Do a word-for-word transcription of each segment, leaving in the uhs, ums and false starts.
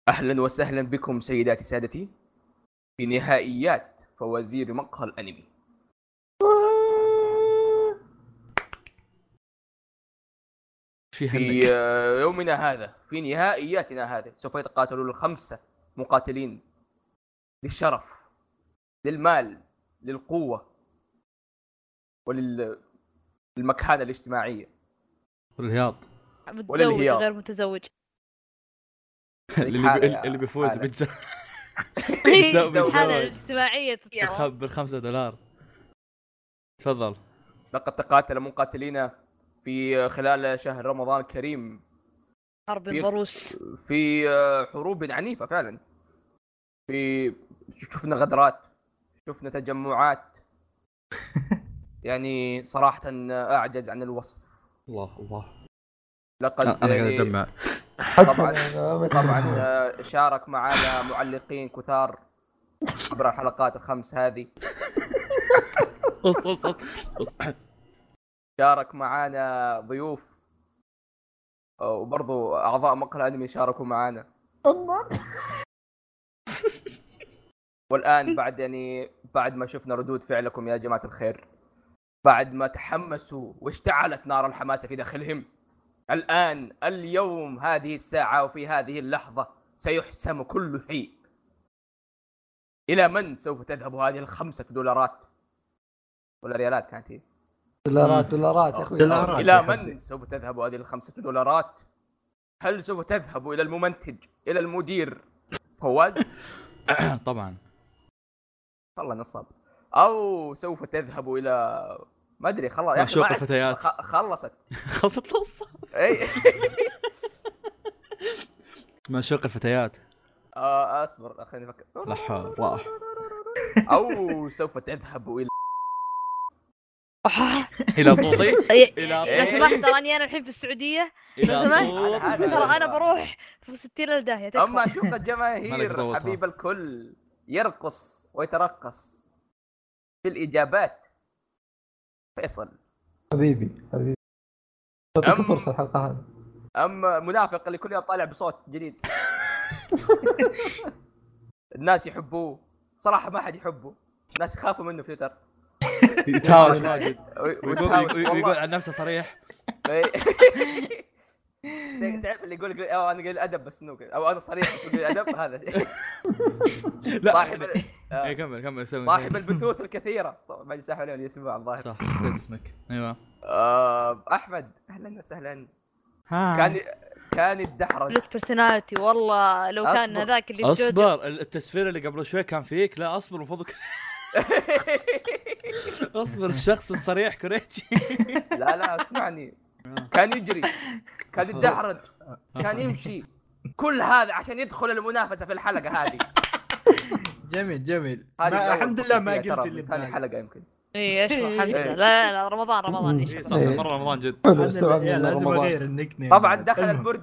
أهلا وسهلا بكم سيداتي سادتي في نهائيات فوازير مقهى الأنمي. في يومنا هذا في نهائياتنا هذه سوف يتقاتلون الخمسة مقاتلين للشرف، للمال، للقوة، وللمكانة الاجتماعية والهياط. متزوج غير متزوج. اللي اللي بيفوز بيتزوج بالحالة الاجتماعية بالخمسة دولار. تفضل. لقد تقاتل مقاتلين في خلال شهر رمضان الكريم حرب ضروس، في حروب عنيفة فعلا. في شفنا غدرات، شفنا تجمعات يعني صراحة أعجز عن الوصف. الله الله. لقد أنا قاعد أدمع. طبعا طبعا شارك معنا معلقين كثار عبر الحلقات الخمس هذه. قص قص قص. شارك معنا ضيوف وبرضو أعضاء مقهى الأنمي شاركوا معنا. والآن بعد يعني بعد ما شفنا ردود فعلكم يا جماعة الخير، بعد ما تحمسوا واشتعلت نار الحماسة في داخلهم، الآن اليوم هذه الساعة وفي هذه اللحظة سيحسم كل شيء. إلى من سوف تذهب هذه الخمسة دولارات ولا ريالات؟ كانت هي دولارات دولارات يا أخوي. إلى من سوف تذهب هذه الخمسة دولارات؟ هل سوف تذهب إلى الممنتج، إلى المدير فواز؟ طبعا والله نصاب. أو سوف تذهب إلى ما أدري خلاص يا أخي معشوق الفتيات. خلصت خلصت نص. أي معشوق الفتيات. آه أصبر خليني أفكر. لا حول راح. أو سوف تذهب إلى إلى طوطي. إلى سمحت تراني أنا الحين في السعودية. إلى سمحت ترى أنا بروح في ستين الداهية. أما شوق الجماهير حبيب الكل يرقص ويترقص في الإجابات. فيصل حبيبي حبيبي أعطيك فرصة الحلقة هذه. أما منافق اللي كل يوم طالع بصوت جديد. الناس يحبوه صراحة، ما حد يحبه، الناس يخافوا منه في تويتر. يتهاوش واجد ويقول عن نفسه صريح. تعرف اللي يقول أو أنا قليل أدب بس نوك، أو أنا صريح بس قليل أدب. هذا لا صاحب إيه كمل كمل سوي صاحب البثوث الكثيرة. طبعا ما يسهل عليه يسمع الظاهر. صح نسيت اسمك. أيوة أحمد أهلا وسهلا. ها كان كان الدحرج بلوت بيرسوناليتي والله. لو كان هذاك اللي اصبر التسفير اللي قبل شوي كان فيك. لا اصبر من فضلك. اصبر الشخص الصريح كوريجي. لا لا اسمعني، كان يجري، كان يتدحرج، كان يمشي، كل هذا عشان يدخل المنافسة في الحلقة هذه. جميل جميل. الحمد لله ما قلت اللي ثاني حلقة يمكن. ايه ايش الحمد لله. لا لا رمضان رمضان ايش صح مرة رمضان جد. لازم اغير النكنيم. طبعا دخل البرج.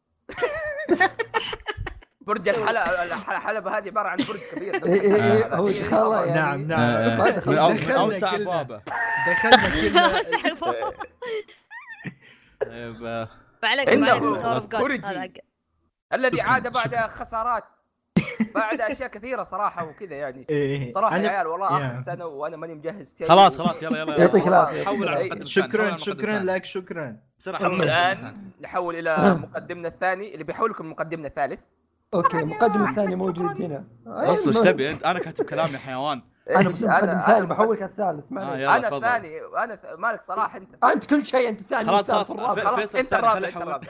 برج الحلبة. الحلبة هذه عبارة عن برج كبير. هو دخل يعني. نعم نعم. أوسع بابه. دخلنا كلمة. طيب. بعلك كوريجي الذي عاد بعد خسارات، بعد أشياء كثيرة صراحة وكذا يعني. صراحة يا عيال والله آخر سنة وأنا ماني مجهز شيء. خلاص خلاص يلا يلا يعطيك العافية. حول على المقدم. شكرا شكرا لك شكرا. الآن نحول إلى مقدمنا الثاني اللي بيحول لكم مقدمنا الثالث. اوكي المقدم الثاني موجود هنا. اصل ايش تبي انت؟ انا كاتب كلام يا حيوان. انا مقدم ثاني بحولك الثالث. آه انا الثاني وانا ث... مالك صلاح انت. انت كل شيء انت الثاني. خلاص خلاص خلاص انت الرابع انت الرابع.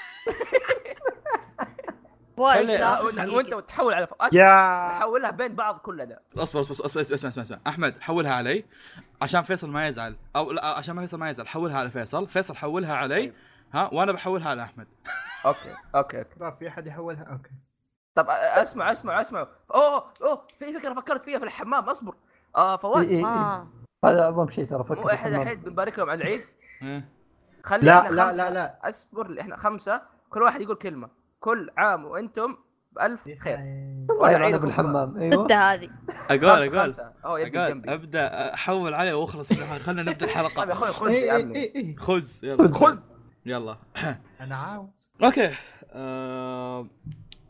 وانت تحول على نحولها بين بعض كلنا. اصبر اصبر اصبر اسمع اسمع اسمع احمد حولها علي عشان فيصل ما يزعل، او لا عشان ما فيصل ما يزعل. حولها على فيصل، فيصل حولها علي ها، وانا بحولها على احمد. اوكي اوكي اوكي. طيب في احد يحولها؟ اوكي طب اسمع اسمع اسمع. اوه اوه في فكره فكرت فيها في الحمام. اصبر. اه فواز. إيه اه هذا اعظم شيء ترى. فكر مو احد الحين بنبارك لهم على العيد. خلي لا لا لا لا اصبر احنا خمسه، كل واحد يقول كلمه. كل عام وانتم بالف خير. والعيد بالحمام. ايوه انت هذه اقول اقول اه يبي جنبي. ابدا احول عليه واخلص. خلينا نبدا الحلقه. طيب يا اخوي خذ يا عمي خذ يلا خذ يلا. انا عاوز. اوكي أه...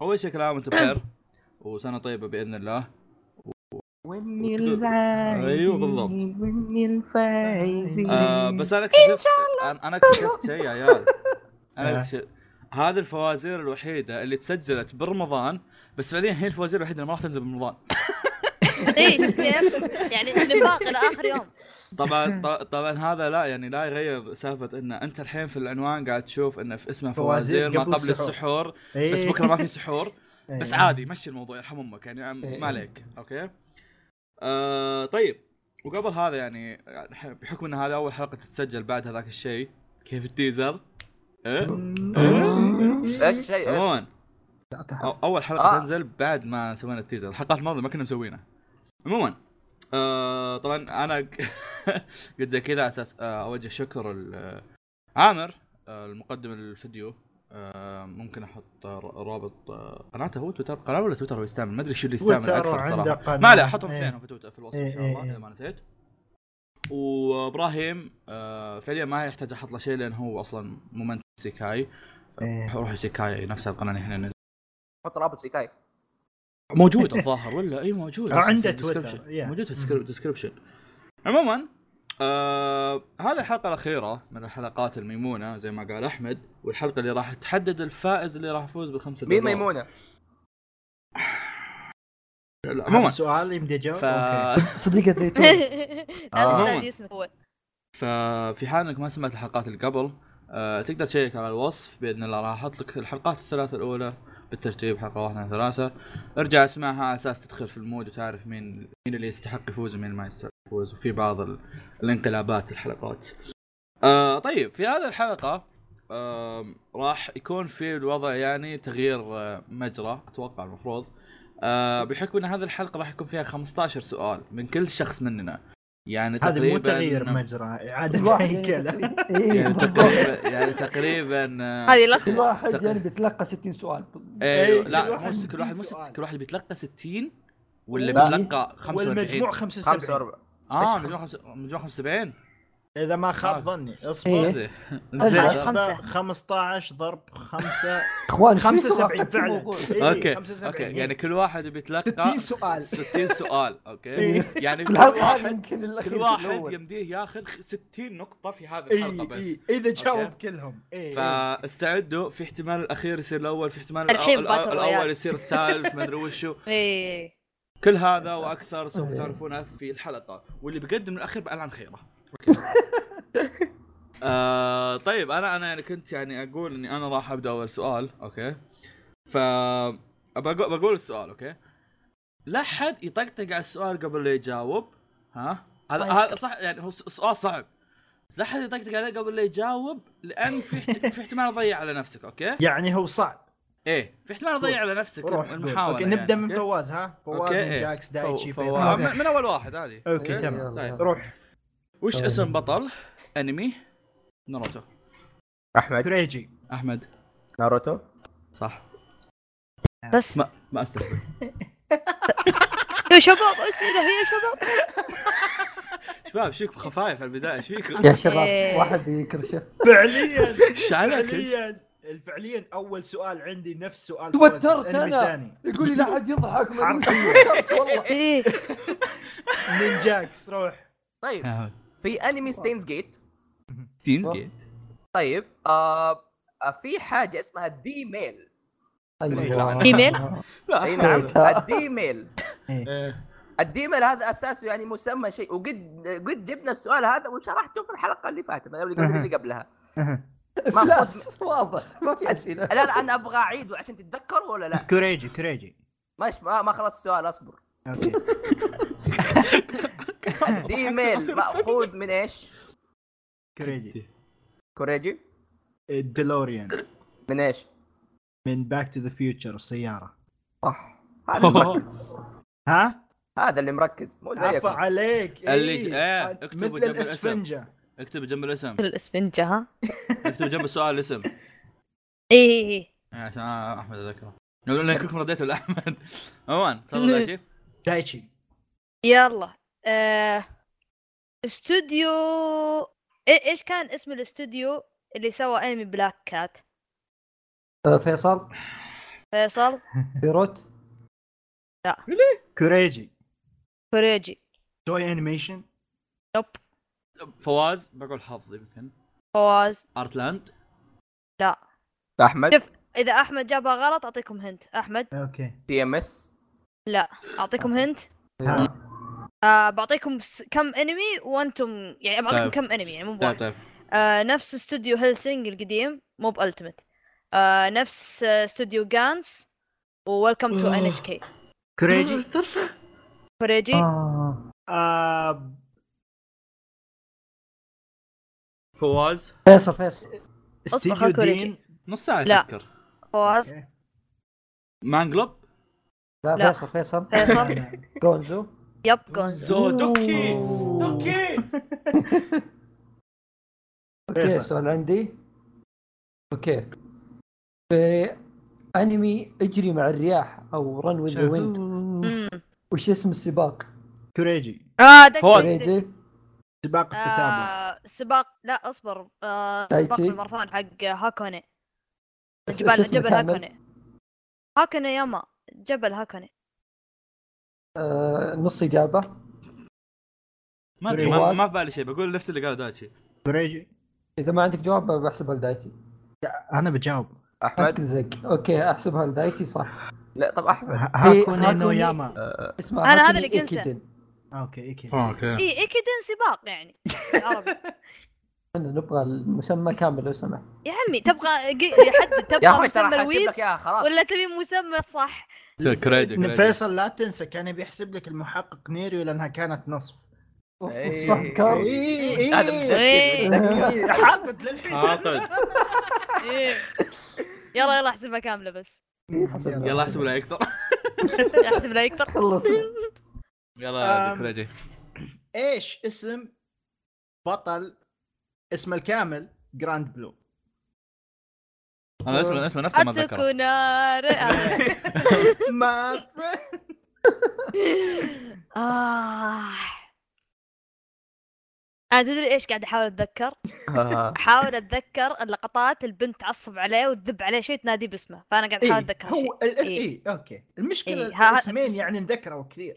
اول شيء كل عام وانتم بخير وسنه طيبه باذن الله. واني وتقول- العايدين أيوة بالضبط. واني الفايزين آه بس انا اكتشفت انا أنا اكتشفت شيء يا عيال. انا آه. اكتشفت هذه الفوازير الوحيده اللي تسجلت برمضان، بس فعليا هي الفوازير الوحيده اللي ما راح تنزل برمضان. ايه شفت كيف؟ يعني نفاق الى اخر يوم. طبعا ط- طبعا هذا لا يعني لا يغير سالفه ان انت الحين في العنوان قاعد تشوف انه في اسمه فوازير فوازير ما قبل قبل السحور. السحور، إيه. بس بكره ما في سحور. إيه. بس عادي مشي الموضوع يرحم امك يعني عم- إيه. ما عليك. اوكي آه طيب. وقبل هذا يعني بحكم ان هذا اول حلقه تتسجل بعد هذاك الشيء كيف التيزر ايه ايش الشيء ايش عموما أو- اول حلقه آه. آه. تنزل بعد ما سوينا التيزر. الحلقات الماضيه ما كنا مسوينها. عموما آه طبعا انا قلت زي كذا اساس آه اوجه شكر ل- عامر آه المقدم الفيديو. آه ممكن احط آه، رابط آه، قناته. هو تويتر قناه ولا تويتر هو يستعمل؟ ما ادري شو اللي يستعمل تويتر اكثر عنده صراحه. قناة. ما عليه احطهم إيه. اثنين في تويتر في الوصف ان إيه شاء الله إيه اذا ما نسيت. وابراهيم آه فعليا ما يحتاج احط له شيء لان هو اصلا ممنتج سيكاي. إيه. روحوا سيكاي نفس القناه اللي احنا ننزل. حط رابط سيكاي موجود الظاهر ولا اي موجود أو عنده في تويتر، الديسكربشن. yeah. موجود في الديسكربشن. عموما آه هذه الحلقه الاخيره من الحلقات الميمونه زي ما قال احمد، والحلقه اللي راح تحدد الفائز اللي راح يفوز بخمسة مين دولار. ميمونه؟ لا، هذا عموما سؤال يمدي اجاوب. ف... أوكي. صديقة زيتون. لا عموماً. تنادي اسمك اول. ففي حال انك ما سمعت الحلقات اللي قبل آه تقدر تشيك على الوصف باذن الله. راح احط لك الحلقات الثلاثه الاولى بالترتيب، حلقه واحده اثنين ثلاثه. ارجع اسمعها على اساس تدخل في المود وتعرف مين مين اللي يستحق يفوز ومين ما يستحق يفوز، وفي بعض ال... الانقلابات الحلقات. آه طيب في هذه الحلقه آه راح يكون في الوضع يعني تغيير آه مجرى اتوقع المفروض. آه بحكم ان هذه الحلقه راح يكون فيها خمسة عشر سؤال من كل شخص مننا. يعني هذا تقريبا مو تغيير مجرى، اعاده الواحد هيكله. إيه، يعني بالضبط. تقريبا يعني تقريبا آه، هذه كل لخبطه. واحد تق- يعني بيتلقى ستين سؤال. ايوه إيه، لا كل واحد مو س- كل واحد مو ستين ست... سؤال. كل واحد بيتلقى ستين ولا لا. بيتلقى خمسة وأربعين؟ والمجموع خمسة وسبعين. خمسة وأربعين. اه إيش مجموع خمسة مجموع خمسة وسبعين. اذا ما آه. خاب ظني اصبر. إيه. زين خمسة. خمسة عشر ضرب خمسة اخوان خمسة فيكم وسبعين راح تكتبوا فعلا. موضوع. إيه، اوكي خمسة وسبعين. اوكي يعني كل واحد بيتلقى ستين سؤال. ستين سؤال. اوكي إيه. يعني كل الحلقة هذه واحد يمكن الأخير كل في واحد الأول. يمديه ياخذ ستين نقطة في هذه إيه الحلقة بس. إيه اذا جاوب أوكي. كلهم. إيه. فاستعدوا، في احتمال الاخير يصير الاول، في احتمال الحين الأول- باتل الاول رويال. يصير الثالث ما ادري وشو. ايه كل هذا واكثر سوف إيه. تعرفونه في الحلقه، واللي بيقدم الاخير باعلان خيره. اوكي آه طيب انا انا يعني كنت يعني اقول اني انا راح ابدا اول سؤال. اوكي ف بقول بقول السؤال. اوكي لا حد يطقطق على السؤال قبل لا يجاوب. ها هذا هذا صح يعني هو السؤال صعب، بس لا حد يطقطق عليه قبل لا يجاوب لان في احت... في احتمال تضيع على نفسك. اوكي يعني هو صعب. ايه في احتمال تضيع على نفسك روح المحاولة. اوكي يعني. نبدا من أوكي؟ فواز. ها فواز أوكي، من إيه. جاكس دايتشي فو- فيصل. من, من اول واحد عادي. اوكي يلا، تمام. طيب. يلا. روح. وش طيب. اسم بطل انمي ناروتو؟ احمد. كريجي. احمد ناروتو. صح. بس ما ما استهبل. يا شباب اسئله يا شباب. شباب شيكم خفايف في البدايه ايش فيكم؟ يا شباب إيه. واحد يكرشه. فعليا ايش عليك؟ فعليا فعليا اول سؤال عندي نفس سؤال توترت فواز، أنمي أنا. ثاني. يقول لي لا حد يضحك ما أدري وش. حرفياً. توترت والله. ايه من جاكس. روح. طيب في انمي ستينز جيت. تينز جيت. طيب آه آه، في حاجه اسمها دي ميل. أيوة. إيميل؟ لا اي نعم حياتها. الدي ميل. إيه. الدي ميل هذا اساسه يعني مسمى شيء، وقد قد جبنا السؤال هذا وشرحته في الحلقه اللي فاتت ما قبل اللي قبلها. فلاس واضح ما في أسئلة. لا لا انا ابغى اعيده عشان تتذكروا ولا لا؟ كريجي كريجي. ماشي ما ما خلص السؤال اصبر. اوكي. الدي ميل ماخوذ من ايش؟ كريجي. كوريجي الديلوريان من ايش؟ من باك تو ذا فيوتشر السياره. صح هذا اللي مركز. ها هذا اللي مركز مو عفا زيكم. عليك. اللي إيه. ج- إيه، اكتبوا مثل جنب الاسم. الاسفنجه. اكتب جنب الاسم. الاسفنجه ها. اكتب جنب السؤال الاسم ايه ايه ايه عشان أنا احمد اذكره. لو انكم رديتوا لاحمد. عمان تفضل دايتشي. دايتشي. يلا آه... استوديو إيه ايش كان اسم الاستوديو اللي سوى انمي بلاك كات؟ آه، فيصل. فيصل. بيروت. كوريجي. كوريجي. توي انيميشن. نوب. فواز بقول حظ يمكن. فواز. ارتلاند. لا. احمد. شوف اذا احمد جابها غلط اعطيكم هنت. احمد. اوكي. تي ام اس. لا اعطيكم هنت. ها. آه بعطيكم س- كم انمي وانتم يعني بعطيكم طيب. كم انمي يعني مو طيب بواحد. طيب آه نفس استوديو هيلسينج القديم مو بالتيمت. آه نفس آه، استوديو جانس وويلكم تو ان اتش كي. كوريجي. كوريجي. آه. آه... فواز. فيصل فيصل. استديو خل كوريجي. دين. نص ساعه لا. يفكر. فواز. أوكي. مانجلوب. لا, لا. فيصل فيصل. فيصل. جونزو. يب جونزو. زو دوكي. أوه. دوكي. اوكي فيصل. السؤال عندي. اوكي في انمي اجري مع الرياح او رن وذ ذا ويند، امم وش اسم السباق؟ كوريجي. اه دك فواز. دك- دك. كوريجي. سباق التتابع. آه سباق لا اصبر آه دايتشي. سباق الماراثون حق هاكوني. بس جبل شو اسمه جبل كامل؟ هاكوني. هاكوني ياما جبل هاكوني. آه نص اجابه. ما ادري ما, فواز. ما في بالي شيء، بقول نفس اللي قال دايتشي. كوريجي. اذا ما عندك جواب بحسبها لدايتي. انا بجاوب. لا احمد. تلزق. اوكي احسبها لدايتي صح. لا طب احمد. ه- هاكوني نو هاكوني. ياما. اسمه أنا هذا هاكوني اللي قلته. إيكيدن. اوكي اوكي. اوكي. اي ايكيدن سباق يعني عربي. احنا نبغى المسمى كامل لو سمحت. يا عمي تبغى ق- يحدد يا تبغى اخوي ترى مسمى حاسب لك الويبس يا خلاص. ولا تبي مسمى صح؟ كريجي إن كريجي. فيصل لا تنسى كان بيحسب لك المحقق نيريو لانها كانت نصف. اوف إيه. صح كارد. اي اي هذا إيه. متذكر. حاقد للحين. عاقد. إيه. يلا يلا احسبها كامله بس. يلا احسب له اكثر. احسب لا يكثر. خلص. يلا أم. كريجي. ايش اسم بطل اسم الكامل جراند بلو؟ انا اسمه اسمه نفسه ما اتذكره. اتسوكونار. ما آه. أنا تدري إيش قاعد أحاول أتذكر؟ آه. أحاول أتذكر اللقطات البنت تعصب عليه وتذب عليه شيء تناديه باسمه، فأنا قاعد أحاول أتذكر هالشيء. هو ال- إيه. اي اوكي المشكله إيه، ها- الاسمين بس- يعني نذكروا كثير.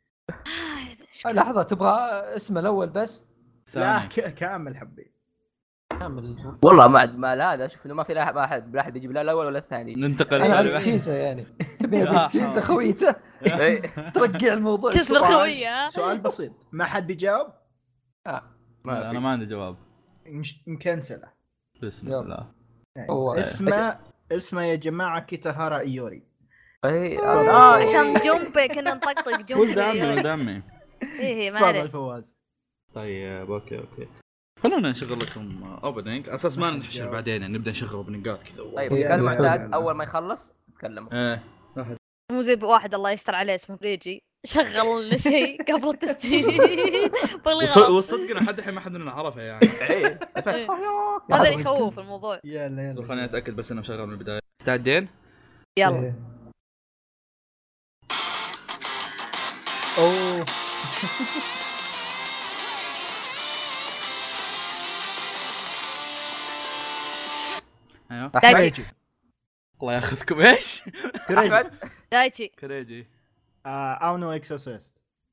لحظه تبغى اسمه الاول بس لا ثاني. ك- كامل حبي. كامل. والله ما عاد ما هذا شوف انه ما في لا ما احد لا احد يجيب لا الاول ولا الثاني. ننتقل انا لسؤال اعرف بعد. جيزه يعني تبي اقول جيزه خويته إيه. ترقع الموضوع كسر بسرعة. الخوية. سؤال بسيط ما حد بيجاوب لا، انا ما عندي جواب. مش مكنسله. بسم يلا. الله. هو- اسمه اسمه يا جماعه كيتاهارا ايوري. اي آه عشان جنبي كنا نطقطق ولد جنبي. عمي ولد عمي. إيه ما تفضل عليه. فواز. طيب اوكي اوكي. خلونا نشغل لكم اوبننج اساس ما نحشر بعدين يعني نبدا نشغل اوبننجات كذا. طيب يلا، كان يلا. معتاد اول ما يخلص تكلموا. ايه مو زي واحد الله يستر عليه اسمه كريجي شغل لنا شيء قبل التسجيل. بغلي والص- غلط. والصدق انه حد الحين ما حد مننا عرفه يعني. إيه. إيه. هذا اللي يخوف الموضوع. يلا يلا. خليني اتاكد بس انه مشغل من البدايه. مستعدين؟ يلا. إيه. اوه ايوه. دايتشي. الله ياخذكم ايش؟ كريجي. احمد. دايتشي. كريجي. آه، اونو اكسوسيست.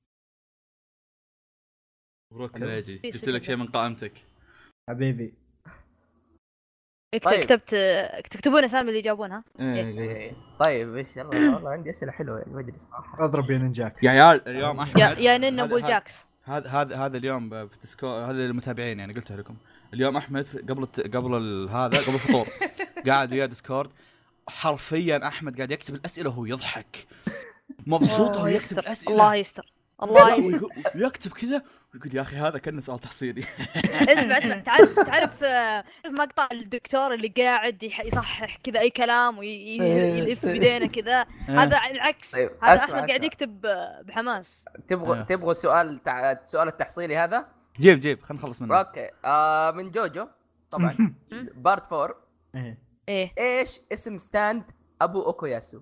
مبروك كريجي، في جبت لك شيء من قائمتك. حبيبي. اكتب طيب. كتبت تكتبون اسامي اللي يجاوبونها. إيه. إيه. طيب ايش يلا والله عندي اسئله حلوه يعني ما ادري صراحه. اضرب يا نينجاكس. يا عيال اليوم احمد يا يا نن هذا- ابو هذا- جاكس. هذا هذا هذا اليوم ب- في التسكو هذا للمتابعين يعني قلتها لكم. اليوم احمد في- قبل الت... قبل ال... هذا قبل الفطور قاعد ويا ديسكورد حرفيا احمد قاعد يكتب الاسئله وهو يضحك مبسوط وهو الله يكتب يستر الاسئله. الله يستر الله يستر. ويقول- ويكتب كذا ويقول يا اخي هذا كان سؤال تحصيلي. اسمع اسمع تعرف تعرف آه، تعرف مقطع الدكتور اللي قاعد يح- يصحح كذا اي كلام ويلف بيدينه كذا. هذا العكس. طيب، هذا أسمع، احمد قاعد أسمع. يكتب آه، بحماس. تبغوا أيوه. تبغوا السؤال تع... السؤال التحصيلي هذا؟ جيب جيب خلينا نخلص منه. اوكي آه من جوجو طبعا. بارت فور. إيه. ايه ايش اسم ستاند ابو اوكوياسو؟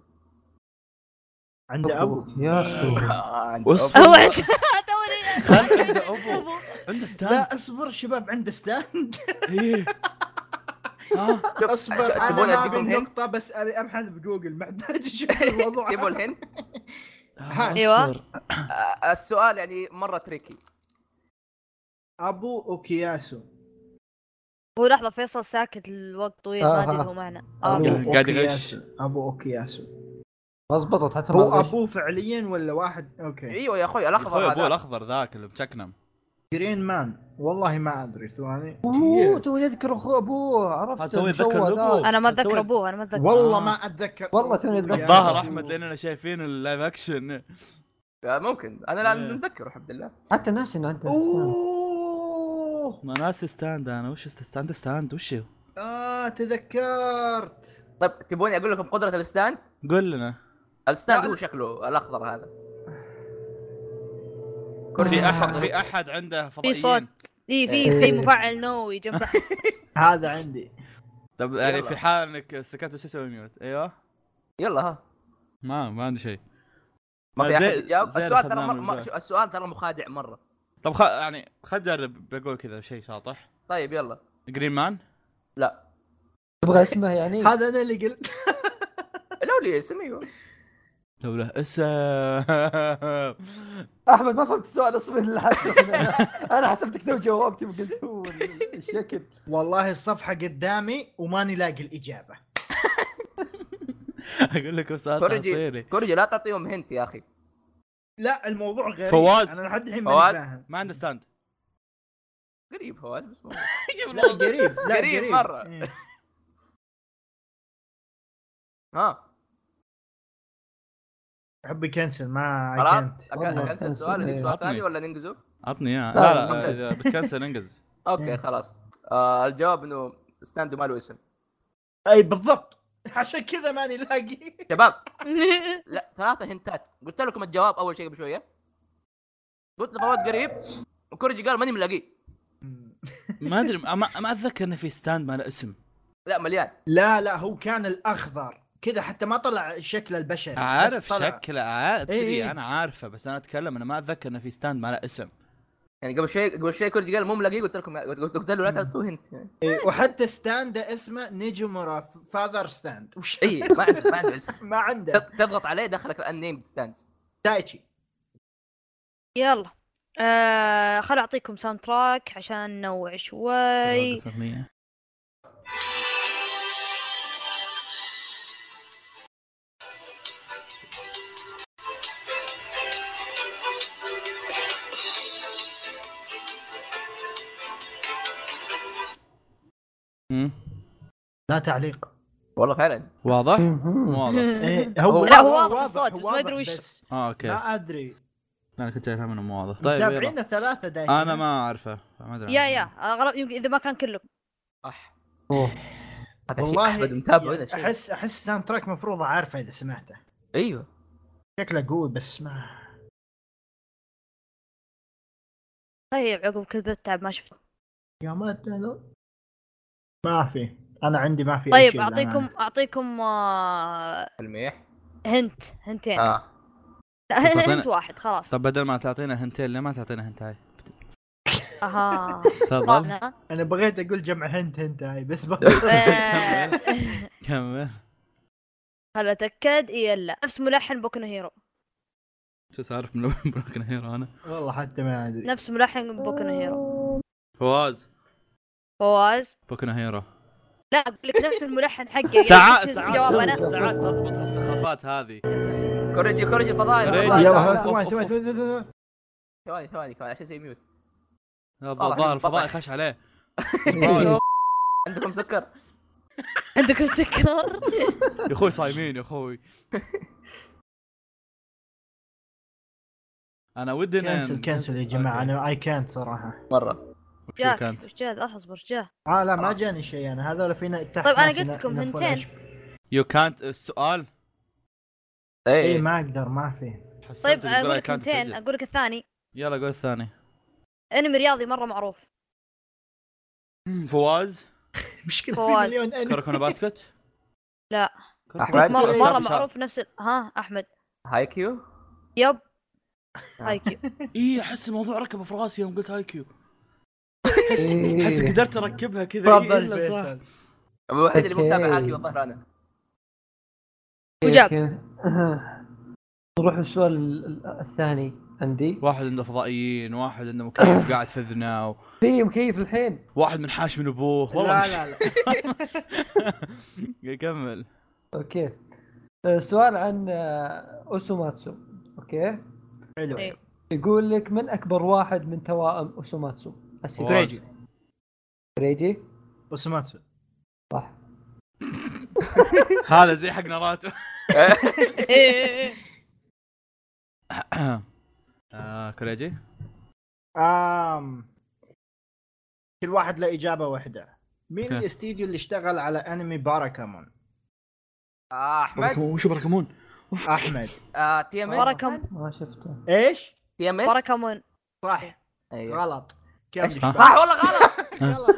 عنده ابو. يا سو آه، عنده واصبر. أبو. هو توني عنده ابو عنده ستاند. لا اصبر شباب عنده ستاند. ايه اصبر تبون انا ما أديكم ابي هند؟ نقطة بس ابي ابحث بجوجل ما احتاج اشوف الموضوع. تبوا الهند؟ ها، ايوه آه، السؤال يعني مره تريكي. ابو اوكياسو. هو لحظه فيصل ساكت الوقت طويل آه، ما ادري ها. هو معنا ابو اه قاعد يغش. اوكياسو ابو اوكياسو ما زبطت حتى ما هو غش. ابوه فعليا ولا واحد؟ اوكي. ايوه يا اخوي اخوي الاخضر ابوه هذا. الاخضر ذاك اللي مشكنم. جرين مان والله ما ادري. ثواني. اوه تو يذكر اخو ابوه عرفت آه، تو يتذكر المشوه أبوه. ذاك. انا ما تو- اتذكر ابوه انا ما اتذكر والله آه. ما اتذكر. والله توني أتذكر. الظاهر يا احمد لاننا شايفين اللايف اكشن. آه، ممكن انا لا إيه. نتذكر الحمد لله. حتى ناس ان انت اوه ما ناس ستاند انا وش ستاند ستاند وش هو؟ اه تذكرت. طيب تبوني اقول لكم قدره الستاند؟ قول لنا. الستاند لا، هو شكله الاخضر هذا. في احد في احد عنده في صوت فضائيين. اي في إيه. في مفاعل نووي جنبه هذا عندي. طب يعني يلا. في حال انك سكت وش تسوي ميوت؟ ايوه يلا ها. ما ما عندي شيء. ما في احد زي- يجاوب. زي السؤال ترى أخذناه مر... من ما... البداية. شو- السؤال ترى مخادع مره. طب خ... يعني خل نجرب بقول كذا شيء شاطح. طيب يلا. جرين مان. لا تبغى اسمه يعني؟ هذا انا اللي قلت. لو لي اسم ايوه. لو له اسم. احمد ما فهمت السؤال اصبر لحظه. انا حسبتك تو جاوبتي وقلت هو الشكل. والله الصفحة قدامي وماني لاقي الإجابة. اقول لك سؤال كورجي تحصيلي. كورجي لا تعطيهم هنت يا اخي. لا الموضوع غريب. فواز. انا لحد الحين فواز. ماني فاهم. ما عنده ستاند. قريب فواز بس ما لا قريب لا قريب قريب مرة. إيه. ها احب يكنسل ما خلاص كنت. أك- والله اكنسل السؤال اللي إيه. سؤال عطني. ثاني ولا ننجزه؟ عطني اياه. لا، لا لا، لا, أوكي. إذا بتكنسل انجز. اوكي إيه. خلاص. آه الجواب انه ستاند ما له اسم. اي بالضبط. عشان كذا ماني لاقي. شباب لا ثلاثة هنتات. قلت لكم الجواب اول شيء قبل شويه. قلت لفواز قريب وكورجي قال ماني ملاقيه. ما ادري ما, ما اتذكر انه في ستاند ما له اسم. لا مليان. لا لا هو كان الاخضر كذا حتى ما طلع شكل البشري. عارف بس طلع. شكله ادري إيه. انا عارفه بس انا اتكلم انا ما اتذكر انه في ستاند ما له اسم. يعني قبل شيء قبل شيء كورجي قال مو ملاقيه قلت لكم قلت قلت له لا تعطوه هنت. إيه، وحتى ستاند اسمه نيجومورا فاذر ستاند. وش اي ما عنده ما عنده اسم. ما عنده. تضغط عليه دخلك النيم ستاند. تايتشي. يلا آه خل اعطيكم ساوند تراك عشان ننوع شوي. امم لا تعليق. والله فعلا واضح؟ مهم. مو واضح. إيه هو- لا، هو واضح الصوت، بس ما واضح، أدري وش. بس اه اوكي ما ادري. انا كنت شايفها منه مو واضح. طيب متابعين يلا. ثلاثة دايتشي. انا ما اعرفه ما ادري يا عنه. يا اغلب يمكن اذا ما كان كلكم. صح. أوه. هذا شيء والله احمد متابع يعني هذا شيء. احس احس ساوند تراك مفروض اعرفه اذا سمعته. ايوه شكله قوي بس ما. طيب عقب كذا تعب ما شفته. يا ما تلو. ما في. انا عندي ما في أي طيب شيء اعطيكم للأمانة. اعطيكم آه، تلميح. هنت هنتين اه لا تعطينا- هنت واحد خلاص. طب بدل ما تعطينا هنتين ليه ما تعطينا هنتاي؟ اها تفضل طبعاً. انا بغيت اقول جمع هنت هنت هاي بس ب... آه، كمل. خل اتاكد اي لا نفس ملحن بوكو هيرو. شو صار من بروكن هيرو انا؟ والله حتى ما ادري. نفس ملحن بوكو هيرو. فواز فواز بوكن هيرو. لا اقول لك نفس الملحن حقه يعني ساعات كنت ساعات جواب انا. ساعات تضبط هالسخافات هذه. كورجي كورجي الفضائي كوريجي. الفضائي. يلا أوف، ها، ثواني أوف، ثواني أوف. ثواني ثواني. ثواني ثواني ثواني عشان زي ميوت. الظاهر الفضائي خش عليه. عندكم سكر؟ عندكم سكر. يا اخوي صايمين يا اخوي. انا ودي إن- كنسل كنسل يا جماعه أوكي. انا اي كانت صراحه. مره وش جاك كانت؟ وش جاء اصبر جاء. اه لا ما جاني شيء انا هذول فينا تحت. طيب أنا ناس قلت ين- لكم ينفون هنتين. إيش- يو كانت السؤال. اي اي ما اقدر ما في. حسبت طيب بتقول اقول I لك can't هنتين تسجل. اقول لك الثاني. يلا قول الثاني. انمي رياضي مره معروف. فواز مشكله فواز. في مليون انمي. كوروكونا باسكت. لا. كوروكونا أحمد. مره باسكت. مره أستاذ معروف نفس ال... ها احمد. هاي كيو. يب هاي كيو. اي احس الموضوع ركب في راسي يوم قلت هاي كيو. إيه. احس قدرت اركبها كذا إيه، تفضل إلا صح. فيصل. الوحيد اللي مو أوكي. متابع هاكي والله انا. وجاب. أوكي. نروح السؤال ال- ال- الثاني عندي. واحد عنده فضائيين، واحد عنده مكيف قاعد في اذنه، و... في مكيف الحين. واحد منحاش من ابوه والله. لا مش... لا لا اوكي. كمل. آه، سؤال عن آه، اوسوماتسو. اوكي. حلو. إيه. يقول لك من اكبر واحد من توائم اوسوماتسو؟ السيكو. كريجي. كريجي وسماتسو. صح. هذا زي حق ناراتو. إيه. آه كوريجي. آم. كل واحد له إجابة واحدة. مين أوكي. الاستديو اللي اشتغل على أنمي باراكامون؟ آه احمد. باراكامون. وشو باراكامون؟ أحمد. آه تي ام اس. باراكامون. ما شفته. إيش؟ تي ام اس. باراكامون. صح. ايوه. غلط. إيش؟ كم صح ولا غلط؟ غلط.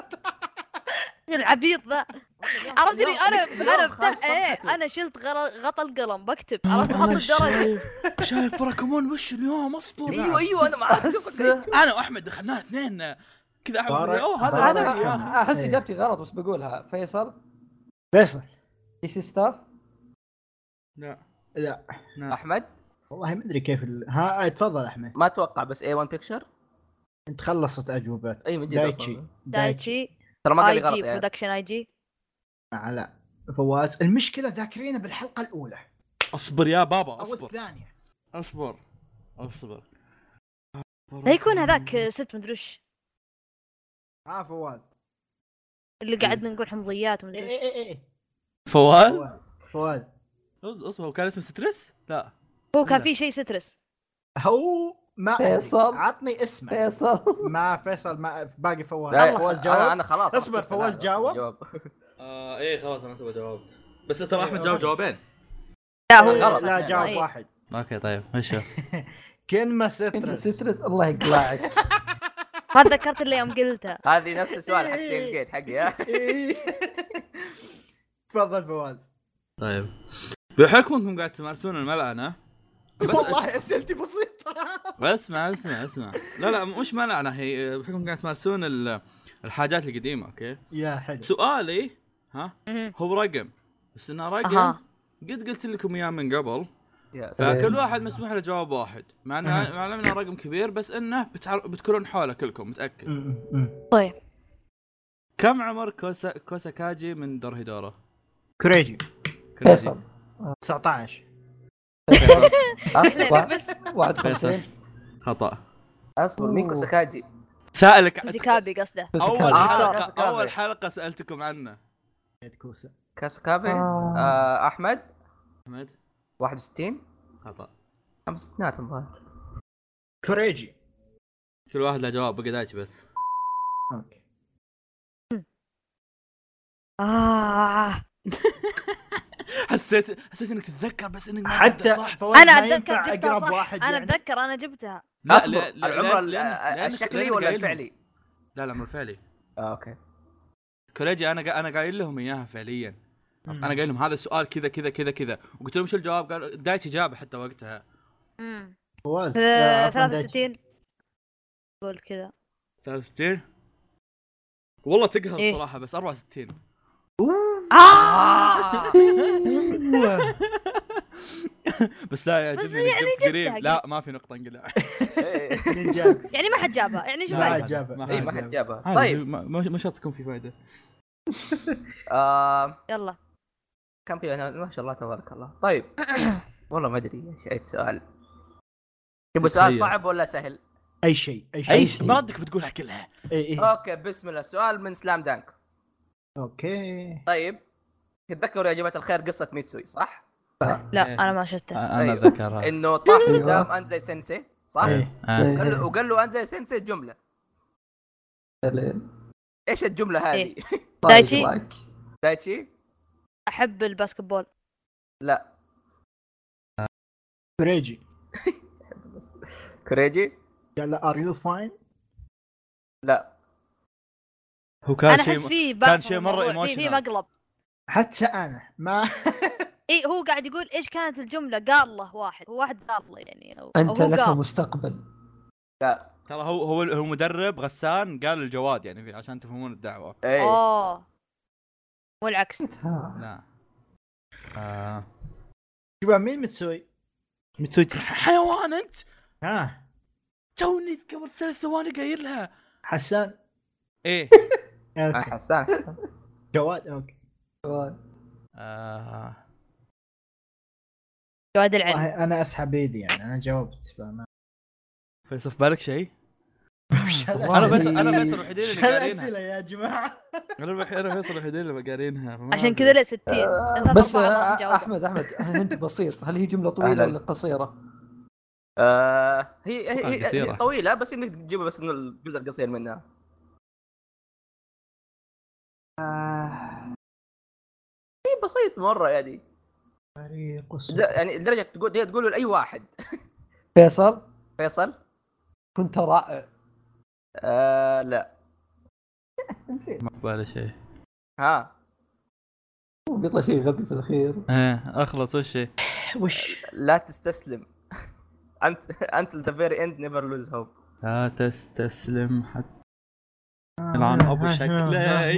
العبيط ذا. عرفتني اليوم- انا اليوم انا خارج بتاع ايه صفحته. انا شلت غر- غطا القلم بكتب عرفت احط الدرجه. شايف باراكامون وش اليوم؟ اصبر. ايوه ايوه انا معك. احس انا واحمد دخلنا اثنين كذا. احمد بارك- يقول اوه هذا بارك- هذا يا اخي. انا احس إيه. اجابتي غلط بس بقولها. فيصل فيصل. دي سي ستاف. لا لا لا. احمد والله ما أدري كيف ال... ها تفضل أحمد. ما اتوقع بس اي وان بيكتشر. أنت خلصت أجوبات. اي من جد دايتشي. أصلاً. دايتشي. ترى ما قال اي لي غلط جي يعني. برودكشن اي جي. آه لا فواز. المشكلة ذاكرينه بالحلقة الأولى اصبر يا بابا أو اصبر الثانية. اصبر اصبر. لا يكون هذاك ست مدري وش ها فواز. اللي قعدنا نقول حمضيات إيه ومدري وش. إيه إيه إيه. فواز. فواز. فواز. اصبر هو كان اسمه ستريس؟ لا هو كان لا. في شيء سترس. هو ما أدري. فيصل. عطني اسمه. فيصل ما فيصل ما باقي فواز. لا، فواز أنا- جاوب. انا خلاص اصبر، أنا فواز لا، جاوب. جاوب. آه ايه خلاص انا تبغى جاوبت. بس ترى احمد جاوب جوابين. لا هو غلط. لا إيه. جاوب إيه. واحد. اوكي طيب مشى. كلمة انت سترس. سترس الله يقلعك. ما تذكرت اللي يوم قلتها. هذه نفس السؤال حق سيل جيت حقي ها. تفضل فواز. طيب بحكم انكم قاعد تمارسون الملعنه بس والله اسئلتي بسيطة. اسمع اسمع اسمع لا لا مش ملعنه هي بحكم قاعد تمارسون ال- الحاجات القديمه. اوكي يا حلو. سؤالي ها مهم. هو رقم بس انه رقم أها. قد قلت لكم اياه من قبل يا سلام. فكل واحد مسموح له جواب واحد مع انه مع انه رقم كبير بس انه بتعر... بتكونون حوله كلكم متاكد. م- م. طيب كم عمر كوسا كوساكاجي من دورهيدورا؟ كوريجي. فيصل تسعة عشر. اصبر بس واحد وخمسين. خطا. اصبر ميكو ساكاجي. سائلك زيكابي قصده. اول آه، حلقه كاسكابي. اول حلقه سالتكم عنه. كوسا. كاسكابي. آه. آه احمد احمد واحد وستين. خطا. خمس ستينات الظاهر. كوريجي. كل واحد له جواب بقى دايتش بس. اوكي. آه. حسيت حسيت انك تتذكر بس انك ما حتى تبدأ صح. فواز انا ما اتذكر ينفع جبتها اقرب صح. واحد انا يعني. اتذكر انا جبتها. لا، اصبر لا- لا- العمر لأن- ال- لأن- لأنك- الشكلي لأنك ولا قايل لهم. الفعلي؟ لا لا مو الفعلي. آه اوكي. كوريجي انا قا... انا قايل لهم اياها فعليا. مم. انا قايل لهم هذا السؤال كذا كذا كذا كذا وقلت لهم شو الجواب قالوا دايتش اجابه حتى وقتها. امم فواز. آه، عفواً ثلاثة دايتشي. وستين قول كذا. ثلاثة وستين والله تقهر إيه. صراحه بس أربعة وستين. آه. بس لا بس يعجبني انك يعني جبت قريب. جبتها. لا ما في نقطه انقلع. إيه. نينجاكس. يعني ما حد جابها يعني شو ما فايدة؟ جابها. ما اي حد ما حد جابها. عادي، طيب ما ما ما شرط تكون في فائده. آه يلا كم في أنا ما شاء الله تبارك الله. طيب والله ما ادري ايش اي سؤال. تبغى سؤال تتخيل. صعب ولا سهل؟ اي شيء اي شيء. اي شيء بردك بتقولها كلها. اي اي. اوكي بسم الله. سؤال من سلام دانك. اوكي. طيب تتذكروا يا جماعه الخير قصه ميتسوي صح؟ لا إيه. انا ما شفتها. انا أيوه. اتذكرها. انه طاح أيوه. قدام انزاي سensei صح؟ إيه. آه. وقال له وقال له انزاي سensei جمله. ايش الجمله هذه؟ إيه. دايتشي. دايتشي؟ احب الباسكتبول. لا. كوريجي. كوريجي؟ قال له ار يو فاين. لا. هو كان انا شيء احس فيه كان باص شيء مرة الموضوع، في في emotional. مقلب. حتى انا ما اي هو قاعد يقول ايش كانت الجمله قال له واحد هو واحد قال له يعني أو انت أو هو لك قال. مستقبل. لا. ترى هو هو هو مدرب غسان قال الجواد يعني في- عشان تفهمون الدعوه. ايه اوه والعكس. لا آه. شباب مين متسوي؟ متسوي حيوان انت؟ ها توني قبل ثلاث ثواني قايل لها حسان. ايه آه، اوكي حسان حسان. جواد. اوكي آه. جواد العلم. والله انا اسحب ايدي يعني انا جاوبت فما فيصل في بالك شيء؟ وش انا هالأسئلة؟ بس انا بس الوحيدين وش اللي قارينها. هالأسئلة يا جماعه؟ انا الوحيد انا فيصل الوحيدين اللي قارينها فما عشان أدري. كذا له ستين. آه، بس آه، احمد احمد انت بسيط، هل هي جمله طويله أهلاً. ولا قصيره؟ آه هي هي, هي, قصيرة. هي طويله بس انك تجيبها بس انه الجزء القصير منها. هي بسيط مره يعني. فريق د- يعني لدرجه تقول هي تقول لاي واحد. فيصل فيصل. كنت رائع. آه لا. نسيت. ما في بالي شيء. ها بيطلع شيء غبي في الاخير. ايه اخلص وش هي؟ وش لا تستسلم. انت انت ذا فيري اند نيفر لوز هوب. لا تستسلم حتى العن ابو شكلك.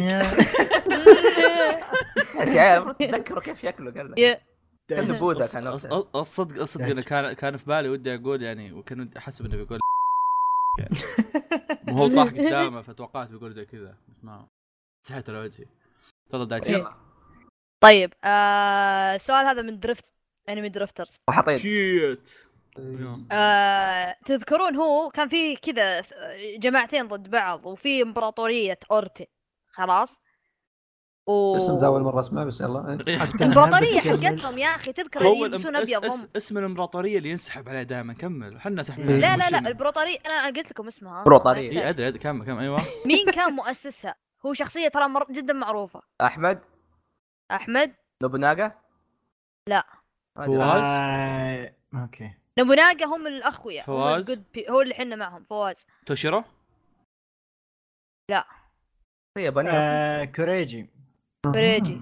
اشياء المفروض تتذكروا كيف شكله قال لك. يا كان بوذا كان الص- الص- الصدق الصدق انه كان كان في بالي ودي اقول يعني وكان ودي احسب انه بيقول يعني وهو طاح قدامه فتوقعت بيقول زي كذا بس ما سحيت على وجهي. تفضل دايتشي. إيه. طيب آه السؤال هذا من درفت انمي درفترز. وحطيت شيت. آه تذكرون هو كان في كذا جماعتين ضد بعض وفي امبراطورية اورتي خلاص و اسم ذا اول مره اسمع بس يلا. الامبراطورية حقتهم يا اخي تذكر هو يلبسون الام- ابيض اس- هم. اسم الامبراطوريه اللي ينسحب عليه دائما. كمل احنا سحب لا، لا لا لا الامبراطورية انا قلت لكم اسمها امبراطورية. اي ادري ادري كمل كمل ايوه. مين كان مؤسسها؟ هو شخصية ترى مر... جدا معروفة. احمد احمد. نوبوناغا. لا ما أدري. فواز. آه، اوكي نوبوناغا هم الاخويا هم فواز. الجود بي... هو اللي حنا معهم فواز. توشيرو. لا هي بني آه، كوريجي. فريجي.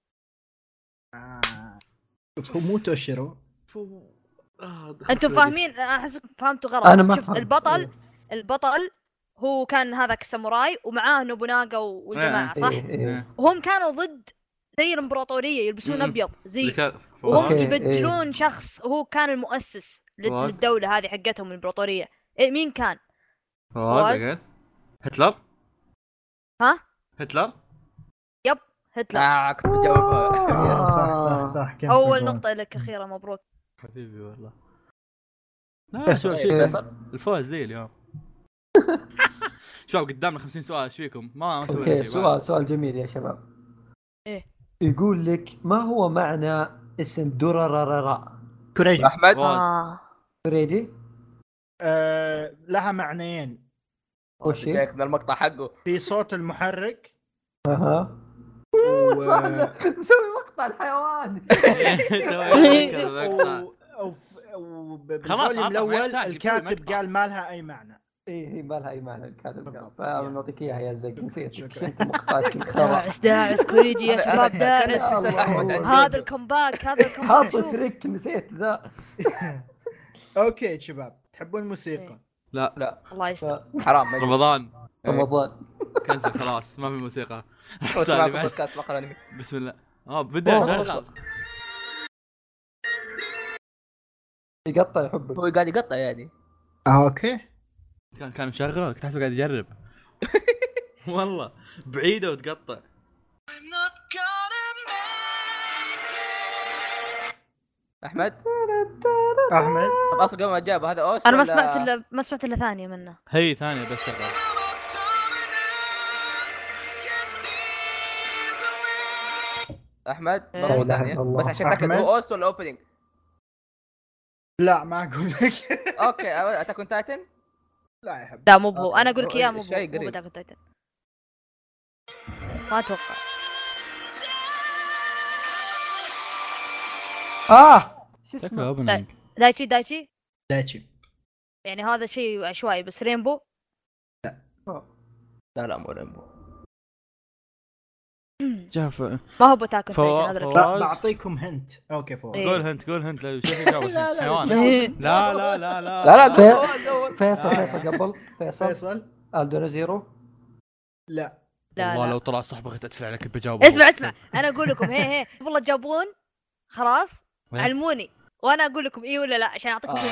آه، هو مو توشيرو. انتم فاهمين؟ انا احس فهمتوا غلط. انا ما شوف فهمت. البطل البطل هو كان هذاك الساموراي ومعاه نوبوناغا والجماعه صح؟ إيه، إيه. وهم كانوا ضد زي الامبراطوريه يلبسون مم. ابيض زي وهم أوكي، إيه. يبدلون شخص هو كان المؤسس لل- فواز. للدوله هذه حقتهم الامبراطوريه. إيه مين كان؟ فواز. فواز. أجل. هتلر. ها؟ هتلر. يب هتلر. آه كنت بجاوبها. آه، صح صح صح كيف اول تقول؟ نقطه لك اخيرا مبروك. حبيبي والله. لا بس شوف طيب، شوف فيصل. الفوز ذي اليوم. شباب قدامنا خمسين سؤال ايش فيكم؟ ما ما سوينا اوكي شيء. سؤال سؤال جميل يا شباب. إيه. يقول لك ما هو معنى اسم دررررا؟ كوريجي. احمد. فواز. آه. فريجي آه، لها معنيين. وش هي؟ جايك من المقطع حقه. في صوت المحرك اها و... صح مسوي مقطع الحيوان. توي أتذكر المقطع. و... أو ف... و... خلاص، بالفوليوم عطنا الاول حياة ساكت، الكاتب مقطع. قال ما لها اي معنى. ايه هي ما لها اي معنى الكاتب قال بالضبط. فنعطيك اياها يا زق نسيت شكراً. انت مقطعك الخرا. داعس داعس كوريجي يا شباب كان داعس. استسهال احمد عن هذا جوجو. الكومباك هذا الكومباك. حاط شوف. تريك نسيت ذا. اوكي شباب تحبون الموسيقى؟ لا لا الله يستر. حرام ما يجوز. رمضان رمضان كنسل خلاص ما في موسيقى. هو اسمع بودكاست مقهى الانمي. بسم الله. اه بدا أوه، شغال. يقطع يحبك. هو قاعد يقطع يعني. آه، اوكي كان كان مشغل كنت احسبه قاعد يجرب. والله بعيده وتقطع. احمد. احمد طب اصلا قبل ما جاب هذا اوس انا ما ولا- سمعت الا ما سمعت الا ثانيه منه. هي ثانيه بس شغال. احمد إيه. مره لا إله ثانيه إلا الله. بس عشان تاكد أحمد. هو اوست ولا اوبننج. لا ما اقول لك. اوكي اتاك اون تايتن. لا يا حبيبي لا مو بهو انا اقول لك هو اياه مو شيء بهو مو قريب. بتاكل تايتن. ما اتوقع. اه شو شكله اسمه؟ اوبننج. دايتشي دايتشي دايتشي. يعني هذا شيء عشوائي بس رينبو. لا لا مو ريمبو. شوف ما هو بتاكل فوا- تايتن هذا فوا- الكلام. ب- فواز. بعطيكم هنت. اوكي فوق. إيه. قول هنت قول هنت لا شوف اجابه لا، لا، حيوان. إيه. لا لا لا لا لا لا في- قول فواز أول. فيصل آه. فيصل قبل فيصل فيصل. الدون زيرو. لا لا والله لا. لو طلع صح بغيت ادفع لك بجاوب. اسمع اسمع انا اقول لكم هي هي والله تجاوبون خلاص وين؟ علموني وانا اقول لكم ايه ولا لا عشان اعطيكم آه. هنت.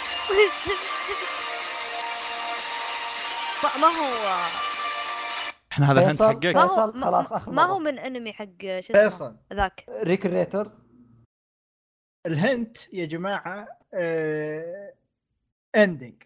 ما ما هو احنا هذا الهنت فيصل. حقك. ما هو فيصل، ما, خلاص آخر ما هو مرة. من انمي حق شو اسمه فيصل ذاك. ريكريتر. الهنت يا جماعه آه... اندنج.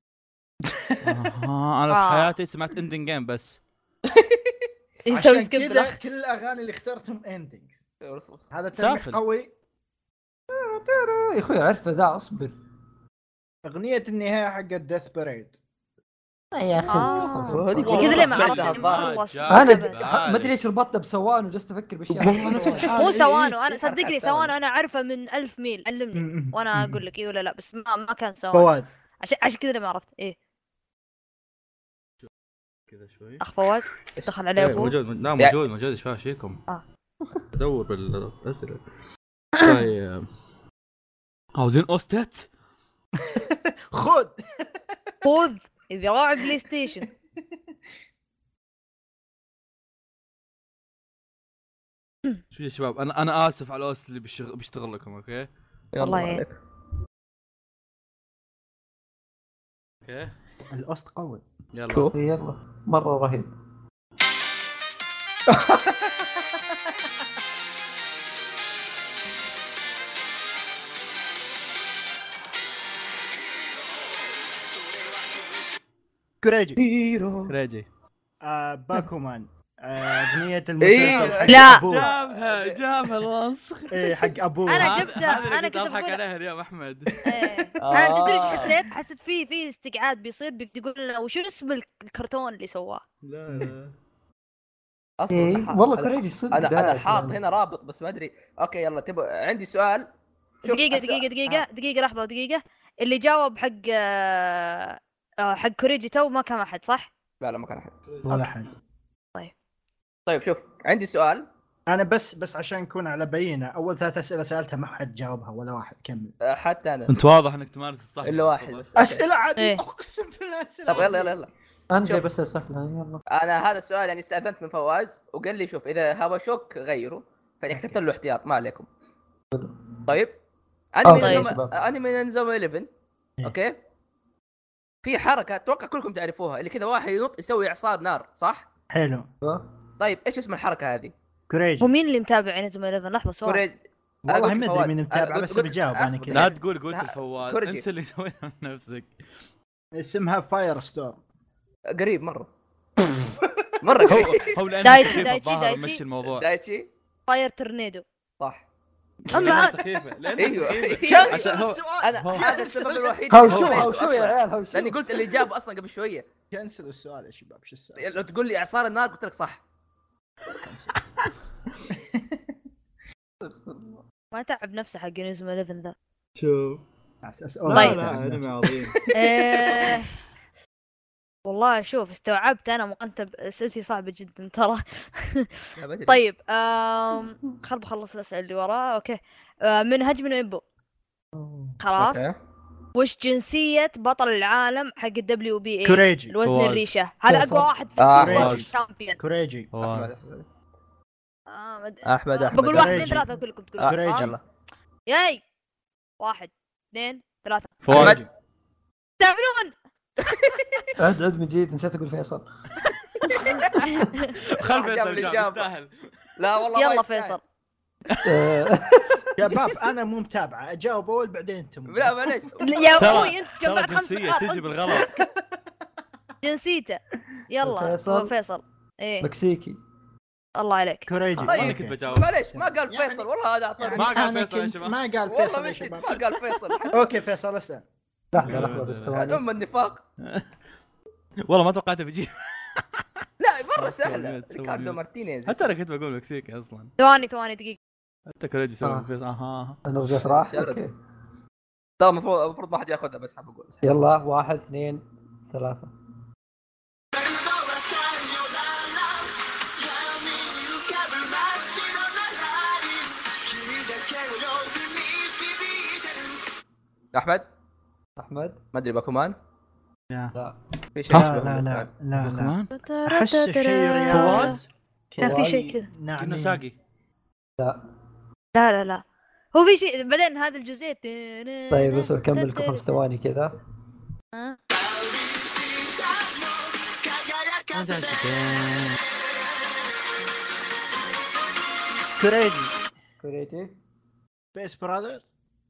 آه انا في آه. حياتي سمعت اندنج جيم بس. يسوي عشان سكيب كذا بالاخر. كل الاغاني اللي اخترتهم اندنجز. هذا سافل. تلميح قوي. يا اخوي عرفه ذا، اصبر. اغنيه النهايه حق ديث باريد. يا اخي آه. استغفر هذيك الله. كذا ليه ما سمعتها عرفت الظاهر. خلصت أنا أبداً. انا ما ادري ليش ربطته بسوان وجلست افكر باشياء. والله نفس الحال. مو إيه، سوانو إيه. انا صدقني حركات سوانو سوانو. انا اعرفه من ألف ميل علمني وانا اقول لك ايه ولا لا بس ما ما كان سوانو فواز. عشان عشان كذا ما عرفت ايه. كذا شوي. اخ فواز دخل عليه إيه، ابوه. موجود لا موجود موجود ايش فيكم؟ آه. ادور بالاسئله. طيب عاوزين اوستات؟ خذ. خذ ذراع بلاي ستيشن. شو يا شباب انا انا اسف على الاوست اللي بيشتغل بيشتغل لكم اوكي؟ والله يلا إيه. عليك. اوكي الاوست قوي. يلا. كو. يلا مره رهيب. كوريجي. ريجي. آه باكومان. آه، اغنيه إيه. المسلسل حق لا. أبوه. جابها جابها الوسخ. ايه حق ابوه. أنا هذا- جبتها، هذا اللي أنا كنت كنت اضحك بقول- عليها اليوم احمد. ايه آه. انا تدري ايش حسيت؟ حسيت في في استقعاد بيصير بيقول لنا وشو اسم الكرتون اللي سواه. لا لا اصبر إيه، أنا حاط- والله أنا- كوريجي صدق انا انا داعس حاط يعني. هنا رابط بس ما ادري. اوكي يلا تبغى عندي سؤال. شوف دقيقة السؤال- دقيقة دقيقة دقيقة لحظة دقيقة اللي جاوب حق آه، آه، حق كوريجي تو ما كان أحد صح؟ لا لا ما كان احد. ولا حد. طيب شوف عندي سؤال. انا بس بس عشان نكون على بينه، اول ثلاث اسئله سالتها ما حد جاوبها ولا واحد. كمل. أه، حتى انا انت واضح انك تمارس الصح. الا واحد بس. أوكي. اسئله عادي. إيه. اقسم بالله اسئله. طب يلا يلا يلا. انا جاي شوف. بس اسهلها يلا. انا هذا السؤال يعني استاذنت من فواز وقال لي شوف اذا هوا شوك غيره فاني كتبت له احتياط ما عليكم. طيب انمي طيب. نظام انمي نظام إحداشر. اوكي في حركه اتوقع كلكم تعرفوها اللي كذا واحد ينط يسوي اعصار نار صح؟ حلو. طيب ايش اسم الحركه هذه؟ كوريجي. هو مين اللي متابع نجم إحداشر؟ لحظة سؤال. كوريج. والله قلت ما ادري فواز. مين أنا متابع قلت- بس قلت- بجاوب انا أصبر. كذا. لا تقول قلت لا، الفواز كوريجي. انت اللي سويتها من نفسك. اسمها فاير ستورم. قريب مره مره هو قريب. هو لانه دايتشي- سخيف دايتشي- الظاهر دايتشي. مشي الموضوع. دايتشي فاير تورنيدو. صح. لانها سخيفه لانها ايوه سخيفه. عشان هو انا هو- هذا السبب الوحيد هاو اللي شو سويته هاو شو يا أصلاً. عيال هاو شو. لاني قلت اللي جاب اصلا قبل شويه. كنسل السؤال يا شباب. شو السؤال؟ لو تقول لي اعصار النار قلت لك صح. ما تعب نفسه حق نجم إحداشر ذا. شوف أسأل طيب. لا لا انمي عظيم. إيه، والله شوف استوعبت أنا مقنتب أسئلتي صعبة جدا ترى. لا ما أدري. طيب آم، خل بخلص الأسئلة اللي وراه أوكي. آه، من هجم إيبو خلاص. أوكي. وش جنسية بطل العالم حق الدبليو بي اي؟ كوريجي. الوزن فواز. الريشة هذا فيصل. أقوى واحد في آه، السوبر فواز. شامبيون. كوريجي. أحمد. آه، مد- احمد آه، احمد بقول واحد كوريجي. اثنين ثلاثة كلكم آه، تقولون كوريجي. خلاص؟ يلا. ياي واحد اثنين ثلاثة فواز. تعرفون عد عد من جديد نسيت اقول فيصل. خل جاب فيصل لي جاب إجابة. يستاهل. لا والله ما يلا يستاهل. فيصل. آه، شباب انا مو متابعه. اجاوب اول بعدين انتم. لا معليش. يا ترى اخوي انت ترى جمعت خمس جنسية نقاط تجي أنت بالغلط. جنسيته يلا فيصل. هو فيصل ايه مكسيكي. الله عليك. كوريجي. طيب. انا كنت بجاوب. معليش ما قال يعني- فيصل والله هذا اعطاني. ما قال أنا فيصل يا كنت- شباب. ما قال والله فيصل يا ما شباب. ما قال فيصل. اوكي فيصل اسال. لحظه لحظه بس ثواني. ام النفاق. والله ما توقعت بيجي. لا مره أوكي، سهله. ميت، سوي ريكاردو ميت. مارتينيز. حتى انا كنت بقول مكسيكي اصلا. ثواني ثواني دقيقة. حتى كوريجي سوى آه. فيصل. اها انا رجعت راح. شرد. اوكي طيب المفروض المفروض ما حد ياخذها بس حاب اقول. يلا واحد اثنين ثلاثة. احمد احمد. ما ادري باكومان. في شيء لا يشبه لا لا الإنسان. لا لا كمان احس شيء رياضي. فواز كان في شيء كذا. نعم كنا ساقي لا لا لا هو في شيء بعدين هذا الجزء. طيب بس اكمل لكم خمس ثواني كذا. ها؟ كريجي كوريجي بيس براذر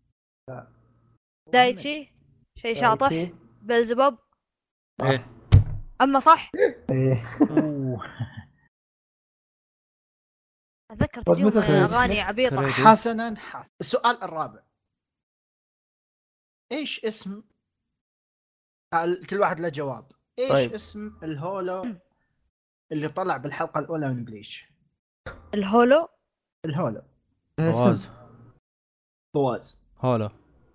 دايتشي شيء شاطح. دايتشي. بلزبوب. ايه اما صح إيه. اتذكر طب تجيهم متى كان اغاني اسمك؟ عبيطه. كريجي. حسنا حسنا. السؤال الرابع، ايش اسم ال- كل واحد له جواب. ايش طيب. اسم الهولو اللي طلع بالحلقه الاولى من بليش؟ الهولو. الهولو فواز فواز هولا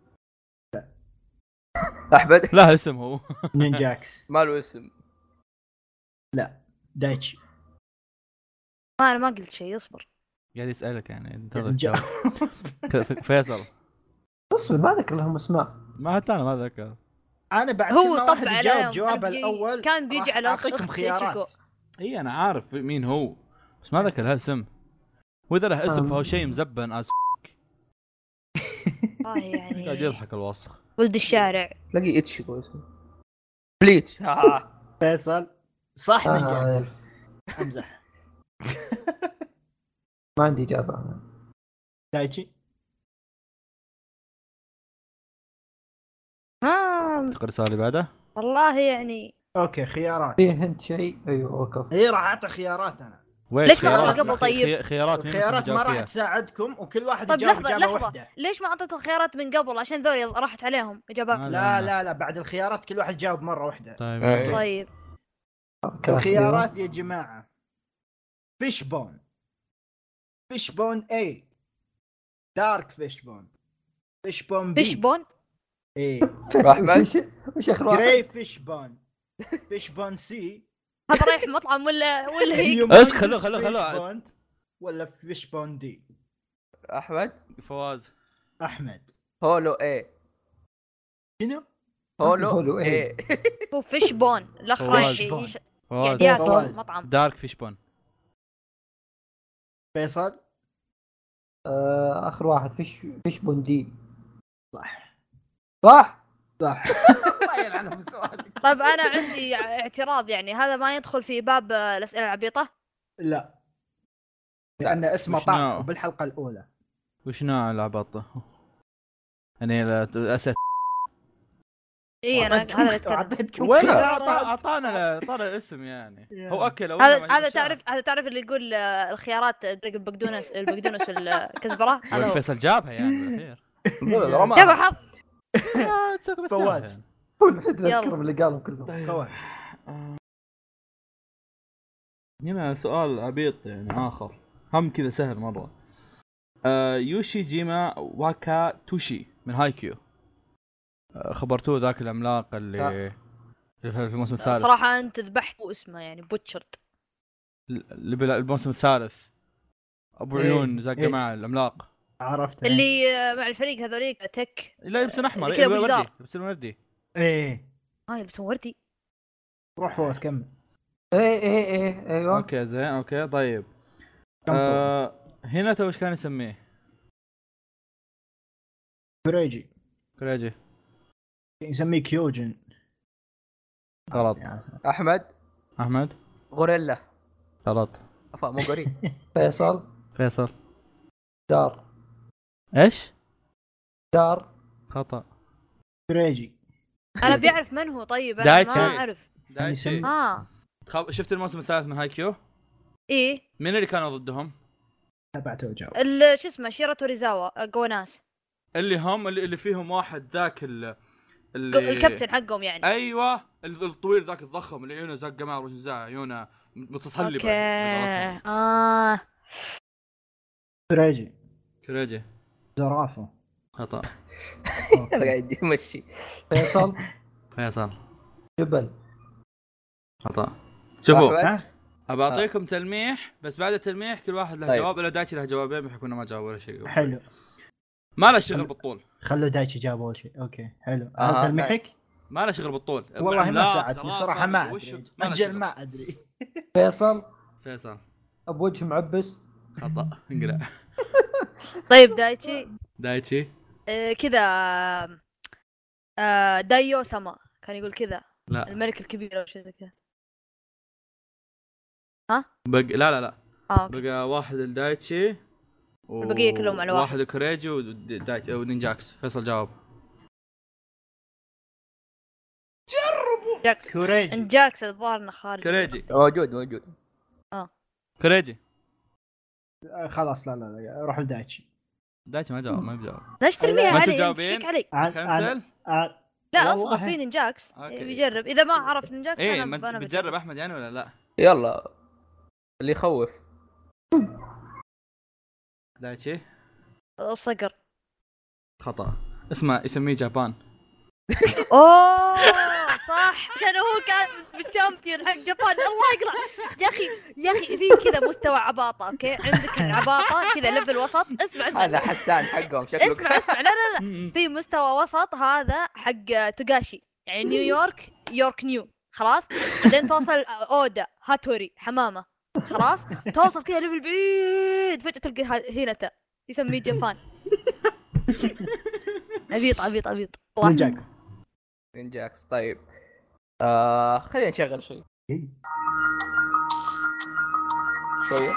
احمد لا اسم هو نينجاكس ما له اسم. دايتشي. ما انا ما قلت شيء اصبر. قاعد يسألك يعني انتظر جا- الجواب. ك- فيصل اصبر ما ذكر لهم اسماء. ما حتى انا ما ذكر. انا بعد هو كل ما طب واحد يجاوب عليهم جوابه بي- الاول كان بيجي راح على أخ- اعطيكم أخت خيارات. إيتشيكو. اي انا عارف مين هو بس ما ذكر لها اسم، واذا له اسم أم. فهو شيء مزبن از آه قاعد يعني يضحك الوسخ. ولد الشارع. تلاقي اتشيكو اسمه بليتش. ها فيصل صح آه. نينجاكس. امزح. ما عندي اجابه انا. دايتشي. ما تقرا السؤال اللي بعده. والله يعني اوكي خيارات. فيه هنت شيء ايوه وقف. اي راح اعطي خيارات انا. وين ليش ما خيارات؟ أعطى قبل طيب؟ خي- خيارات مين الخيارات ما جاوب راح فيها؟ تساعدكم وكل واحد طيب يجاوب لحظة اجابه لحظة واحده. ليش ما اعطيت الخيارات من قبل عشان ذولي راحت عليهم اجابات. ما- لا لا لا بعد الخيارات كل واحد جاوب مره واحده. طيب إيه. طيب الخيارات يا جماعه: فيش بون، فيش بون اي، دارك فيش بون، فيش بون بي، فيش بون. اي، أحمد. وش وش اخر واحد؟ جراي فيش بون، فيش بون سي، هذا رايح مطعم ولا ولا هيك. اسك خلوه خلوه خلوه. فيش بون، ولا فيش بون دي. احمد فواز احمد هولو اي. شنو؟ هولو هولو اي. إيه. هو فيش بون الاخ فواز. رايح بون. يش- فواز ياكل فواز. مطعم. دارك فيش بون. فيصل آه، اخر واحد فيش فيش بوندي. صح صح. صح. الله يلعنهم السؤال. طيب انا عندي اعتراض يعني هذا ما يدخل في باب آه، الاسئله العبيطه. لا لان اسمه وش طاح نوع؟ بالحلقه الاولى. وش نوع العباطة؟ يعني لا اسد اي انا أعطيتكم- هذا اللي اتكلم. أعطيتكم ولا خيارات. اعطانا اعطانا الاسم يعني يا. هو اكل اول هذا ما هذا تعرف هذا تعرف اللي يقول آه، الخيارات آه، البقدونس البقدونس والكزبره هذا هو. فيصل جابها يعني بالاخير. جابوا حظ. آه، تسوق بس فواز. جابها. هو الوحيد اللي يلا. اذكرهم اللي قالهم كلهم. فواز. هنا سؤال عبيط يعني اخر هم كذا سهل مره. آه يوشي جيما واكا توشي من هايكيو. آه خبرتوه ذاك العملاق اللي اللي في الموسم الثالث. صراحه انت ذبحت اسمه يعني بوتشرد. اللي بالموسم الثالث ابو إيه، عيون زي إيه. الجماعه العملاق عرفت اللي آه، مع الفريق هذوليك تك. لا يلبسون احمر كذا يلبسون بجدار. وردي يلبسون وردي. ايه اه يلبسون وردي. روح فوز كمل. ايه ايه ايه ايوه. اوكي زين اوكي طيب. كم طول؟ آه هنا تو ايش كان يسميه؟ كوريجي كريجي يسميه كيوجن. غلط. احمد احمد غوريلا. غلط. افا مو قريب. فيصل فيصل دار ايش؟ دار. خطأ. كوريجي انا بيعرف من هو طيب انا دايتشي. ما اعرف. دايتشي. اه خب... شفت الموسم الثالث من هايكيو؟ ايه مين اللي كانوا ضدهم؟ تابعته وجاوب. ال- شو اسمه شيرا توريزاوا جوناس اللي هم اللي, اللي فيهم واحد ذاك ال... ج- اللي الكابتن حقهم يعني. ايوه ال- الطويل ذاك الضخم اللي عيونه زي القمر وش زي عيونه متصلبه. اوكي بقولتهم. اه كوريجي كريجي. زرافه. خطأ. انا قاعد يمشي. فيصل فيصل. جبل. خطأ. شوفوا أحمد. ها؟ ابى اعطيكم تلميح بس بعد التلميح كل واحد له طيب. جواب. الا دايتشي له جوابين بحكم انه ما جاوب ولا شيء. حلو. ما له شغل بالطول. خلوا دايتشي جاب اول شيء. اوكي حلو. آه، هذا تلميحك؟ ما له شغل بالطول. والله ما عملاق، ساعدني زرافة، صراحه ما وش- ادري ما له اجل شغل. ما ادري. فيصل فيصل ابو وجه معبس. خطا انقلع. طيب دايتشي دايتشي آه كذا آه دايو سما كان يقول كذا لا الملك الكبير او شيء زي كذا. بق... لا لا لا اه أوكي. بقى واحد الدايتشي و... البقية كلهم على واحد. واحد كوريجي ودايتشي ونينجاكس. فيصل جاوب. جاكس كوريجي ان جاكس الظاهر انه خارج. كوريجي موجود موجود. كوريجي آه، خلاص لا لا لا روح لدايتشي. دايتشي ما جاوب ما بجاوب. ليش ترميها ما أنتم علي؟ مجاوبين؟ ايش علي؟ عن- كنسل. عن- لا والله اصبر في نينجاكس أوكي. بيجرب اذا ما عرف نينجاكس ايه انا ما انا أنت بتجرب احمد يعني ولا لا؟ يلا اللي يخوف. دايتشي الصقر. خطا. اسمه يسميه جابان. اوه صح عشان هو كان بالشامبيون حق جابان. الله يقرا يا اخي يا اخي في كذا مستوى عباطه. اوكي عندك العباطه كذا ليفل وسط. اسمع اسمع هذا اسمع حسان حقهم شكله. اسمع, اسمع. لا لا لا في مستوى وسط هذا حق توغاشي يعني نيويورك يورك نيو خلاص. بعدين توصل اودا هاتوري حمامه خلاص. توصل كذا ليفل بعيد فجاه تلقى ه- هينتا يسميه جابان. عبيط عبيط عبيط والله. نينجاكس. نينجاكس. طيب آه خلينا نشغل شوي شوية.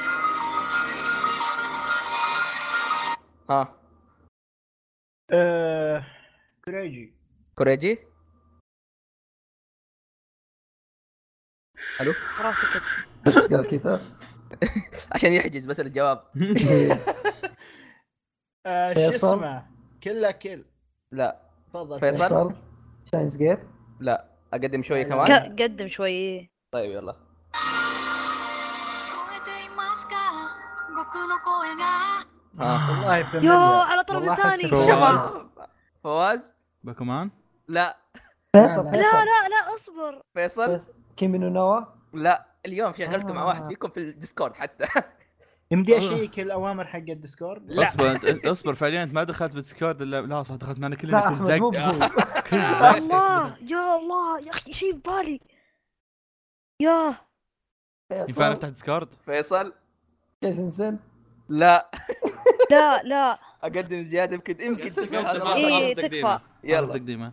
ها آه، كوريجي. كوريجي. الو خلاص سكت. بس قال كذا. عشان يحجز بس الجواب. آه، شو فيصل. اسمه كله كل. لا تفضل فيصل. فيصل شاينز جيت. لا اقدم شوية لا، كمان. لا. ك- قدم شوي. طيب يلا. 聞こえていますか僕の声が ها والله في يا على طرف لساني. فواز. فواز. باكومان. لا فيصل لا، لا فيصل لا لا اصبر. فيصل. فيصل. كيمينو نوا. لا اليوم شغلته مع آه. واحد فيكم في الديسكورد حتى. يمدي اشيك الاوامر حق الديسكورد. لا. اصبر انت أنت- اصبر فعليا انت ما دخلت بالديسكورد الا لا صح دخلت معنا لا كلنا كل احمد مو زق. بهو. كل زق. الله يا الله يا اخي شيء ببالي يا ينفع فيصل نفتح ديسكورد؟ فيصل. كيسنسن. لا لا لا اقدم زياده يمكن يمكن تسمع هذا ما الرقم. إيه، أعرف تكفى. تقديمه. يلا. أعرف تقديمه.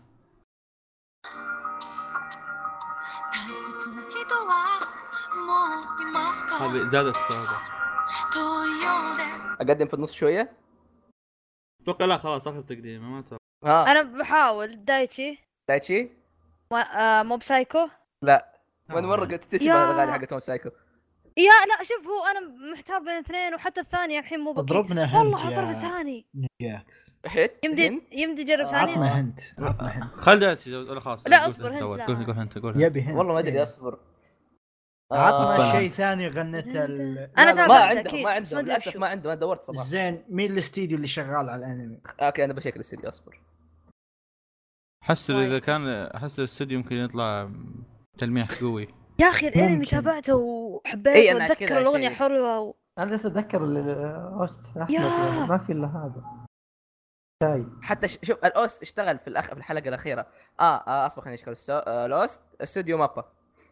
大切な人はもういますか هذه زادت الصعوبة. 遠いようで اقدم في النص شويه. اتوقع لا خلاص اخر تقديمه ما اتوقع. ها انا بحاول دايتشي دايتشي. ما- آه، مو بسايكو. لا وين مره قلت تشبه يا. الاغاني حقتهم سايكو. يا لا شوف هو انا محتار بين اثنين وحتى الثانيه الحين مو بكي. اضربنا هنت والله على طرف يا لساني. نينجاكس. هيت يمدي هنت؟ يمدي جرب آه، ثاني. عطنا هنت عطنا هنت. خل دايتشي ولا خلاص. لا، قول أصبر، أنت هنت أول. لا. قول قول انت قول. يبي هنت. والله ما ادري اصبر. عطنا آه. شيء ثاني غنت ال أنا لا، لا، ما تابعت عندهم أكيد، ما بس عندهم ما أدري للاسف شو. ما عندهم انا دورت صراحه. زين مين الاستديو اللي شغال على الانمي؟ اوكي انا بشكل الاستديو اصبر. احس اذا وايد. كان احس الاستوديو يمكن يطلع تلميح قوي. يا اخي الانمي ممكن. تابعته وحبيته إيه، أنا عشان كذا واتذكر الاغنيه شيء. حلوه و... انا جالس اتذكر الاوست احمد يا. ما في الا هذا شاي. حتى ش... شوف الاوست اشتغل في الأخ... في الحلقه الاخيره. اه, آه اصبر خليني اشكر السو... آه الاوست استوديو مابا.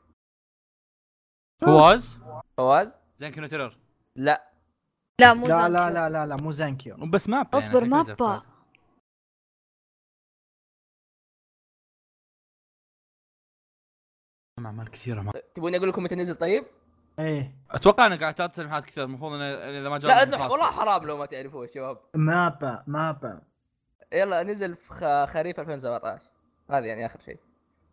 فواز فواز. زين كينو تيرر لا لا مو لا زانكيو. لا لا لا لا مو زانكيو. بس ماب يعني اصبر عشان كذا مابا. جربت. اعمال كثيره ما تبوني اقول لكم متى نزل طيب؟ ايه اتوقع انا قاعد تعطي تلميحات كثير. المفروض ان اذا ما جاوب لا خلاص. أدنح والله حرام لو ما تعرفوه شباب. مابا مابا. يلا نزل في خ... خريف ألفين وسبعطعش. هذا يعني اخر شيء.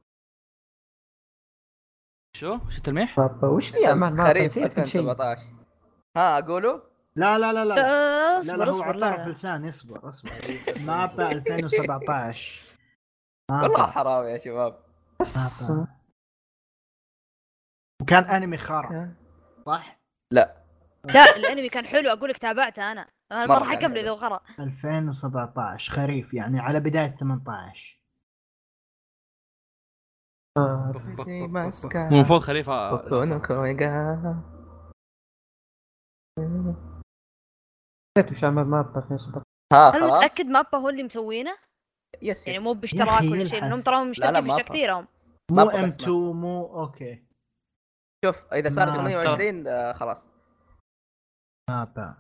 شو وش التلميح؟ بابا وش في اعمال ما خريف نسيت كل شيء. ألفين وسبعطعش. ها اقوله. لا لا لا لا لا لا اصبر لا هو اصبر على لا طرف لا. لساني. اصبر اصبر. مابا ألفين وسبعطعش. والله مابا. حرام يا شباب. بس مابا. وكان انمي خارق صح؟ لا لا الانمي كان حلو اقول لك تابعته انا. انا مرة ما راح كان اكمل حلو. اذا غلط. ألفين وسبعطعش خريف يعني على بداية ثمانية عشر. مو المفروض خليفه. نسيت وش اعمال مابا ألفين وسبعطعش. ها هل خلاص. متاكد مابا هو اللي مسوينه؟ يس يعني يس. مو باشتراك يا ولا أخي شيء، يلحس. لانهم تراهم لا، لا، مشتركين ما باشتراك أبغى. كثير هم. ما مو أبغى ام اسمع. اتنين مو اوكي. شوف اذا صار ما- ثمانية وعشرين آه خلاص. مابا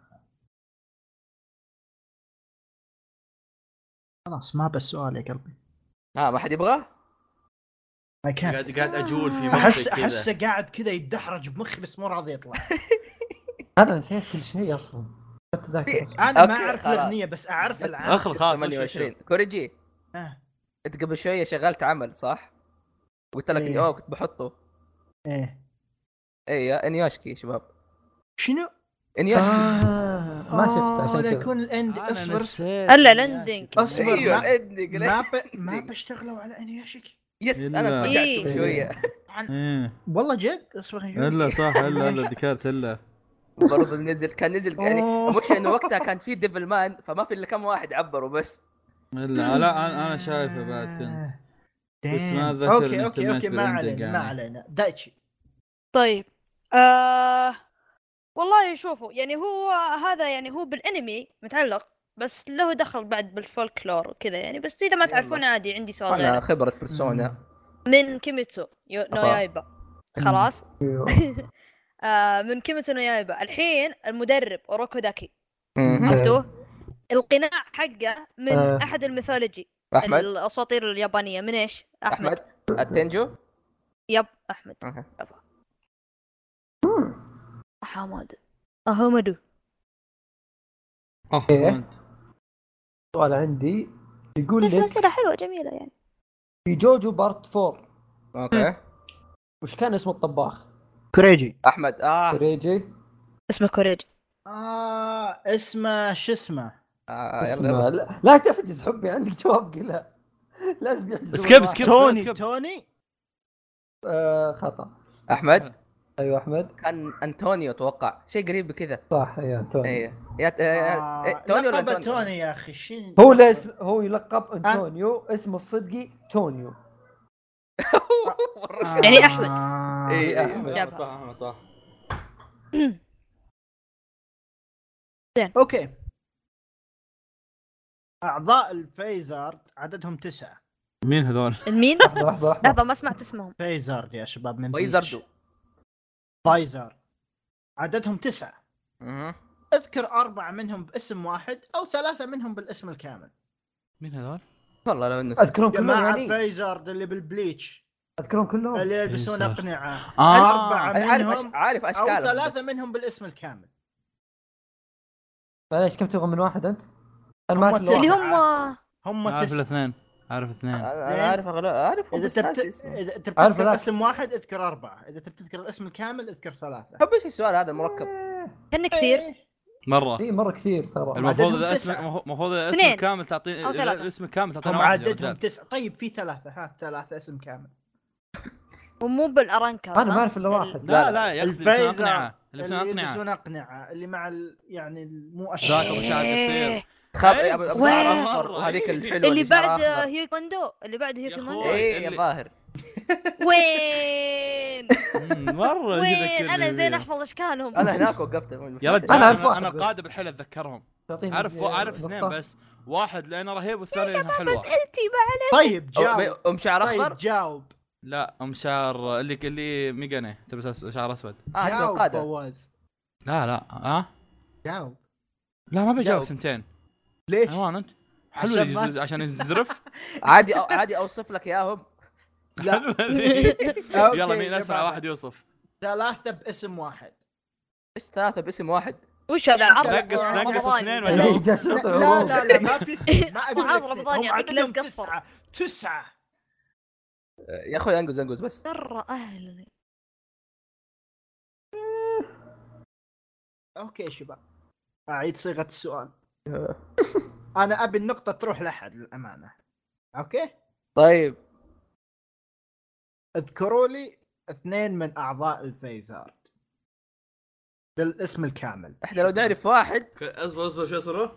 خلاص ما بس سؤال يا قلبي. ها ما حد يبغاه. ما كان قاعد قاعد اجول في مخي احس كذا. احسه قاعد كذا يتدحرج بمخي بس مو راضي يطلع. انا نسيت كل شيء اصلا. حتى ذاكر أصلاً. انا ما أوكي، اعرف خلاص. الاغنيه بس اعرف العام. اخر خلاص ثمانية وعشرين كوريجي. آه. انت قبل شويه شغلت عمل صح؟ قلت لك اني إيه. اوه كنت بحطه. ايه اي يا انياشكي شباب. شنو؟ انياشكي. آه ما شفت عشان لا كذا. يكون الاند أنا اصبر نسيت الا إني لندنج. أشكي. أصبر. ايوه ما- الاندنج ما ب... ما بشتغلوا على انياشكي. يس إلا. انا تفاجأت إيه. بشويه. عن... ايه والله جد اصبر نشوف. الا صح الا الا ذكرت الا برضه نزل كان نزل يعني أوه. مش انه وقتها كان في ديفل مان فما في الا كم واحد عبروا بس. الا لا انا انا شايفه بعد كنت بس ما دام. أتذكر اوكي إني اوكي اهتميت اوكي ما بالإندنج علينا يعني. ما علينا دايتشي. طيب آه... والله شوفوا يعني هو هذا يعني هو بالانمي متعلق، بس له دخل بعد بالفولكلور وكذا يعني، بس اذا ما يلا. تعرفون عادي عندي سؤال انا غير. خبره بيرسونا. من كيميتسو يو... نو أها. يايبا خلاص. أيوه. آه من كيميتسو نو يايبا الحين المدرب اوروكوداكي مهم. عرفتوه؟ القناع حقه من آه. احد الميثولوجي احمد الاساطير اليابانيه. من ايش؟ احمد, احمد التنجو. يب احمد أها. حماد احمد. اه إيه. فهمت. سؤال عندي يقول ليش لك الاسئله حلوه جميله يعني. في جوجو بارت فور اوكي وش كان اسم الطباخ؟ كوريجي. احمد اه, كوريجي. اسمه كوريج. اه اسمه شو اسمه؟ آه. يلا اسمه يلا. لا, لا تحجز حبي عندك جواب قلها. لازم يحجز سكيب واحد. سكيب توني سكيب. توني. آه خطأ. احمد ايوه احمد كان انطونيو اتوقع شيء قريب بكذا. صح يا توني. ايه يا يا- آه. إيه، توني ولا لقبه أنطونيو؟ توني يا اخي شين. هو لا اسم هو يلقب انطونيو اسمه الصدقي تونيو. آه. يعني أحمد. إيه، أحمد، جابها. صح احمد صح. اوكي. اعضاء الفيزارد عددهم تسعة. مين هذول؟ المين؟ لحظة لحظة لحظة. لحظة ما سمعت اسمهم. فيزارد يا شباب من ويزردو. فايزر عددهم تسعة. مهم. اذكر أربعة منهم باسم واحد أو ثلاثة منهم بالاسم الكامل. مين هذول؟ والله لو انه اذكرهم كلهم جماعة يعني فيزارد اللي بالبليتش اذكرهم كلهم. اللي يلبسون فيزارد. أقنعة. آه. أربعة أنا عارف أش... منهم عارف أو اشكالهم ثلاثة بس. منهم بالاسم الكامل. معليش كم تبغى من واحد انت؟ انا ما هم اعرف إلا اللي واحد. هم هم عارف تسعة. الاثنين عارف اثنين. انا زين. أنا عارف أغلب... عارف إذا بس تبت... ناسي اسمه. إذا أنت عارف بتذكر ذاك. اسم واحد اذكر أربعة. إذا تبي تذكر الاسم الكامل اذكر ثلاثة. حب ايش السؤال هذا المركب. كان كثير. إيه. مره اي مره كثير ترى. المفروض عددهم اذا اسم تسعة. المفروض اذا اسم اثنين. كامل تعطيني أو ثلاثة. الاسم الكامل تعطينا هم واحد يا عددهم رجال. تسعة. طيب في ثلاثة ها ثلاثة اسم كامل. ومو بالارانكا انا ما اعرف الا واحد. لا لا يقصد يلبسون الفيزر اقنعه يلبسون اللي اقنعه. يلبسون أقنعة اللي مع ال... يعني مو ذاك أشياء. أبو شعر قصير. تخاف إيه، ابو أبو وين؟ شعر اصفر مرة. وهذيك إيه. الحلوه اللي بعد شعرها أخضر. هيوكوندو اللي بعد هيوكوندو. أخوي. ايه يا اللي- ظاهر. وين؟ مم، مره وين؟ يذكرني انا زين فيه. احفظ اشكالهم. انا هناك وقفت يا رجل أنا انا أعرف انا, واحد أنا بس. قاعد بالحيل اتذكرهم. تعطيني اعرف اعرف اثنين نقطة. بس. واحد لانه رهيب والثاني لانها حلوه. اسئلتي بعد. طيب جاوب. ام شعر اخضر. طيب جاوب. لا ام شعر اللي اللي ميجاني تلبس شعر اسود. اه هذول جاوب القاده. فواز. لا لا ها جاوب. لا ما بجاوب جاوب. ثنتين. ليش؟ حيوان انت حلو عشان اللي ما- يز- عشان يزرف. عادي أو... عادي اوصف لك اياهم. لا. حلوة ذي. أوكي، يلا مين اسرع جماعة. واحد يوصف. ثلاثة باسم واحد. ايش ثلاثه باسم واحد. وش هذا العرض؟ نقص- نقص رمضاني. اثنين اللي وجاوب. جالس لا يعطي لا عروض. لا, لا ما في ما اقول معاذ لك رمضان هم يعطيك عددهم لزق أصفر. تسعة. تسعة. يا اخوي انقز انقز بس. ترى اهلا. اوكي شباب اعيد صيغة السؤال. انا ابي النقطة تروح لأحد للأمانة. اوكي طيب اذكروا لي اثنين من اعضاء الفيزارد بالاسم الكامل. احنا لو نعرف واحد. اصبر اصبر شو اسمه؟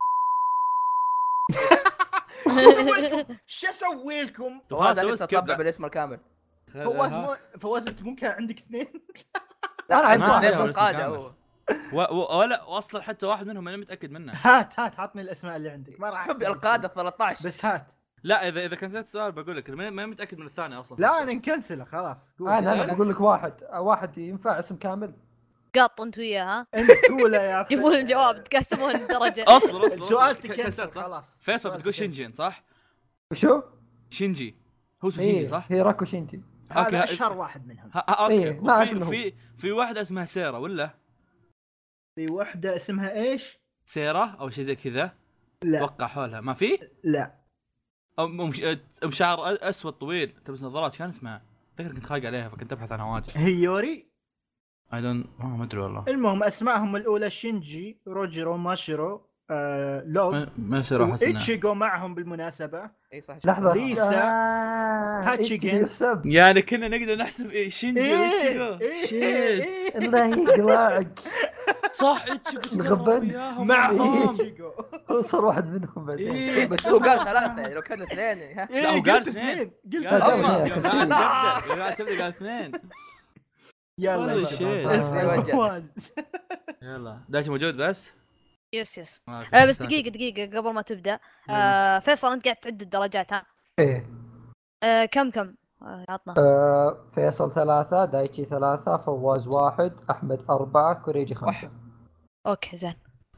شو اسوي لكم؟ شو اسوي لكم؟ فواز سوي انت سكيب تصبع بعد. بالاسم الكامل. فواز مو فواز انت ممكن عندك اثنين. لا أنا عارف اثنين واحد من بس القاده كامل. هو. و- و- ولا واصلا حتى واحد منهم انا متاكد منه. هات هات عطني الاسماء اللي عندك ما راح حب أحسب. القاده ثلاثة عشر. بس هات لا اذا اذا كنسلت السؤال بقول لك ما ما متاكد من الثاني اصلا. لا انا نكنسله خلاص. انا انا بقول لك واحد واحد ينفع اسم كامل. قاط انت وياها انت تقوله يا اخي. جيبون الجواب تقسمون الدرجه. اصبر اصبر السؤال أصبر. تكنسل كنسلت، صح؟ خلاص. فيصل السؤال بتقول تكنسل. شينجين صح؟ شو؟ شينجي هو اسمه إيه شينجي صح؟ هي راكو شينجي. هذا أوكي، اشهر واحد منهم. ها ها اوكي إيه، ما أعرف وفي إنه هو. في في واحده اسمها سيرا ولا في وحده اسمها ايش؟ سيرا او شيء زي كذا. لا اتوقع حولها ما في لا او مش ام شعر اسود طويل تلبس نظارات كان اسمها افتكر كنت خايق عليها فكنت ابحث عنها واجد. هي يوري. اي دون ما ادري والله. المهم اسمائهم الاولى شينجي، روجيرو، ماشيرو، آه، لوب، ما- ما يصير احس انها ايتشيغو معهم بالمناسبه. اي صح. لحظه ليسا، آه، هاتشيجن. إيتشيغو يحسب. يعني كنا نقدر نحسب إيه شينجي ايه وإيتشيغو. ايه شيت إيه. الله يقلعك. صح إيتشيغو انغبنت. معهم معهم ايتشيغو. هو صار واحد منهم بعدين. إيه بس هو قال ثلاثة يعني لو كانوا اثنين ها. لا، هو ايه قال قلت اثنين. اثنين قلت قال أما. اثنين. قال تبدا قال اثنين. يلا والله يا شيت. شباب. اسمي فواز. يلا داش موجود بس. يس يس أوكي. آه بس دقيقه دقيقه قبل ما تبدا. آه فيصل انت قاعد تعد الدرجات ها. ايه آه كم كم آه عطنا. آه، فيصل ثلاثة، دايتشي ثلاثة، فواز واحد، أحمد أربعة، كوريجي خمسة. اوكي زين.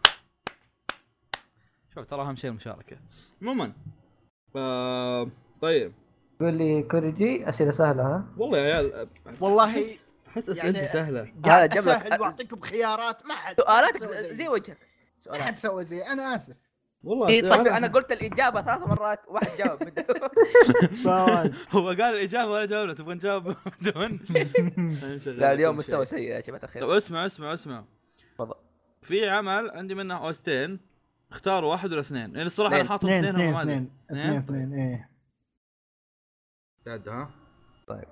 شوف ترى اهم شيء المشاركه. عموما آه طيب قول لي كوريجي أسئلة سهلة ها؟ والله يا عيال والله احس اسئلتي يعني- سهله. قاعد جاب لك- اسهل واعطيكم خيارات. ما حد سؤالاتك سوى زي وجهك. ما حد سؤالات. سوى زي انا اسف. والله إيه، أسئلة. طيب انا قلت الاجابه ثلاث مرات واحد جاوب بدون. فواز. هو قال الاجابه ولا جاوبنا تبغى نجاوب بدون. لا اليوم مستوى سيء يا جماعه طب الخير. اسمع اسمع اسمع تفضل. في عمل عندي منه اوستين اختاروا واحد ولا اثنين يعني الصراحه انا اثنين. حاطهم اثنين اثنين اثنين وما ادري. اثنين اثنين اثنين ايه. استعد ها طيب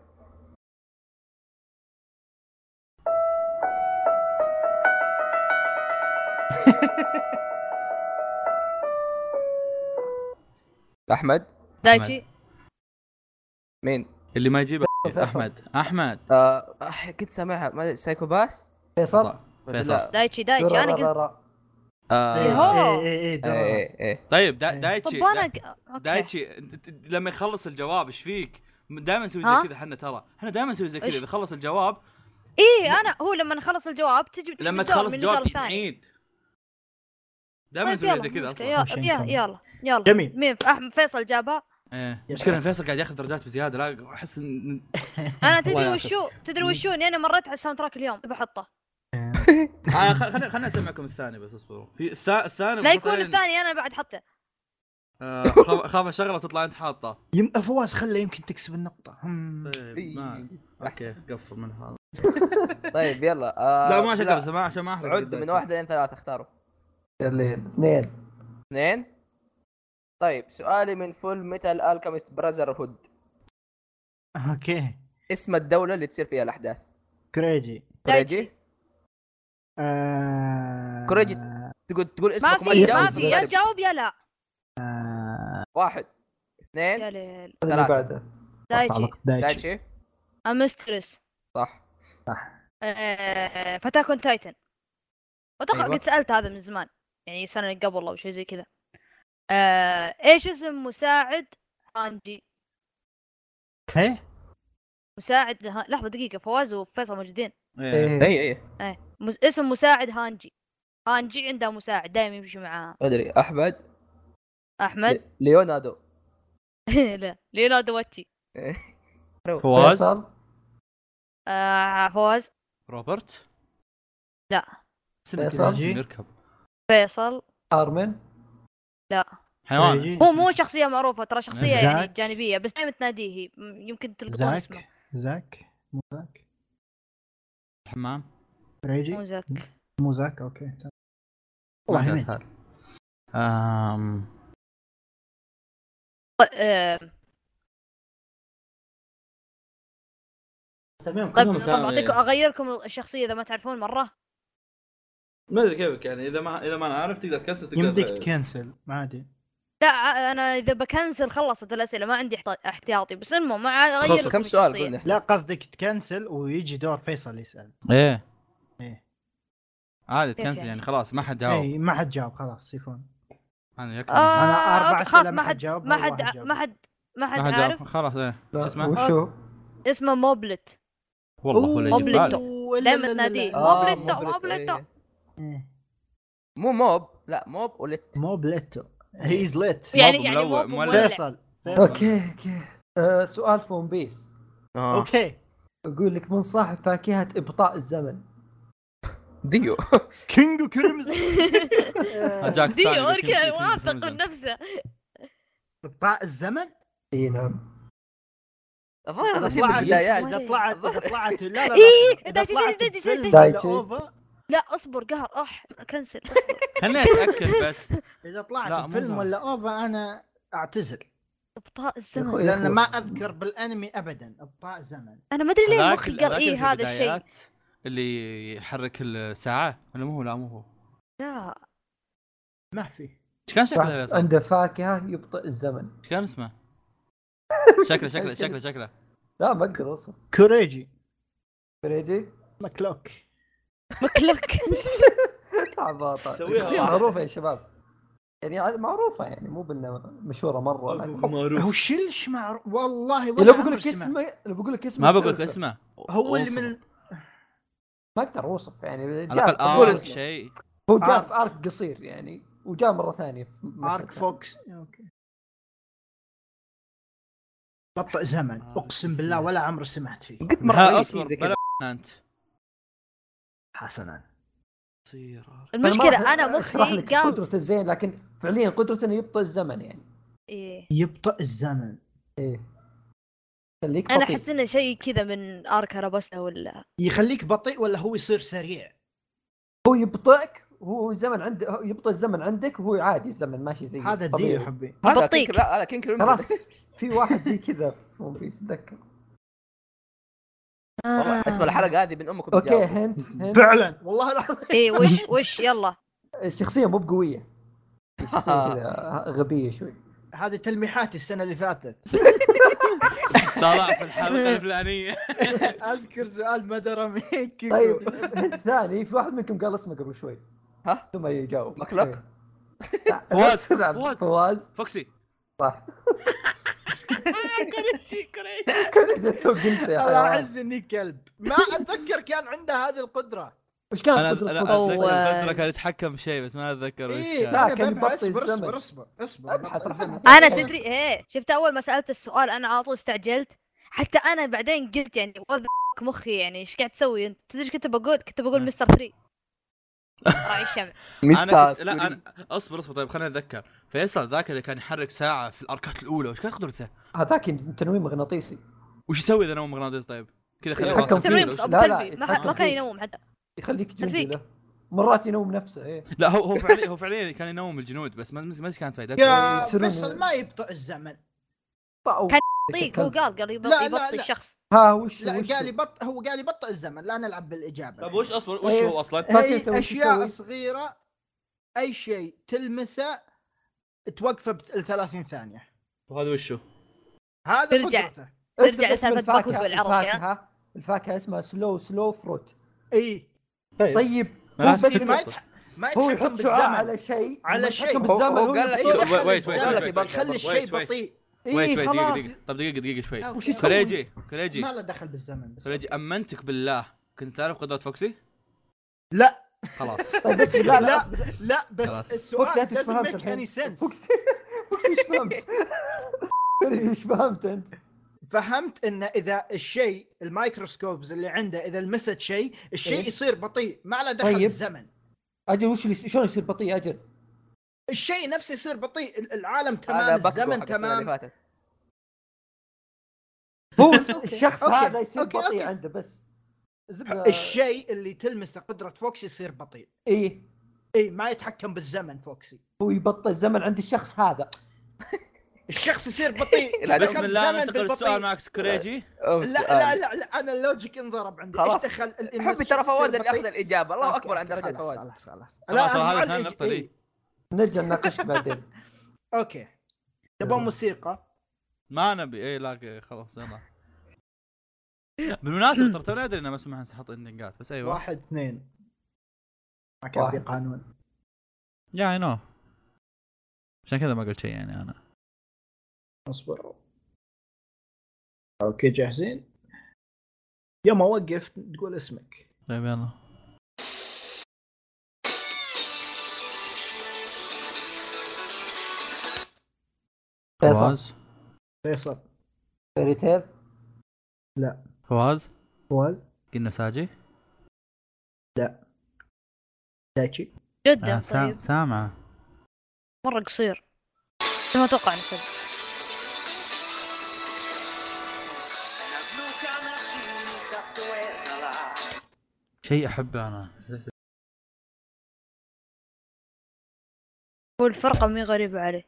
احمد دايتشي مين؟ اللي ما يجيب فيصل. احمد احمد آه آه، كنت سامعها ما سايكوباس. فيصل. فيصل لا. دايتشي دايتشي انا قلت آه ايه هو. ايه ايه ايه درا. ايه ايه طيب دا إيه. دايتشي طب انا دا- ق- أوكي. دايتشي انت- انت- لما يخلص الجواب ايش فيك؟ دائما نسوي ها؟ زي كذا احنا ترى احنا دائما نسوي زي كذا إيش؟ اذا خلص الجواب ايه انا هو لما نخلص الجواب تجي تجي لما الجواب تخلص من الجواب المجال الثاني. نعيد دائما طيب نسوي يلا زي كذا مو اصلا. مشكلة. عشان يلا كذا. يلا يلا جميل. مين احمد فيصل جابها. ايه مشكلة إن فيصل قاعد ياخذ درجات بزياده لا احس ان انا الله تدري يعافيك. وشو تدري وشو اني انا مريت على الساوند تراك اليوم بحطه. آه خليني خليني اسمعكم الثاني بس اصبروا في الثا- الثاني لا بالضبط يكون عليه- الثاني انا بعد حطه. آه، خاف خاف الشغله وتطلع انت حاطه. يم... فواز خله يمكن تكسب النقطة. هم. طيب ما اوكي قفل من هذا. طيب يلا. آه لا ما شكل سماع عشان ما احرق. عد من واحد لين ثلاثة اختاروا. اللي اثنين. اثنين. طيب سؤالي من فول ميتال الكيميست براذر هود. اوكي. اسم الدولة اللي تصير فيها الأحداث. كريجي. كوريجي. آه... كوريجي. تقول تقول ما اسمك في تجاوب ما اسم في يا الغرب. تجاوب يا لا. واحد يا اثنين ليل. اللي ثلاثة. بعده. دايتشي تعلق دايتشي. دايتشي. امسترس صح. آه... فتاكون تايتن. اتوقع أيوة. قد سالت هذا من زمان يعني سنه قبل او شيء زي كذا. آه... ايش اسم مساعد هانجي؟ ايه مساعد ها... لحظه دقيقه فواز وفيصل موجودين. إيه. اي اي ايه مس... اسم مساعد هانجي. هانجي عندها مساعد دائما يمشي معاها. ادري. احمد. احمد. ليوناردو. لا ليوناردو واتشي. إيه. فواز فيصل. آه... فواز. روبرت لا. اسمه فيصل. كذا، اسمه يركب فيصل. ارمن. لا حيوان. كريجي. هو مو شخصيه معروفه ترى شخصيه زاك. يعني جانبيه بس دائما تناديه هي م- يمكن تلقطون اسمه. زاك. زاك مو زاك. الحمام كريجي. مو زاك. مو زاك. اوكي. والله والله اسهل. امم آه... اساميهم طيب كلهم طب اسامي اعطيكم اغيركم الشخصيه اذا ما تعرفون مره. ما ادري كيفك يعني اذا ما اذا ما انا عارف تقدر تكسر تقدر يمديك تكنسل ما عادي. لا ع- انا اذا بكنسل خلصت الاسئله ما عندي احت- احتياطي بس المهم ما اغير خلص. لكم كم سؤال الشخصية. قلنا؟ لا قصدك تكنسل ويجي دور فيصل يسأل. ايه ايه عادي كيف تكنسل يعني؟ يعني خلاص ما حد جاوب. ايه ما حد جاوب خلاص يفون. انا يكفي آه أنا أربع أوكي، خلاص أسئلة ما ما حد حد جاوب، ما ولا حد واحد ع- جاوب. ما حد ما حد ما حد عارف. جاوب. خلاص ايه لا، شو اسمه؟ وشو؟ اسمه موبلت. والله هو اللي يجي موبليتو. بالي. أوه، لا دائما لا لا تناديه لا. آه، موبليتو موبلت، موبليتو. إيه. إيه. مو موب، لا موب ولت. مو بليتو هيز ليت. يعني موب يعني ملوع- موب مولع. مولع. فيصل فيصل. اوكي اوكي. آه سؤال فون بيس. آه. اوكي يقول لك من صاحب فاكهة ابطاء الزمن؟ ديو. كينج كريمزون. جاك ديو الثاني اوركي بالكينج- واثق كريمزون. من نفسه. ابطاء الزمن. اي نعم. الظاهر هذا اذا شيء طلعت بالبدايات. اذا طلعت اذا طلعت لا لا لا إيه، اذا دايتشي، طلعت دايتشي، بفيلم دايتشي. ولا دايتشي. اوفا. لا اصبر قهر اح كنسل. خليني اتاكد بس. اذا لا، طلعت مو بفيلم صح. ولا اوفا انا اعتذر، ابطاء الزمن. أخوي. لان ما يخلص. اذكر بالانمي ابدا ابطاء زمن. انا ما ادري ليه هذاك- مخي قال هذاك ايه اللي في هذا الشيء. البدايات اللي يحرك الساعه ولا مو هو؟ لا مو هو. لا ما في. ايش كان شكله يا شخص فيصل؟ عنده فاكهة يبطئ الزمن. ايش كان اسمه؟ شكله شكله شكله شكله لا ما اقدر اوصف. كوريجي فريجي. مكلوك. مكلك. عباطة. سويها شخصية صح. معروفة يا شباب، يعني معروفة، يعني مو بانها مشهورة مرة. لكن- هو معروف. شلش معروف والله. لو ولا بقول عمري لك سمعت. اسمه لو بقول لك اسمه ما بقول لك تعرفه. اسمه. هو اللي وصفه. من ما اقدر اوصف يعني. على جاء الاقل في- قول ارك اسمه. شيء. هو جاء آرك. في ارك قصير يعني، وجاء مرة ثانية في مشهد ارك ثاني. فوكس. اوكي. بطئ زمن آرك اقسم بالله ولا عمري سمعت فيه. قد مرة ها علي اصبر شيء زي كذا. بلا انت. حسنا. تصير أرك. المشكلة ما انا راح أشرح مخي لك قال قدرته زين، لكن فعليا قدرته انه يبطئ الزمن يعني. إيه. يبطئ الزمن. ايه خليك انا بطيء. احس انه شيء كذا من ارك ربستا ولا يخليك بطيء ولا هو يصير سريع؟ هو يبطئك، هو زمن عنده، هو يبطئ الزمن عندك، وهو عادي الزمن ماشي زي هذا الدي طبيعي. يا حبي. هذا بطيك. كينج- لا هذا كينج كريمزون. خلاص في واحد زي كذا في ون بيس اتذكر. والله اسم الحلقة هذه من امكم. اوكي تجاوبوا. هنت هنت. فعلا والله العظيم. ايه وش وش يلا. الشخصية مو بقوية، شخصية كذا غبية شوي. هذه تلميحاتي السنه اللي فاتت. طلع في الحلقه الفلانيه. اذكر سؤال ما درى مين. طيب هنت ثاني، في واحد منكم قال اسمه قبل شوي ها؟ ثم يجاوب. مكلوك؟ إيه. لا، فواز، لا، فواز. فواز فوكسي. صح. كوريجي كوريجي. كنت جت قلت يا الله حيوان. اعز اني كلب. ما اتذكر كان عنده هذه القدره. وش كانت انا قدرة انا فوكس؟ اتذكر فواز. القدره كان يتحكم بشيء بس ما اتذكر وش ايه كان. لا، أنا كان ببحث. يبطئ اصبر الزمن. اصبر اصبر اصبر ابحث بطئ الزمن. انا أوكي. تدري ايه شفت اول ما سالت السؤال انا على طول استعجلت. حتى انا بعدين قلت يعني وذ مخي يعني ايش قاعد تسوي انت؟ تدري ايش كنت بقول؟ كنت بقول مستر ثري راعي الشمع. مستر انا كنت... سوري. لا انا اصبر اصبر طيب خليني اتذكر. فيصل ذاك اللي كان يحرك ساعه في الاركات الاولى وش كانت قدرته؟ هذاك تنويم مغناطيسي. وش يسوي اذا نوم مغناطيس طيب؟ كذا خليه يتحكم راسه فيه. تنويم وش- ابو لا، لا، كلبي ما, يتحكم ما كان فيه. ينوم حتى. يخليك جندي تلفيق. له. مرات ينوم نفسه. ايه لا هو هو فعليا هو فعليا كان ينوم الجنود بس ما ما كانت فائدته. يا يصيرون- فيصل ما يبطئ الزمن. طاو. كان يطيق هو قال قال يبطي لا، لا، يبطي لا. الشخص. ها وش لا وش قال يبطئ. هو قال يبطئ الزمن. لا نلعب بالاجابه. طيب وش اصبر وش إيه. هو اصلا؟ فاكهته هي وش اشياء تسوي؟ صغيره اي شيء تلمسه توقفه ب ثلاثين ثانيه. وهذا وش هو؟ هذا ترجع. قدرته. اسم ترجع اسم لسالفة باكو الفاكهة. بالعربي، ها؟ الفاكهة الفاكهة اسمها سلو سلو فروت. اي طيب ما هو لازم بس تتوقف. ما يتح... ما هو يتحكم يحط شعاع بالزمن. على شيء، على لما شيء. يتحكم هو- بالزمن هو هو قال لك يبطئ. ايش ويت- دخل ويت- ويت- الزمن؟ ويت- ويت- يخلي ويت- الشيء ويت. بطيء. إيه ويت ويت دقيقة خلاص. دقيقة طب دقيقة دقيقة شوي. أوكي. وش يسوي؟ كريجي كريجي ما له دخل بالزمن بس. كريجي امنتك بالله كنت تعرف قدرة فوكسي؟ لا خلاص. طيب بس لا لا لا. أصبر. لا بس خلاص. السؤال فوكسي انت ايش doesn't فهمت make الحين؟ any sense. فوكسي فوكسي ايش فهمت؟ ايش فهمت انت؟ فهمت ان اذا الشيء الميكروسكوبز اللي عنده اذا لمست شيء الشيء إيه. يصير بطيء ما له دخل طيب. بالزمن. اجل وش اللي شلون يصير بطيء اجل؟ الشيء نفسه يصير بطيء. ال- العالم هذا تمام باكو الزمن حق السنة اللي تمام. فاتت. هو الشخص أوكي. هذا يصير أوكي. بطيء أوكي. عنده بس زبدة. الشيء اللي تلمسه قدرة فوكسي يصير بطيء. ايه اي ما يتحكم بالزمن فوكسي. هو يبطئ الزمن عند الشخص هذا. الشخص يصير بطيء. لا، دخل بسم الله الزمن ننتقل بالبطيء. للسؤال معك كريجي. أوه، لا سؤال. لا لا لا انا اللوجيك انضرب عندي. خلاص. ايش دخل ال- حبي ترى الشخص فواز يصير اللي اخذ بطيء؟ الاجابه. الله أوكي، اكبر عن درجه خلاص فواز. خلاص خلاص خلاص أنا هذه معلق. ثاني نقطة لي. إيه. نرجع نناقشك بعدين. اوكي تبغى موسيقى؟ ما نبي اي لا خلاص يلا. بالمناسبة ترى توني ادري انه مسموح نحط اندنجات بس ايوه. واحد اثنين ما كان في واحد. قانون. يا اي نو عشان كذا ما قلت شيء يعني انا. اصبر. اوكي جاهزين؟ يوم اوقف تقول اسمك. طيب يلا. فيصل. فواز. فيصل. فيري تيل. لا. فواز. فواز. قلنا ساجي. لا. دايتشي. جدا. آه سام... طيب سامعة. مرة قصير ما اتوقع نسد. شيء احبه انا. هو الفرقة مي غريبة عليه.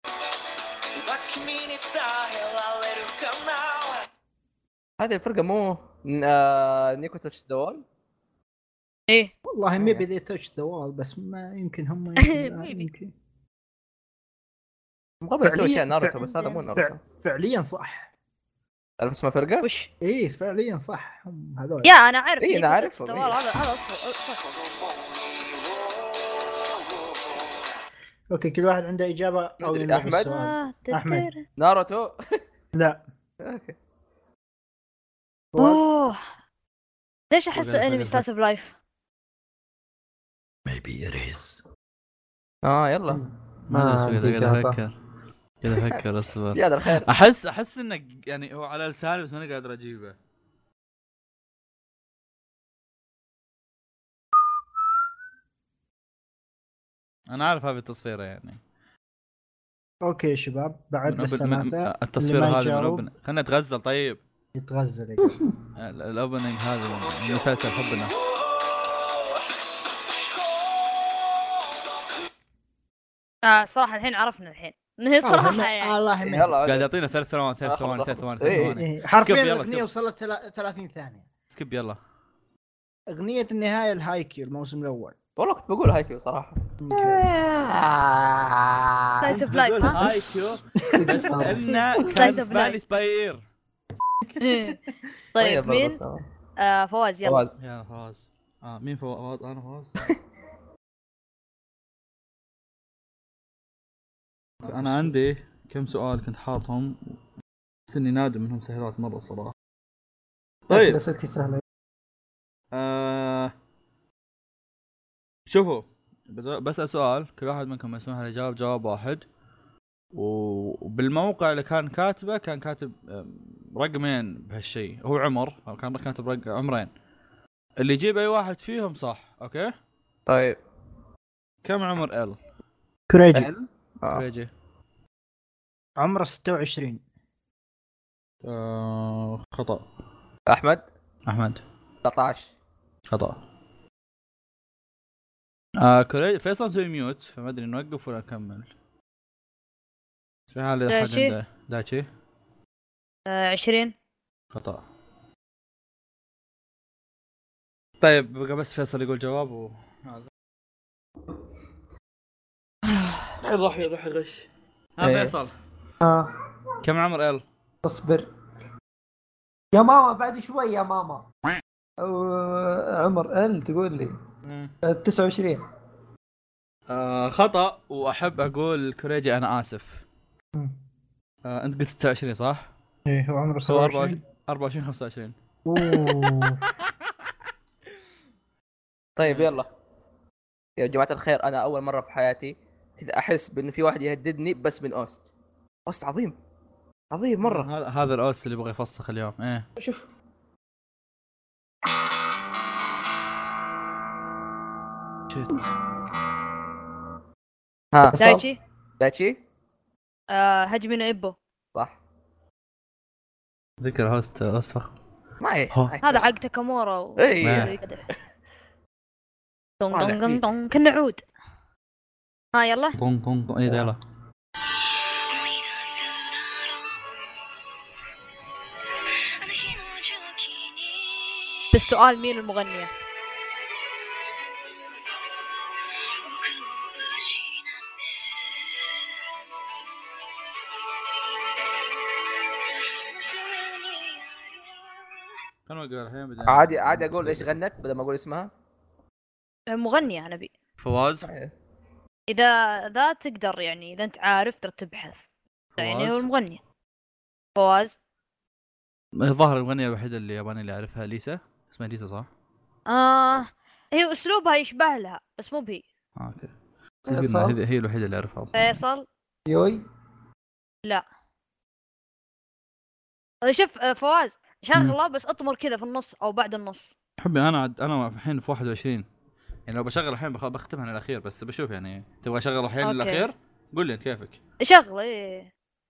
هذه الفرقه مو آه... نيكو تاتش دوال. ايه والله مي بدي تاتش ذا وال بس ما يمكن هم يمكن, لا، Maybe. يمكن. مقابل يسوي فعلياً- شيء ناروتو فع- بس هذا مو فع- ناروتو. فعليا صح. عارف اسمها فرقه؟ وش ايه فعليا صح هم هذول. يا انا عارف إيه، أنا نيكو عارفهم، تاتش دوال، إيه. هذا هذا اصلا. اوكي كل واحد عنده اجابه او مدري، ينبه أحمد؟ السؤال. آه، أحمد. تتر. ناروتو. لا. اوكي. فواز. اوه ليش احس وقال- انمي وقال- سلايس اوف لايف؟ اه يلا ما ادري عندي ايش قاعد إجابة. افكر. قاعد افكر اصبر. يا ذا الخير. احس احس انه يعني هو على لساني بس ماني قادر اجيبه. انا عارف هذه التصفيره يعني. اوكي يا شباب بعد من أبن... الثلاثه من... التصفيره اللي ما هذه من يجاوب أبن... خلنا نتغزل طيب. يتغزل يا جماعة. ال- الاوبننج هذا من مسلسل حبنا. آه صراحة الحين عرفنا الحين. صراحة يعني الله يهمك. يلا قاعد يعطينا ثلاث ثواني ثلاث آه، ثواني خلص، ثلاث خلص. ثواني ثلاث إيه. ثواني. إيه، حرفيا سكيب، يلا، الاغنيه سكيب. وصلت ثلا- ثلاثين ثانيه. سكيب يلا. اغنيه النهايه الهايكيو الموسم الاول. والله كنت بقول هايكيو صراحه. سلايس اوف لايف ها. هاي كيو بس انه Slice كان of في بالي life. سباير. طيب مين؟ برضه سوا. آه فواز يلا. فواز. يا فواز. اه مين فواز؟ انا فواز. انا عندي كم سؤال كنت حاطهم بس اني نادم منهم سهلات مره الصراحه. طيب اسئلتي سهله. آه... شوفوا بز- بسأل سؤال كل واحد منكم يسمح لي يجاوب جواب واحد و- وبالموقع اللي كان كاتبه كان كاتب آم، رقمين بهالشيء. هو عمر كان كاتب رقم عمرين اللي يجيب اي واحد فيهم صح. اوكي طيب كم عمر ال؟ كريجي ال آه. ريجي. عمره ستة وعشرين. آه... خطأ. احمد احمد ثلاثة عشر. خطأ. آه كوري فيصل مسوي ميوت فما ادري نوقف ولا نكمل. في حال اذا حد دايتشي؟ عنده دايتشي. آه عشرين. خطأ. طيب بقى بس فيصل يقول جواب و هذا. الحين راح يروح يغش. ها إيه. فيصل آه. كم عمر ال؟ اصبر يا ماما بعد شوي يا ماما. أو- عمر ال تقول لي آه، تسعة وعشرين. آه خطأ. واحب اقول كوريجي انا اسف. آه انت قلت ستة وعشرين صح؟ ايه هو عمره هو سبعة وعشرين. أربعة وعشرين خمسة وعشرين. اوه. طيب يلا يا جماعه الخير، انا اول مره في حياتي كذا احس بان في واحد يهددني بس من اوست. اوست عظيم عظيم مره. هذا هذا الاوس اللي يبغى يفسخ اليوم. ايه شوف شيت. ها دايتشي؟ دايتشي آه هجمي نو ايبو. صح. ذكر هوست هوست فخم. ما هي ها. ما هي. هذا حق تاكامورا و... إيه. دون طالع دون دون فيه. دون كنا عود. ها يلا. طن طن طن. ايه ده يلا. بالسؤال مين المغنية؟ كان اقول الحين بدأ. عادي عادي اقول ايش غنت بدل ما اقول اسمها. مغنية انا بي. فواز. اذا ذا تقدر يعني اذا انت عارف تقدر تبحث يعني هو فواز. المغني فواز. الظاهر المغنية الوحيدة اللي يابانية اللي أعرفها ليسا، اسمها ليسا صح؟ آه هي اسلوبها يشبه لها بس مو بهي. آه اوكي. فيصل. هي هي الوحيدة اللي أعرفها أصلا. فيصل يوي. لا. شوف آه، فواز شغله بس اطمر كذا في النص او بعد النص. حبي انا عد... انا الحين في واحد وعشرين، يعني لو بشغل الحين بخ... بختمها الاخير، بس بشوف يعني تبغى اشغل الحين أوكي. الاخير قول لي انت كيفك. شغله ايه.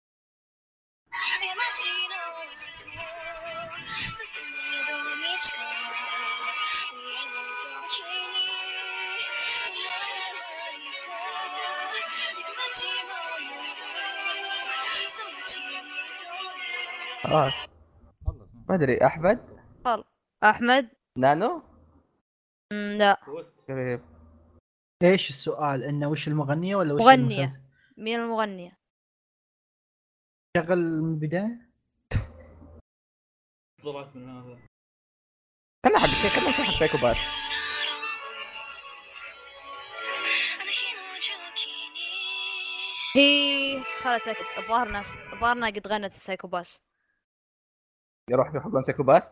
街の糸進めど道か家の時に生まれた行く街もよその地にどれ خلاص ما ادري. احمد خل احمد نانو مم، لا قريب. ايش السؤال؟ انه وش المغنيه ولا وش مغنية. المسلسل؟ مين المغنية؟ شغل من البدايه. طلعت من هذا. خلنا حق شيء، خلنا شيء حق سايكو باس. あの日の蒸気に هي خلتك الظاهر ناس الظاهر قد غنت السايكوباس. يروح يحبون سايكو باس.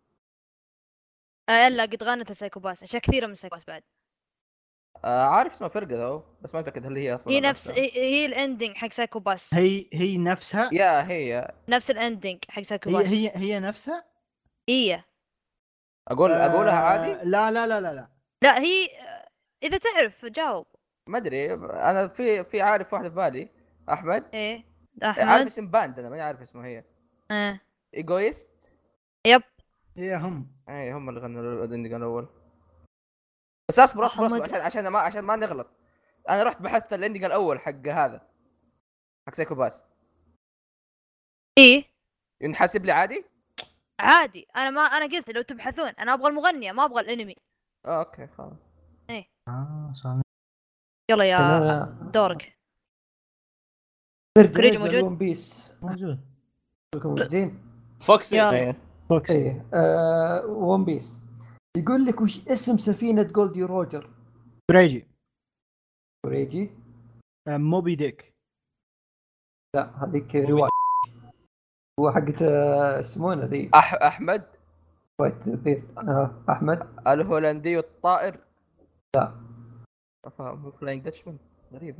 آه لا قد غنت السايكوباس اشياء كثيرة من السايكوباس بعد. آه عارف اسمها فرقه ذو، بس ما متاكد هل هي اصلا هي ولا نفس نفسها. هي, هي الاندنج حق سايكوباس. هي هي نفسها. يا هي نفس الاندنج حق هي سايكوباس. هي هي نفسها. هي اقول اقولها آه، عادي. لا لا لا لا لا. لا هي اذا تعرف جاوب. ما ادري انا في في عارف واحده في بالي. احمد ايه عارف احمد. اسم باند، انا ماني عارف اسمه. هي ايه ايجويست. يب. هي هم. اي هم اللي غنوا الاندنج الاول. بس اصبر اصبر اصبر محمد. عشان عشان ما عشان ما نغلط. انا رحت بحثت الاندنج الاول حق هذا حق سايكو باس. ايه ينحسب لي عادي. عادي انا ما انا قلت لو تبحثون انا ابغى المغنية ما ابغى الانمي. آه اوكي خلاص. اه صار. يلا يا أنا- دورك. نرجع كوريجي نرجع موجود؟ لون بيس. موجود. كلكم موجودين؟ فوكسي. يلا. إيه. فوكسي. ايه آه ون بيس. يقول لك وش اسم سفينة جولدي روجر؟ بريجي. كوريجي. آه، موبي ديك. لا هذيك رواية. هو حقت آه، يسمونها ذي أح احمد وايت بيرد. آه احمد. الهولندي الطائر. لا. افهم فلاينج داتشمان غريبه.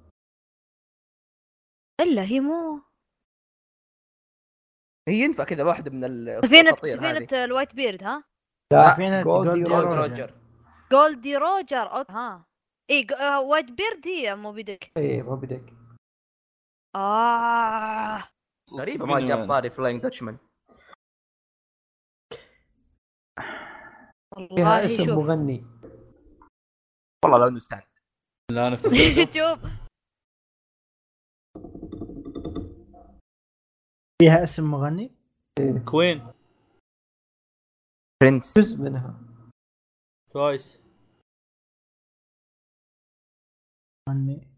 الا هي مو هي ينفع كذا واحده من ال- سفينة الأساطير هذه. سفينة الوايت بيرد ها. لا، سفينة جولدي جولدي جولد روجر. روجر. جولدي روجر أوك. ها اي جو... آه، وايت بيرد هي موبي ديك. ايه ما بدك. اه غريبه ما جاب طاري فلاينج داتشمان. فيها والله اسم شوف مغني. والله لو نستعد. لا انا افتكرت. شوف فيها اسم مغني. كوين. برنس. جزء منها. توايس. مغني.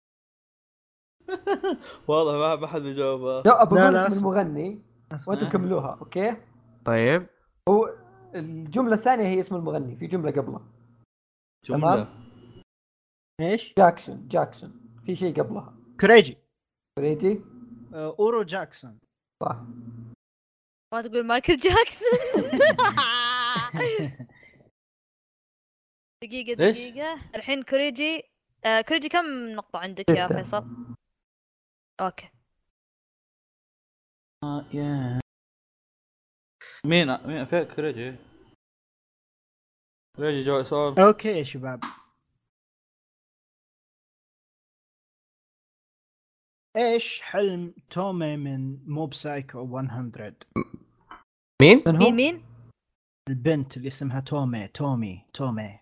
واضح ما ما حد بيجاوب. لا بقول لا، لا، اسم اسم- المغني اسمه. وانتم كملوها اوكي. طيب هو الجملة الثانية هي اسم المغني، في جملة قبلها. جملة. ايش؟ جاكسون جاكسون في شيء قبلها. كوريجي. كوريجي آه، اورو جاكسون. صح. ما تقول مايكل جاكسون. دقيقة ليش؟ دقيقة الحين كوريجي آه كوريجي كم نقطة عندك يا ستة. فيصل؟ اوكي آه، يا. مين مين في كريجي؟ كريجي جو سؤال. اوكي يا شباب. ايش حلم تومي من موب سايكو مية؟ مين؟ من هو؟ مين مين؟ البنت اللي اسمها تومي تومي تومي.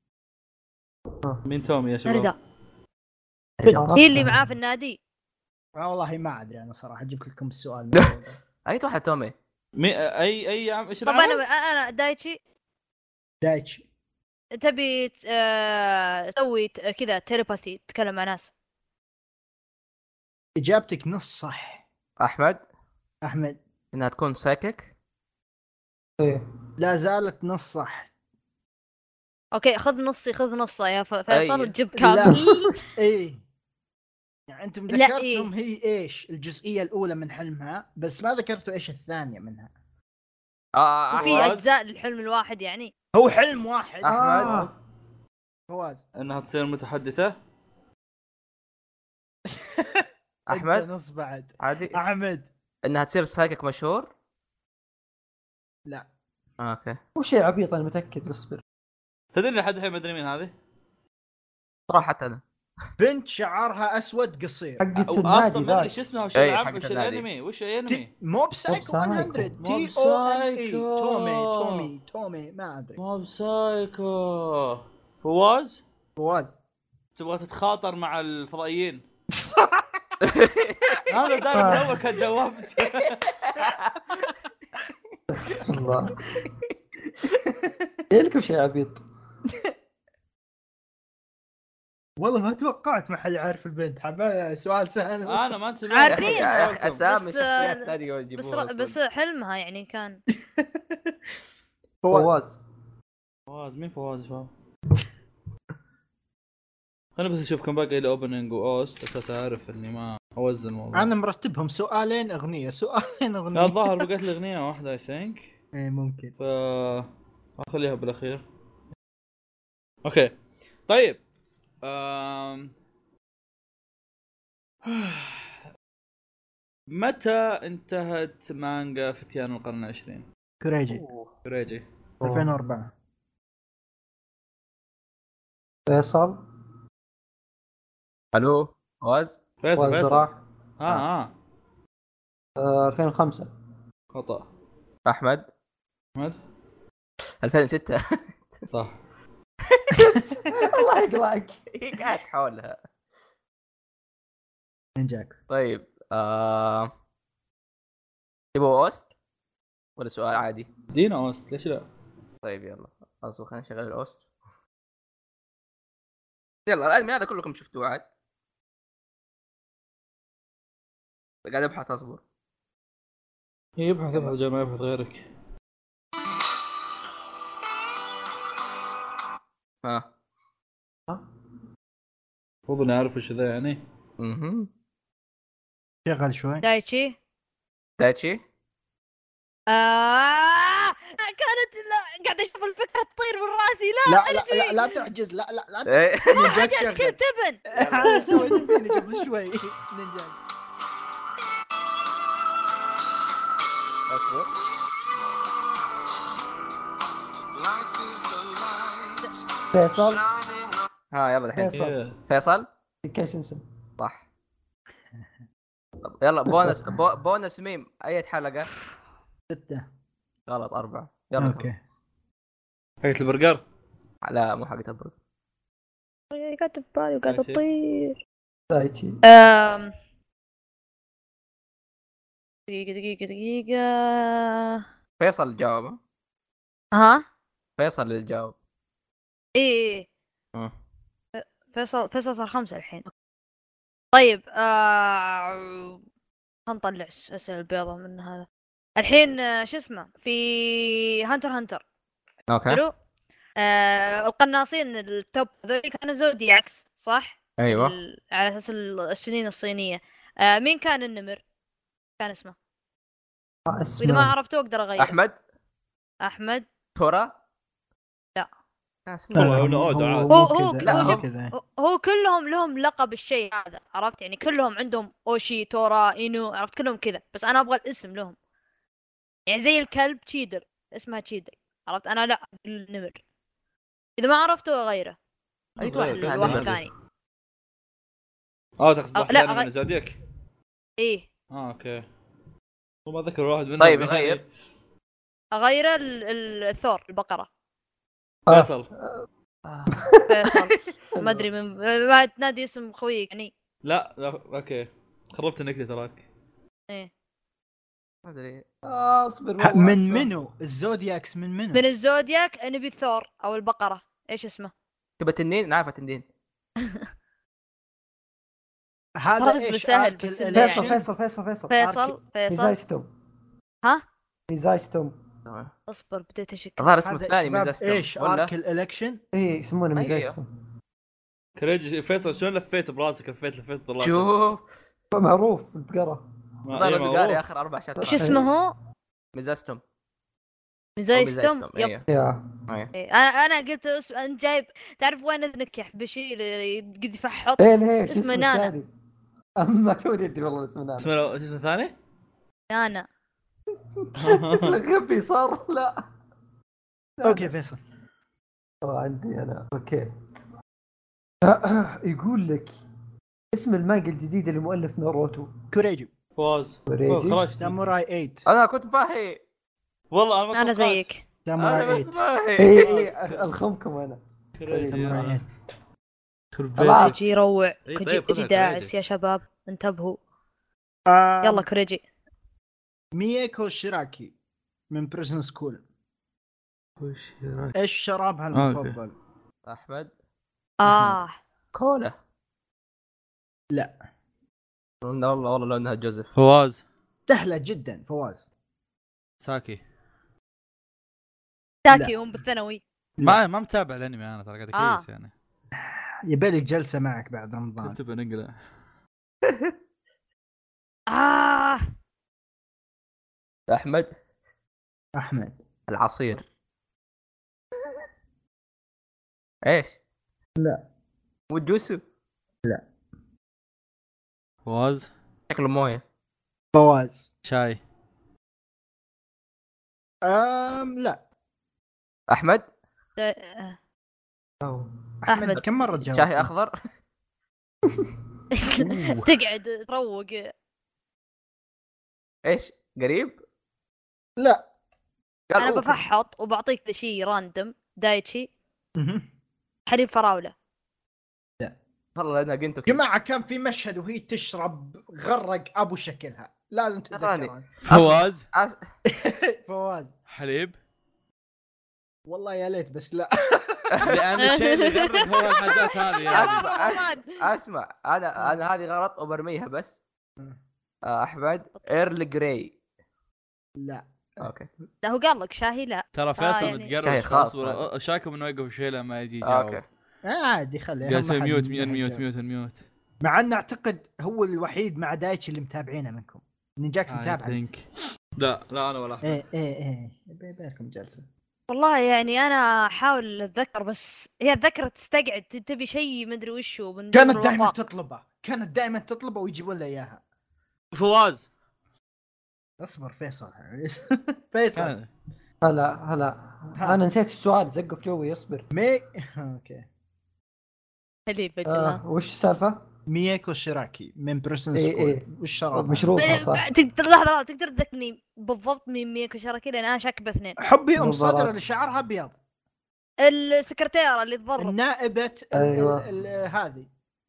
مين تومي يا شباب؟ رضا عرفتها. هي اللي معاه في النادي. آه، والله ما ادري انا صراحه جبت لكم السؤال. اي واحد تومي. مين اي اي عم ايش طب انا انا دايتشي دايتشي. تبي ت- آه، تسوي ت- كذا تيليباثي تتكلم مع ناس. اجابتك نص صح احمد احمد. انها تكون سايكيك. ايه لا زالت نص صح. اوكي خذ نصي خذ نصه يا ف- فيصل أي. وتجيب لا. كامل. ايه يعني انتم لا، ذكرتم هي ايش الجزئيه الاولى من حلمها، بس ما ذكرتوا ايش الثانيه منها. آه وفي أحمد. اجزاء للحلم الواحد يعني. هو حلم واحد. أحمد. آه. فواز انها تصير متحدثه. أحمد أنت نص بعد. عادي احمد انها تصير سايكك مشهور. لا. آه، اوكي مو شيء عبيط انا متاكد. اصبر. تدري لحد الحين ما ادري مين هذه. صراحه انا بنت شعرها اسود قصير. حقت أو النادي اصلا ما ادري ذاك. شو اسمها وش أي، العب حقت وش النادي. الانمي وش الانمي. تي... مو بسايكو موب مية. سايكو. تي موب او ام اي سايكو. تومي تومي تومي ما ادري. موب سايكو. فواز فواز تبغى تتخاطر مع الفضائيين. انا داري من اول كان جاوبت. الله. لكم شيء عبيط. والله ما توقعت ما حد يعرف البنت. حبا سؤال سهل. انا ما انتبهت. عارفين. يا اخي اسامي بس- شخصيات ثانيه بس يجيبوها ر... بس حلمها يعني كان. فواز فواز. فواز مين فواز يا شباب؟ خليني بس اشوف كم باقي لي اوبننج واوست اساس اعرف اني ما اوزن الموضوع. انا مرتبهم سؤالين اغنيه سؤالين لا اغنيه. الظاهر بقت لي اغنيه واحده اي ثينك. ايه ممكن. ف اخليها بالاخير. اوكي طيب أم... متى انتهت مانجا فتيان القرن العشرين؟ كوريجي كوريجي. ألفين وأربعة. فيصل. الو فواز. فيصل فيصل. وزراع. اه اه آه، ألفين وخمسة. خطأ. احمد احمد ألفين وستة. صح. الله يقلعك. قاعد حولها. نينجاك. طيب آه... تبغى اوست ولا سؤال عادي؟ دينا اوست ليش لا؟ طيب يلا اصبر خلينا نشغل الاوست. يلا الانمي هذا كلكم شفتوه عاد. قاعد ابحث اصبر. يبحث ابحث جاي ما يبحث غيرك. ها المفروض اني اعرف وش ذا يعني. اها شغل شوي. دايتشي. دايتشي. آه... كانت لا قاعد اشوف الفكره تطير من راسي. لا لا لا لا, لا تعجز. لا لا لا إيه. نينجاك جالس كذا شغل. تبن. انا سويت فيني قبل شوي. نينجاك. اصبر. فيصل. ها يلا الحين فيصل. إيه. فيصل كيسنسن. صح. طب يلا بونس بو بونس ميم اي حلقه. ستة. غلط أربعة. يلا اوكي. حقت البرجر. لا مو حقت البرجر. قاعد ببالي وقاعد دايتشي. تطير. دايتشي. أم... دقيقة دقيقة دقيقة. فيصل الجواب ها؟ ها؟ فيصل اللي جاوب. ايه ايه أه. فيصل فيصل صار خمسة الحين. طيب آه... خلنا نطلع س- اسئلة البيضة من هذا. الحين آه، شو اسمه في هانتر هانتر. اوكي حلو. آه... القناصين التوب هذول كانوا زودياكس صح؟ ايوه ال... على اساس ال- السنين الصينية. آه... مين كان النمر؟ كان اسمه. آه، واذا ما اسمه عرفته اقدر اغير. احمد احمد. تورا. لا. آه، اسمه والله هو نعود عاد. هو- هو- كذا. هو لا، شوف- كذا. هو- هو كلهم لهم لقب الشيء هذا عرفت يعني كلهم عندهم اوشي تورا اينو عرفت كلهم كذا بس انا ابغى الاسم لهم يعني زي الكلب تشيدر اسمها تشيدر عرفت انا لا النمر اذا ما عرفته اغيره اي واحد كان واحد نمر. ثاني. اه تقصد أه، واحد لا، ثاني أغ- من زودياك. ايه اه اوكي. ما ذكر واحد منهم. طيب، يعني. غير. اغيره ال- ال- الثور البقرة فيصل. فيصل ما ادري من ما تنادي اسم خويك يعني لا لا اوكي خربت النكته تراك. ايه ما ادري. آه، اصبر ه- والله. من منو الزودياكس من منو؟ من الزودياك انبي الثور او البقرة ايش اسمه تبى تنين نعرف تنين. هذا ترى اسمه ايش سهل آرك بس الإليشن؟ فيصل فيصل فيصل فيصل فيصل فيصل ميزايستوم. ها ميزايستوم. اصبر بديت اشك. الظاهر اسمه هذا الثاني شباب ميزاستم ايش ولا ارك الالكشن؟ ايه يسمونه أيوه. ميزاستون. كريجي فيصل شلون لفيت براسك لفيت لفيت طلعت شوف معروف في البقره. ما- الظاهر إيه، انه معروف. قاري اخر اربع شابترات. وش اسمه هو؟ ميزاستم ميزايستم. يب. ايوه يا أيوه. إيه، انا انا قلت اسم انت جايب. تعرف وين اذنك يا حبشي اللي قد يفحط؟ ايه ليش اسمه اسمه نانا. الثاني؟ اما توني ادري والله اسمه نانا. اسمه شو اسمه ثاني؟ نانا. شكلك غبي صار. لا اوكي فيصل. آه، عندي انا اوكي. يقول لك اسم المانجا الجديده لمؤلف ناروتو. كوريجي فواز كوريجي. خرجت ساموراي ثمانية. انا كنت فاهي والله انا ما انا توقعت. زيك. ساموراي انا كنت ثمانية. فاهي ايه ايه الخمكم انا. كريجي. ساموراي ثمانية. خرب خلاص. بيتك. كريجي يروع. إيه، كريجي طيب، خذها كريجي داعس كريجي. يا شباب انتبهوا. آه، يلا كريجي. مييكو شيراكي من بريزن سكول. وش رايك؟ ايش شرابها المفضل؟ احمد اه كولا. لا والله والله والله لو انها جوزيف. فواز سهله جدا. فواز. ساكي. تاكي ام بالثانوي. ما ما متابع الانمي انا ترى قاعد آه. كويس يعني. يبالي جلسه معك بعد رمضان. كنت بنقله. اه احمد احمد. العصير. ايش؟ لا. والجوسو فواز شكله مويه. فواز. شاي. أم لا. احمد آه. احمد, أحمد. كم مره جاوبت؟ شاهي اخضر. تقعد تروق. ايش قريب؟ لا. قال انا أوكي. بفحط وبعطيك شيء راندوم. دايتشي. مهم. حليب فراوله. والله انا قنت جماعه كان في مشهد وهي تشرب غرق ابو شكلها لازم أغاني. تتذكرها. فواز أس... فواز. حليب. والله يا ليت بس لا. لان الشيء اللي يغرق هو الحاجات هذه يعني. اسمع اسمع, أسمع. انا انا هذه غلط وبرميها بس. آه، احمد ايرل جراي. لا. اوكي لا هو قال لك شاهي لا. ترى فيصل يعني- متقرب شاي خاص خلاص شاكو من وقف شيء لما يجي يجاوب. اوكي عادي خليه. قال أهم سوي أحد ميوت من ميوت هالجو. ميوت ميوت. مع ان اعتقد هو الوحيد مع دايتش اللي متابعينه منكم. نينجاكس متابع. I think. لا لا انا ولا أحمد. ايه ايه ايه يبي لكم جلسه. والله يعني انا احاول اتذكر بس هي الذكرى تستقعد تبي شيء مدري وشو من كانت جزر دائما الوفاق. تطلبه كانت دائما تطلبه ويجيبون له اياها. فواز اصبر فيصل. فيصل. كان- هلا هلا ها. انا نسيت السؤال زقف جوي اصبر. مي اوكي. حليب اجل آه وش السالفه؟ مييكو شيراكي من بريسن إيه سكول. إيه. وش شراب؟ مشروبها صح. تقدر لحظه لحظه تقدر تذكرني بالضبط مين ميكو شاركي لان انا شاك باثنين. حبي ام نظارات. صدر اللي شعرها ابيض. السكرتيره اللي تضرب. النائبه ال- أيوة. ال- ال- هذه.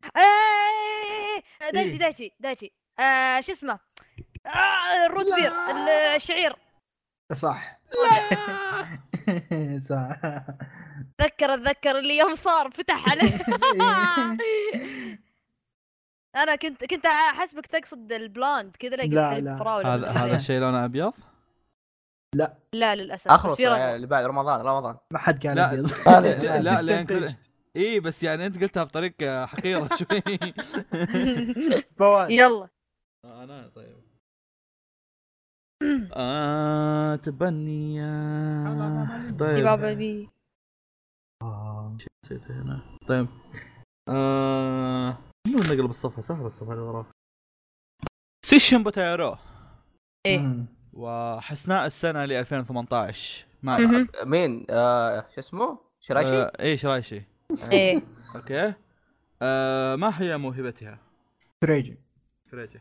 ايه دايتشي إيه. دايتشي دايتشي آه شو اسمه آه الروت بير الشعير. صح. صح. تذكر اتذكر اللي يوم صار فتح عليه. انا كنت كنت احسبك تقصد البلاند كذا لا لا، قلت لا. فراوله هذا هذا الشيء لونه ابيض. لا للاسف بس اخلص في رغبة. اللي بعد رمضان رمضان. ما حد قال لا أبيض. لا لا لا لان كل... استنتجت. اي بس يعني انت قلتها بطريقه حقيره شوي. فواز. يلا انا طيب آه تبني يا طيب يا بابا بي نسيت هنا. طيب آه نقلب الصفحه سهل الصفحه اللي وراك. سيشن بوتايرو ايه مم. وحسناء السنه ل ألفين وثمانية عشر مع مهم. مين آه شو اسمه؟ شرايشي؟ آه ايه شرايشي. ايه اوكي آه ما هي موهبتها؟ فريجي. كريجي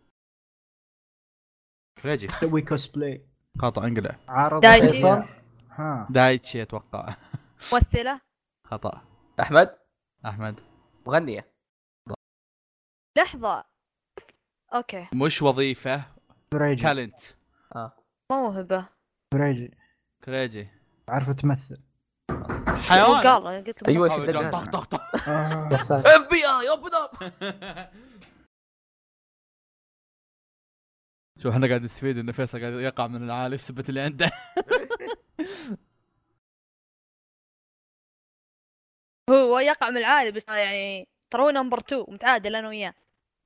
كريجي تسوي كوسبلاي. خطا انقلع. عارض. دايتشي. فيصل. ها. دايتشي اتوقع. ممثله خطا. احمد احمد مغنيه. لحظه اوكي مش وظيفه فريجي. تالنت. اه موهبه فريجي. كريجي عارفه تمثل. هو حيوان. قال أنا قلت له ايوه أو شو جان الدجال؟ طخ طخ طخ. آه. بس اف بي اي اوبن اب. شوف احنا قاعد نستفيد ان فيصل قاعد يقع من العالي بسبة اللي عنده. هو يقع من العالي بس يعني ترى هو نمبر تو متعادل انا وياه.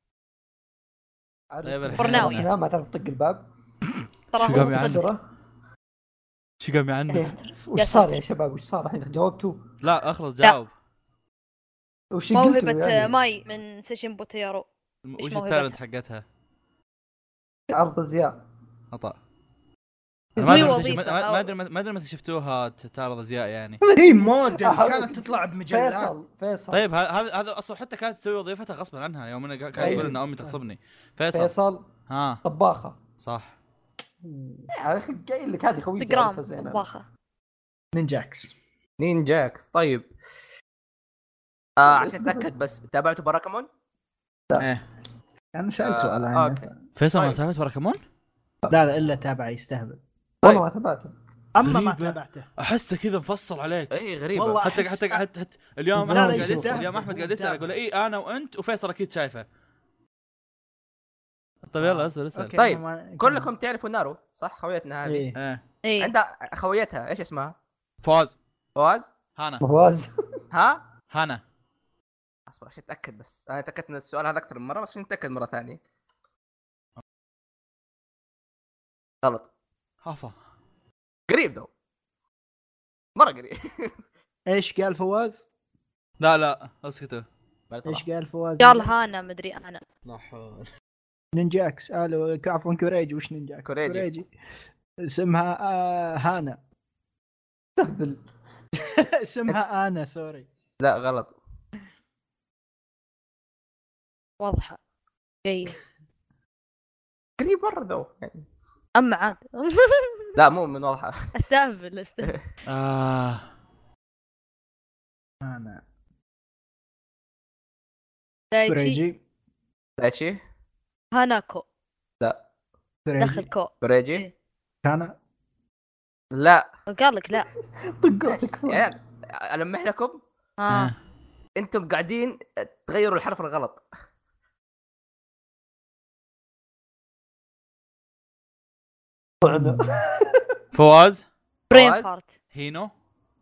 طيب الحين برناوي. عرفت ما تعرف تطق الباب ترى شو هو قام يعني؟ تكسره. شو قام يا عنه؟ ساتر. وش يا صار ساتر. يا شباب وش صار الحين جاوبتوا لا اخلص لا. جاوب. وش قلتوا موهبة يعني ماي من سيشن بوتيارو. وش موهبتها؟ التالنت حقتها؟ عرض ازياء خطا. هي ما ادري متى- وظيفة ما- أو- ما ادري ما ادري متى شفتوها تعرض ازياء يعني. هي موديل أحاول- كانت تطلع بمجلات. فيصل فيصل طيب ه- هذا هذا اصلا حتى كانت تسوي وظيفتها غصبا عنها يوم انا كان أيوة. يقول ان امي تغصبني. فيصل فيصل ها طباخة صح. يا اخي قايل لك هذه خويتي جرام أعرفها زين أنا. طباخة. نينجاكس. نينجاكس. طيب آه عشان اتاكد بس، تابعتوا باراكمون؟ ايه انا سالت آه، سؤال عنه. اوكي. فيصل ما طيب. تابعت باراكمون؟ لا لا الا تابع يستهبل. والله ما تابعته. اما ما غريبة. تابعته احسه كذا مفصل عليك. اي غريبه والله. حتى أحس- حتى حتى, حتى اليوم لا، احمد لا، قاعد يستاهل. يسال اليوم احمد قاعد يسال اقول اي انا وانت وفيصل اكيد شايفه. طيب يلا اسال اسال. أوكي، طيب، ما- كلكم تعرفوا نارو صح؟ خويتنا هذه إيه. ايه ايه عندها خويتها ايش اسمها؟ فواز فواز. هانا فواز ها هانا اصبر عشان اتاكد بس، انا تاكدت من السؤال هذا اكثر من مره بس عشان اتاكد مره ثانيه. غلط. هافا. قريب ذو مره قريب. ايش قال فواز؟ لا لا اسكتوا. ايش قال فواز؟ قال هانا مدري انا. لا حول. نينجاكس. الو عفوا كوريجي. وش نينجاكس؟ كوريجي. اسمها آه هانا. تهبل. اسمها انا سوري. لا غلط. واضحة. جيد. قريب مره ذو يعني. اما عاد. لا مو من واضحه. استهبل استهبل. آه. انا دايتشي. كوريجي. دايتشي. هاناكو. كوريجي. دخل كو. كوريجي. إيه. كان لا قال لك لا. طقوتك يا عيال المح لكم، اه انتم قاعدين تغيروا الحرف الغلط. فواز برين فواز؟ فارت. هينو.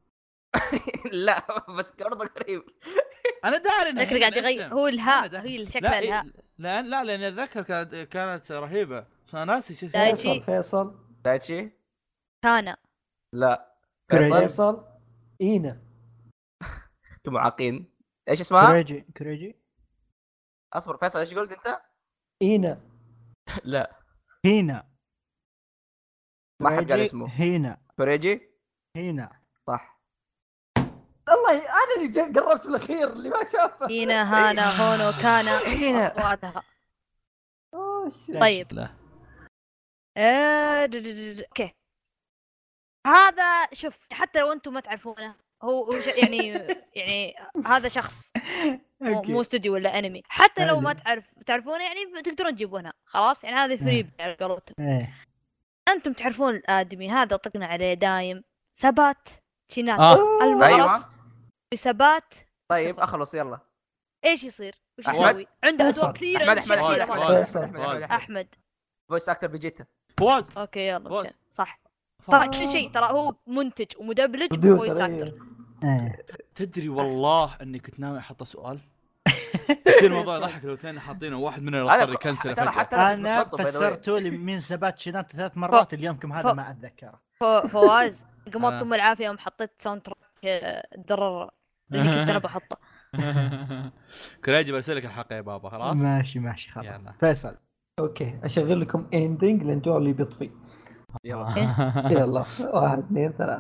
لا بس برضه قريب. انا داري انه ذكر قاعد هينو يغير الاسم. هو أنا الهاء داري. هي اللي لا شكلها إيه، الهاء. لا لا لان اتذكر كانت كانت رهيبه. انا ناسي شو اسمها. دايتشي. فيصل فيصل دايتشي. هانا. لا كوريجي. فيصل. فيصل اينا انتم معاقين. ايش اسمها؟ كوريجي. كوريجي. اصبر فيصل ايش قلت انت؟ اينا لا هينا. ما حد قال كوريجي. اسمه. هينا. كوريجي. هينا. صح. الله انا اللي جا- قربت في الاخير اللي ما شافه. هنا هانا هونو كانا. هنا. أصواتها. أوش. طيب. لا. آه، د- د- د- د- اوكي. هذا شوف حتى لو انتم ما تعرفونه هو هو ش- يعني يعني هذا شخص مو, أوكي. مو استوديو ولا انمي. حتى لو ما حلو. تعرف تعرفونه يعني تقدرون تجيبونها خلاص يعني هذه فري على قولتهم. ايه. انتم تعرفون الادمي هذا طقنا عليه دايم ثبات تشينات. آه. المعرف ايوه بثبات. طيب استفاد. اخلص يلا. ايش يصير؟ وش أحمد. يسوي؟ عنده ادوار فيصل. كثيره. احمد عنده احمد أشياء احمد كثيرة احمد مرة. فيصل. احمد احمد احمد. فويس اكتر فيجيتا. فواز. اوكي يلا فواز. مشان. صح. ترى كل شيء ترى هو منتج ومدبلج بروديوسر، وفويس أيوه. اكتر. ايه. تدري والله اني كنت ناوي احط سؤال. يصير الموضوع يضحك لو اثنين حاطينه واحد مننا يضطر يكنسله ترى فجأة. حتى لو انا بتحطه by the way. فسرتوا لي من سبات شنات ثلاث مرات اليومكم هذا ف- ما اتذكره. ف- فواز آه. قمت ام العافيه يوم حطيت ساوند تراك آه، الدرر اللي كنت انا بحطه. كريجي برسلك الحلقه يا بابا خلاص. ماشي ماشي خلاص. يلا. فيصل. اوكي اشغل لكم اندنج لان جوالي بيطفي. يلا واحد اثنين ثلاث.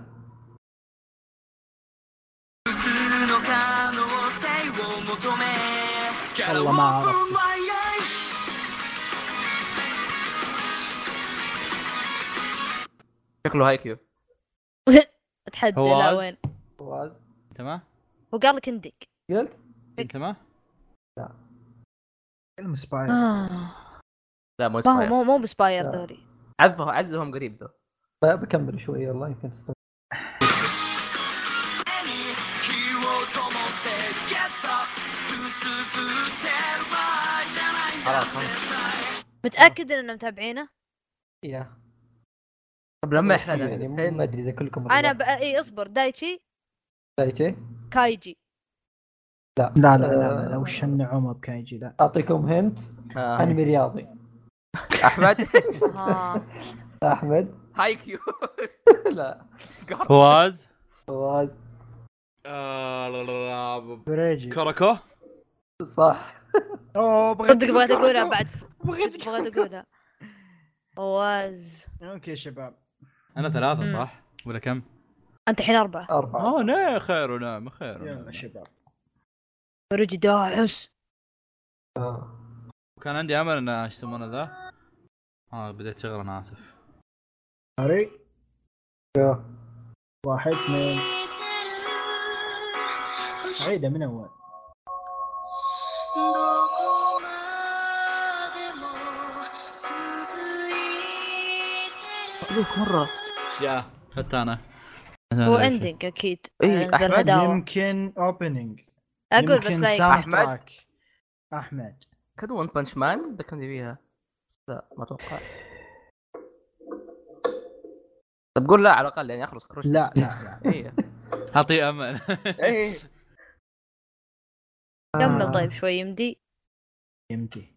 والله ما عرفت. شكله هاي كيو. اتحدى فواز. لا وين. فواز انت ما هو قال لك عندك. قلت انت ما فيلم سباير. آه. لا مو ما هو سباير. مو مو بسباير لا. ذولي. عزه عزهم قريب ذو. ب- بكمل شوي والله يمكن تستوعب. خلاص خلاص. متاكد اننا متابعينه؟ يا طب لما احنا يعني ده ما ادري اذا كلكم انا ب... اي اصبر دايتشي دايتشي. كايجي. لا لا لا لا لا, لا آه، وش النعومه بكايجي لا. اعطيكم هنت. آه. انمي رياضي. احمد ها احمد. هاي كيو لا فواز. فواز آه، لا، لا، لا. بريجي. كوروكو. صح. اوه بغيت صدق بغيت اقولها كوروكو. بعد بغيت صدق بغيت اقولها. فواز. اوكي شباب. انا ثلاثة مم. صح ولا كم؟ انت الحين اربعه. أربعة. اه لا خير ونعم خير يلا ونعم. شباب. رجي داعس. آه. كان عندي امل ان ايش يسمونه ذا. اه بديت شغل انا اسف. هاري. يا. واحد اثنين. عيدة من اول. どこまでも続いてる ألوف مرة. يا حتى انا. هو اندنج اكيد. إيه، عند أحمد الهداوة. يمكن اوبننج. اقول بس لا ساوند يكفي. أحمد. تراك. احمد. كان ون بانش مان ذكرني فيها بس لا ما اتوقع. طب قول لا على الاقل يعني اخلص كروش. لا لا لا. ايه اعطي امل. ايه كمل طيب شوي يمدي. يمتي.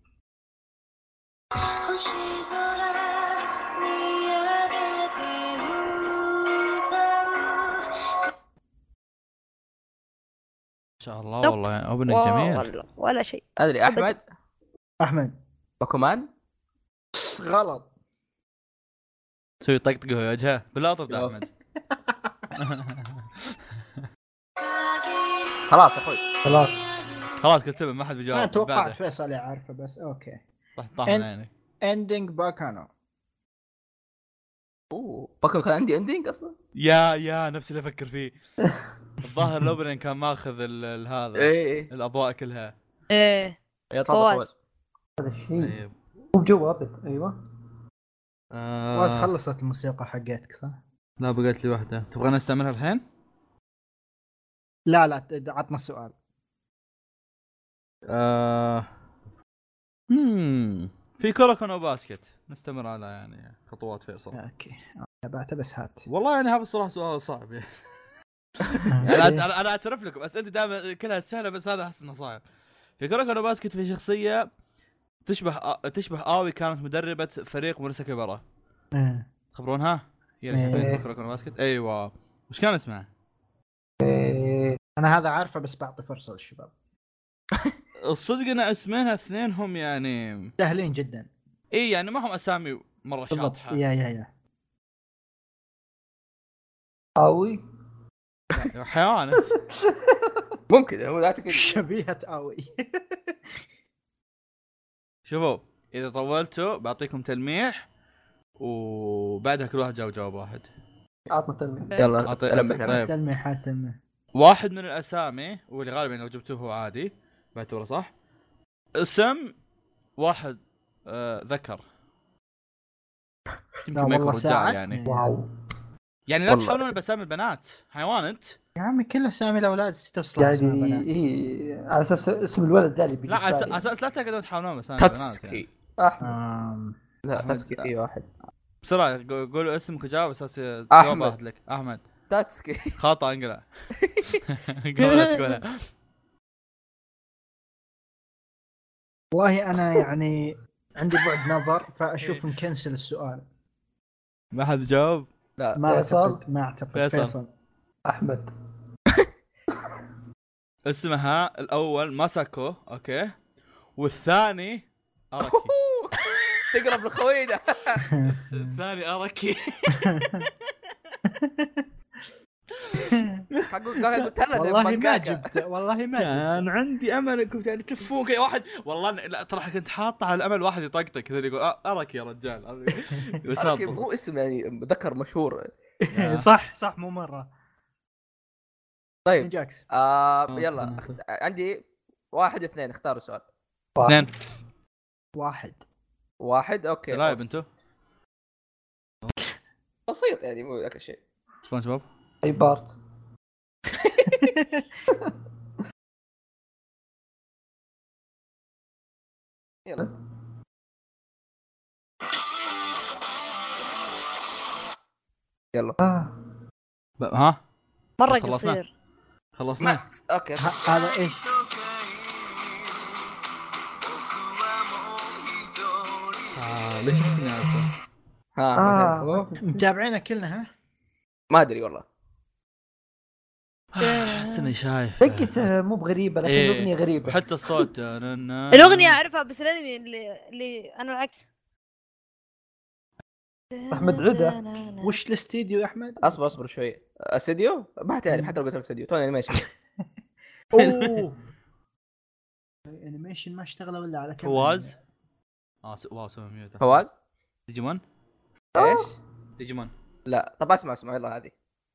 星空見上げて歌う ان شاء الله نوب. والله اوبننج واو، جميل. والله ولا شيء. ادري. احمد احمد. باكومان. غلط. سوي طقطقه في وجهه بالله طرد احمد. خلاص يا اخوي. خلاص. خلاص كتبه ما حد بيجاوب. انا توقعت بعده. فيصل يعرفه بس اوكي. طح طح من إن- عيني. اندنج باكانو. اوه باكومان كان عندي اندينج اصلا. يا يا نفس اللي افكر فيه. الظاهر الاوبننج كان ماخذ ال- ال- هذا ايه الاضواء كلها. ايه يا فواز. هذا الشيء طيب مو بجوابك. ايوه. فواز آه خلصت الموسيقى حقتك صح؟ لا بقيت لي واحده تبغى نستعملها الحين؟ لا لا ت- عطنا السؤال. آه... مم. في كرة كانوا باسكت نستمر على يعني خطوات فيصل. اوكي تابعته بس هات. والله يعني هذا الصراحه سؤال صعب يعني. انا انا انا اعترف لكم اسئلتي دائما كلها سهله بس هذا احس انه صعب. في كرة كانوا باسكت في شخصيه تشبه آ... تشبه اوي كانت مدربه فريق مونساكيبارا. إيه. تخبرونها؟ هي اللي إيه. شايفين كرة كانوا باسكت. ايوه وش كان اسمها؟ إيه. انا هذا عارفه بس بعطي فرصه للشباب. الصدق ان اسمينها اثنين هم يعني سهلين جدا. اي يعني ما هم اسامي مره بالضبط. شاطحه. يا يا يا اوي. حيوان انت. ممكن هو ذاتك. شبيهة اوي. شوفوا اذا طولتوا بعطيكم تلميح وبعدها كل واحد جاوب جواب واحد. عطنا تلميح. يلا أعطي- لمحنا. طيب. تلميحات تلميح. واحد من الاسامي واللي غالبا لو جبتوه هو عادي بعتبره صح. اسم واحد آه ذكر يمكن ما يكون والله رجال ساعد. يعني واو. يعني لا والله. تحاولون باسامي البنات حيوان انت. يا عمي كل اسامي الاولاد تفصل اسماء يعني بنات. إيه على اساس اسم الولد ذا اللي بيجي لا في على بالي. اساس لا تقدرون تحاولون باسامي البنات يعني. تاتسكي. احمد. آم، لا أحمد. تاتسكي في واحد. بسرعه قو- قولوا اسمك وجاوب اساس جواب أحمد. واحد لك. احمد. تاتسكي. خطا انقلع. قبل لا تقولها. والله انا يعني عندي بعد نظر فاشوف نكنسل السؤال. ما حد جاوب. لا ما فيصل. اعتقد ما اعتقد فيصل. فيصل. احمد. اسمها الاول ماساكو اوكي والثاني اراكي. تقرب لخوينا. الثاني اراكي. حقول قلت لنا والله ما مانجاكا. جبت والله ما جبت. كان عندي امل انكم يعني تلفون كذا واحد والله لا ترى كنت حاطه على الامل واحد يطقطق كذا يقول "أ- اراك يا رجال". بس أراكي هذا- مو اسم يعني ذكر مشهور. صح صح مو مره. طيب جاكس. آه آه، يلا أنا أخت... أخذ. عندي واحد اثنين اختاروا سؤال. اثنين واحد. واحد اوكي. سلايب انتو بسيط يعني مو ذاك الشيء. سبونج بوب. اي بارت. يلا يلا آه. ب- ها مره بس خلصنا. قصير. خلصنا. ما اوكي ه- هذا ايش؟ آه ليش احس اني عارفه؟ ها آه. ما تعرفوه؟ متابعينها كلنا ها؟ ما ادري والله. احس اني شايف دقته مو بغريبه لكن إيه. الاغنيه غريبه. حتى الصوت الاغنيه اعرفها بس الانمي اللي, اللي انا العكس. أحمد عدة. وش الاستديو يا احمد؟ اصبر اصبر شوي. استديو ما تعرف حتى لو قلت لك استديو توني انيميشن. اوه انيميشن ما اشتغلوا ولا على كم فواز. اه س... واو سوي ميوت. فواز ديجيمون. ايش؟ ديجيمون. لا طب اسمع اسمع يلا هذه.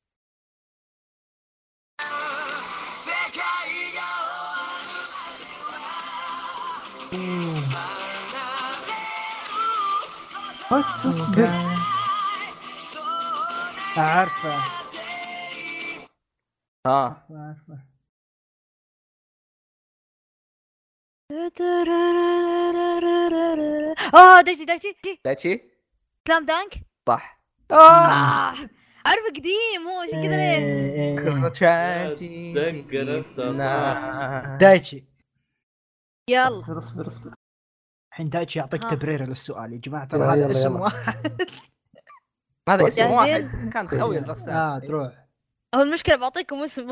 تصبر. اعرفه ها اعرفه اه دايتشي دايتشي دايتشي سلام دانك. صح. آه. آه. عارفه قديم هو عشان كذا ليه. إيه. تراجي دق نفسه صح. دايتشي. يلا اصبر اصبر اصبر. الحين دايتشي يعطيك ها. تبرير للسؤال يا جماعه، يلا، ترى هذا يلا، اسم يلا. واحد. هذا اسم جاهزين؟ واحد كان خوي الرسام. اه تروح. هو المشكله بعطيكم اسم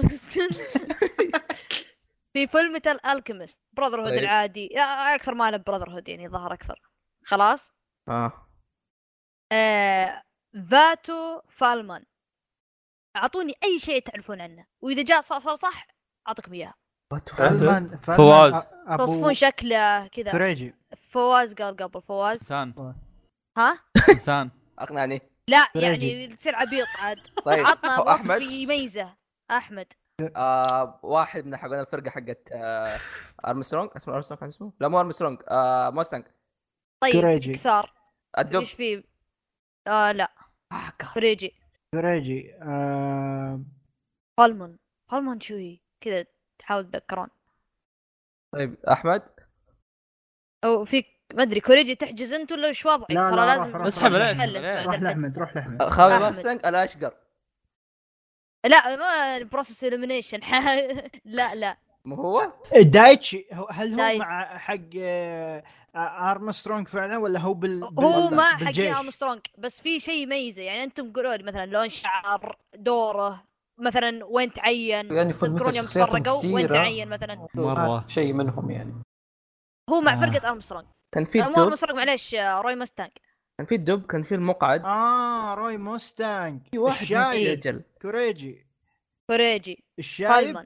في فيلم ميتال الكيمست براذر هود طيب. العادي لا، اكثر ما له براذر هود يعني ظهر اكثر. خلاص اه آه... فاتو فالمان. اعطوني اي شيء تعرفون عنه واذا جاء صار صار صح اعطيكم اياه. فالمان فالمان فواز. أ- ابو توصفون شكله كذا. كوريجي. فواز قال قبل فواز. انسان. ها انسان. اقنعني. لا كوريجي. يعني تصير عبيط عاد. طيب عطنا هو وصف احمد يميزه. احمد آه واحد من حقنا الفرقه حقت آه ارمسترونج. اسمه ارمسترونج كان اسمه لا مو ارمسترونج آه موستنج. طيب كوريجي. كثار الدب ايش فيه؟ آه لا آه كا- فريجي كوريجي آه... فالمون فالمون شوي كذا تحاول تذكرون. طيب احمد او في ما ادري كوريجي تحجز انت ولا ايش وضعي؟ لا، ترى لا، لازم روح، روح، اسحب روح. عليه، تحل اسحب أنت عليه. بعد روح لاحمد الحجز. روح لاحمد. آه، خوي أحمد. موستنج الاشقر. لا ما بروسس اليمينيشن لا لا مو هو؟ دايتشي هو- هل هو دايت- مع حق آه، آه، ارمسترونج فعلا ولا هو بال هو بال- ما بالجيش؟ حق ارمسترونج بس في شيء يميزه يعني انتم قولوا لي مثلا لون شعر دوره مثلا وين تعين يعني فيلم تذكرون يوم شخصياتهم تفرقوا وين كثيرة. تعين مثلا. مرة. شيء منهم يعني. هو مع آه. فرقه ارمسترونج كان في آه، مو الدب ارمسترونج معليش آه، روي مستانج. كان في الدب كان في المقعد. اه روي موستانج. في واحد نسي الشايب اجل. كوريجي. فريجي الشايب فالمان.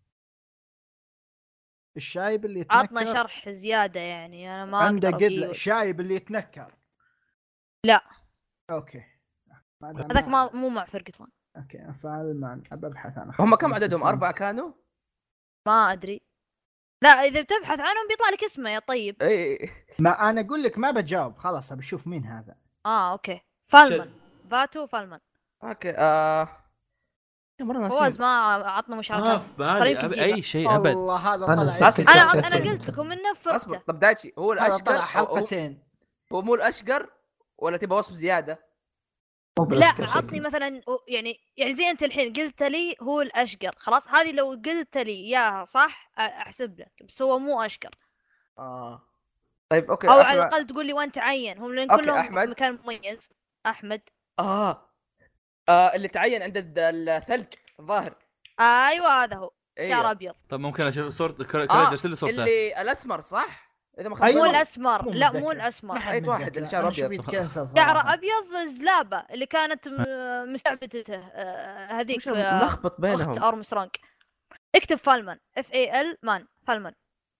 الشايب اللي يتنكر. عطنا شرح زياده يعني انا ما عنده اقدر قد أقول. الشايب اللي يتنكر. لا. اوكي ما دام هذاك ما مو مع فرقه. اوكي فالمان ابى ابحث انا. هم كم عددهم؟ اربعه كانوا؟ ما ادري لا اذا بتبحث عنهم بيطلع لك اسمه يا طيب. اي ما انا اقول لك ما بجاوب خلاص ابي اشوف مين هذا. اه اوكي فالمان فاتو فالمان. اوكي آه مرة ناسين. فواز ما عطنا ما مشاركات. في ترى بالي يمكن أبي تجيبها. اي شيء ابد. والله هذا أنا طلع نسيت اسم. انا شخصية انا فيلم. قلت لكم انه اصبر فرقته. طب دايتشي هو هذا الاشقر طلع أو- أو- حلقتين. هو مو الاشقر ولا تبغى وصف زياده؟ مو لا بالأشكال عطني شكله. مثلا يعني يعني زي انت الحين قلت لي هو الاشقر خلاص هذه لو قلت لي اياها صح أ- احسب لك بس هو مو اشقر. اه طيب اوكي او أحمد. على الاقل تقول لي وين تعين هم لان أوكي، كلهم أحمد. مكان مميز. احمد آه. اه اللي تعين عند الد- الثلج الظاهر. ايوه هذا هو شعر ايوه ابيض. طب ممكن اشوف صورة كوريجي آه ارسل لي صورته. اللي الاسمر صح؟ اذا ما خاب أيوة. مو ظني. الاسمر مو لا متذكر. مو الاسمر. ما حد أي واحد متذكر. اللي شعره أنا أبيض. شوف يتكنسل صراحة. شعر ابيض زلابه اللي كانت م- مستعبدته آه، هذيك وش آه، ملخبط اخت بينهم. ارمسترونج. اكتب فالمان اف اي ال مان فالمان.